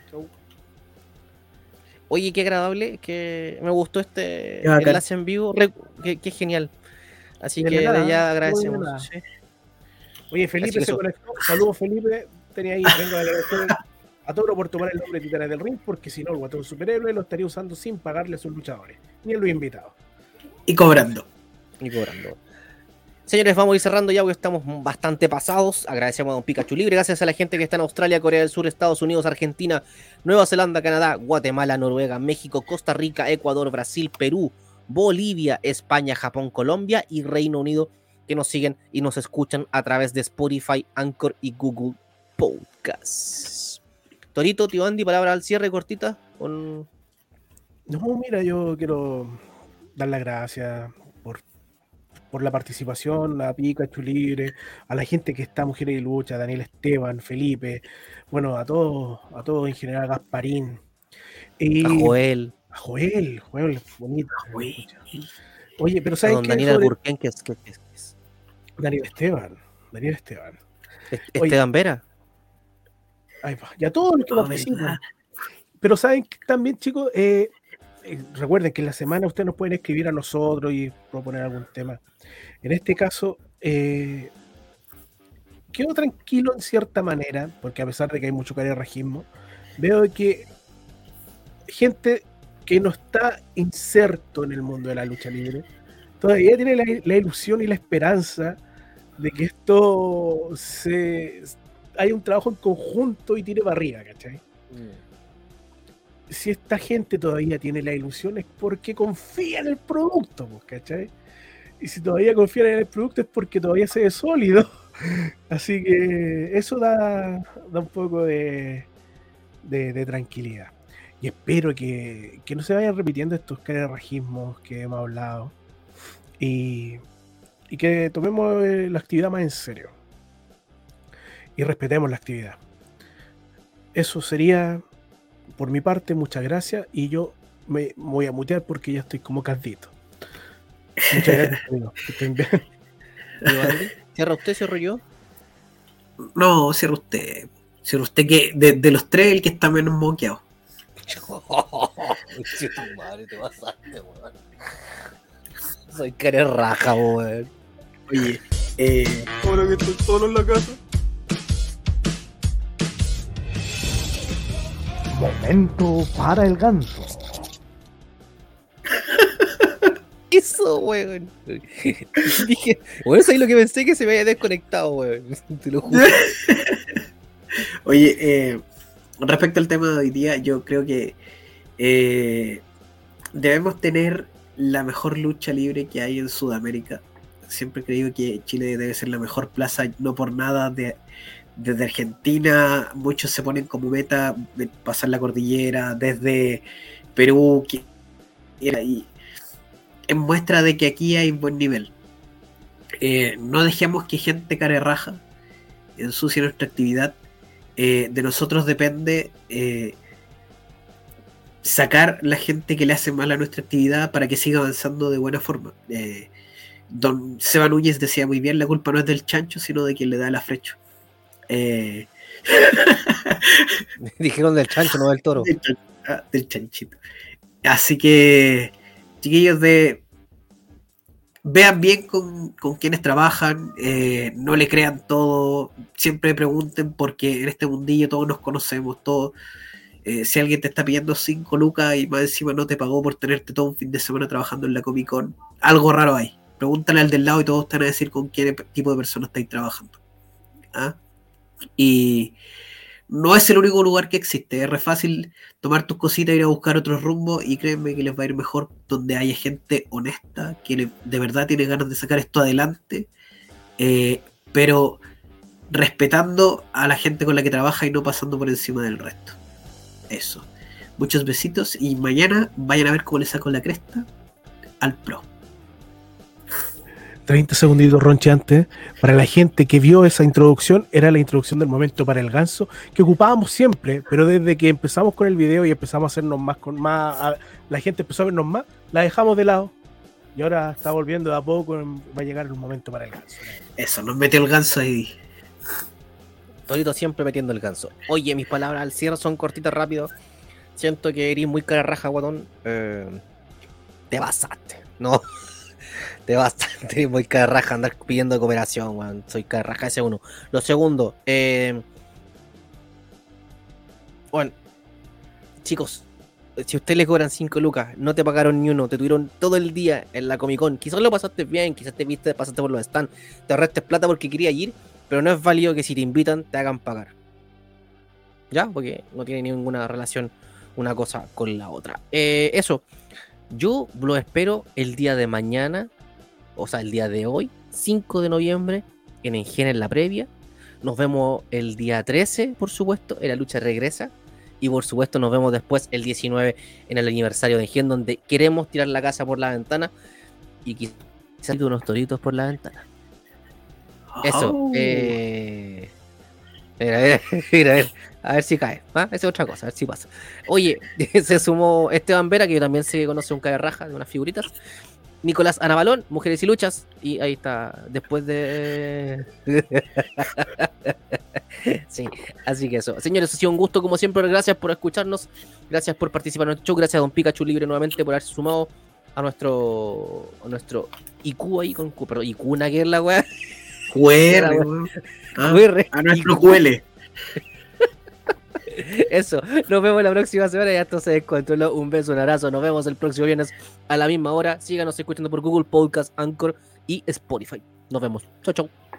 B: Oye, qué agradable, que me gustó este
D: Qué bacán.
B: enlace en vivo, re- qué, qué genial. Así
C: De
B: que
C: nada,
B: de ya
C: muy de
B: agradecemos.
C: nada.
B: Sí.
C: Oye,
B: Así
C: Felipe
B: que
C: se
B: eso.
C: conectó. Saludos, Felipe. Tenía ahí, vengo a agradecer a Toro por tomar el nombre de Titanes del Ring, porque si no, el guatón superhéroe lo estaría usando sin pagarle a sus luchadores, ni a los invitados.
D: Y cobrando.
B: Y cobrando. Señores, vamos a ir cerrando ya porque estamos bastante pasados. Agradecemos a don Pikachu Libre. Gracias a la gente que está en Australia, Corea del Sur, Estados Unidos, Argentina, Nueva Zelanda, Canadá, Guatemala, Noruega, México, Costa Rica, Ecuador, Brasil, Perú, Bolivia, España, Japón, Colombia y Reino Unido, que nos siguen y nos escuchan a través de Spotify, Anchor y Google Podcasts. Torito, tío Andy, palabra al cierre cortita. Con...
C: No, mira, yo quiero dar las gracias por, por la participación, a Pikachu Libre, a la gente que está Mujeres y Lucha, Daniel Esteban, Felipe, bueno, a todos, a todos en general, Gasparín. Y
B: A Joel,
C: a Joel, Joel, bonito.
D: Uy.
C: Oye, pero
B: a
C: ¿saben
B: don
C: qué?
B: Daniel
C: Sobre
B: Alburquén, que es, que es- que es-
C: Daniel Esteban, Daniel Esteban.
B: Est-
C: Oye.
B: Esteban Vera.
C: Ahí va. Y a todos los que
D: Oh,
C: participan.
D: ¿verdad?
C: Pero saben que también, chicos, eh, eh, recuerden que en la semana ustedes nos pueden escribir a nosotros y proponer algún tema. En este caso, eh, quedo tranquilo en cierta manera, porque a pesar de que hay mucho carerrajismo, veo que gente que no está inserto en el mundo de la lucha libre, todavía tiene la, la ilusión y la esperanza de que esto se hay un trabajo en conjunto y tire para arriba, ¿cachai? Si esta gente todavía tiene la ilusión es porque confía en el producto, pues, ¿cachai? Y si todavía confían en el producto es porque todavía se ve sólido. Así que eso da, da un poco de, de, de tranquilidad. Y espero que, que no se vayan repitiendo estos carerrajismos que hemos hablado. Y, y que tomemos eh, la actividad más en serio. Y respetemos la actividad. Eso sería por mi parte, muchas gracias. Y yo me voy a mutear porque ya estoy como caldito. Muchas gracias, amigo. Que estén bien.
B: Digo, Andy, ¿cierra usted, cierro yo?
D: No, cierra usted. Cierra usted que de, de los tres el que está menos moqueado.
B: Che, tu madre, te pasaste, weón. Soy cara raja, weón.
D: Oye, eh,
C: Ahora que estoy solo en la casa.
A: Momento para el ganso.
B: Eso, weón. Dije, bueno, eso es lo que pensé que se me había desconectado, weón. Te lo juro.
D: oye, eh, respecto al tema de hoy día, yo creo que eh, debemos tener la mejor lucha libre que hay en Sudamérica. Siempre he creído que Chile debe ser la mejor plaza, no por nada. De, desde Argentina, muchos se ponen como meta pasar la cordillera, desde Perú, que, y en muestra de que aquí hay buen nivel. Eh, no dejemos que gente care raja ensucie nuestra actividad. Eh, de nosotros depende eh, sacar la gente que le hace mal a nuestra actividad para que siga avanzando de buena forma. Eh, Don Seba Núñez decía muy bien, la culpa no es del chancho, sino de quien le da el afrecho. Eh...
B: Dijeron del chancho, no del toro.
D: Del, chan... ah, del chanchito. Así que, chiquillos, de vean bien con, con quienes trabajan, eh, no le crean todo, siempre pregunten, porque en este mundillo todos nos conocemos, todos. Eh, si alguien te está pidiendo cinco lucas y más encima no te pagó por tenerte todo un fin de semana trabajando en la Comic Con, algo raro hay. Pregúntale al del lado y todos te van a decir con qué tipo de personas estáis trabajando. ¿Ah? Y no es el único lugar que existe. Es re fácil tomar tus cositas, ir a buscar otros rumbos y créanme que les va a ir mejor donde haya gente honesta, que le, de verdad tiene ganas de sacar esto adelante, eh, pero respetando a la gente con la que trabaja y no pasando por encima del resto. Eso. Muchos besitos y mañana vayan a ver cómo le saco la cresta al pro.
C: treinta segunditos, Ronche, antes. Para la gente que vio esa introducción, era la introducción del momento para el ganso, que ocupábamos siempre, pero desde que empezamos con el video y empezamos a hacernos más, con más, a, la gente empezó a vernos más, la dejamos de lado. Y ahora está volviendo de a poco, va a llegar el momento para el ganso.
D: Eso, nos metió el ganso ahí.
B: Torito siempre metiendo el ganso. Oye, mis palabras al cierre son cortitas, rápido. Siento que eres muy cara raja, guatón. Eh, te basaste, ¿no? Te basaste, eres muy cara raja andar pidiendo cooperación, weón. Soy cara raja, ese uno. Lo segundo, eh, bueno, chicos, si a usted le cobran cinco lucas, no te pagaron ni uno, te tuvieron todo el día en la Comic Con, quizás lo pasaste bien, quizás te viste, pasaste por los stands, te ahorraste plata porque querías ir, pero no es válido que si te invitan te hagan pagar. ¿Ya? Porque no tiene ninguna relación una cosa con la otra. Eh, eso, yo lo espero el día de mañana, o sea, el día de hoy, cinco de noviembre, en Engen en la previa. Nos vemos el día trece, por supuesto, en la lucha regresa. Y por supuesto nos vemos después el diecinueve en el aniversario de Engen, donde queremos tirar la casa por la ventana y quizás unos toritos por la ventana. Eso.
D: Oh.
B: Eh... Mira, mira, mira, a ver, a ver si cae. ¿Ah? Esa es otra cosa, a ver si pasa. Oye, se sumó Esteban Vera, que yo también sé que conoce un cae raja de unas figuritas. Nicolás Anabalón, Mujeres y Luchas. Y ahí está, después de... Sí, así que eso. Señores, ha sido un gusto como siempre. Gracias por escucharnos. Gracias por participar en nuestro show. Gracias a Don Pikachu Libre nuevamente por haberse sumado a nuestro a nuestro I Q ahí con Q. Pero I Q, ¿una que es la weá?
D: Q R, weón. Ah, a nuestro Q L.
B: Eso, nos vemos la próxima semana y hasta se descontroló. Un beso, un abrazo, nos vemos el próximo viernes a la misma hora. Síganos escuchando por Google Podcast, Anchor y Spotify. Nos vemos, chau chau.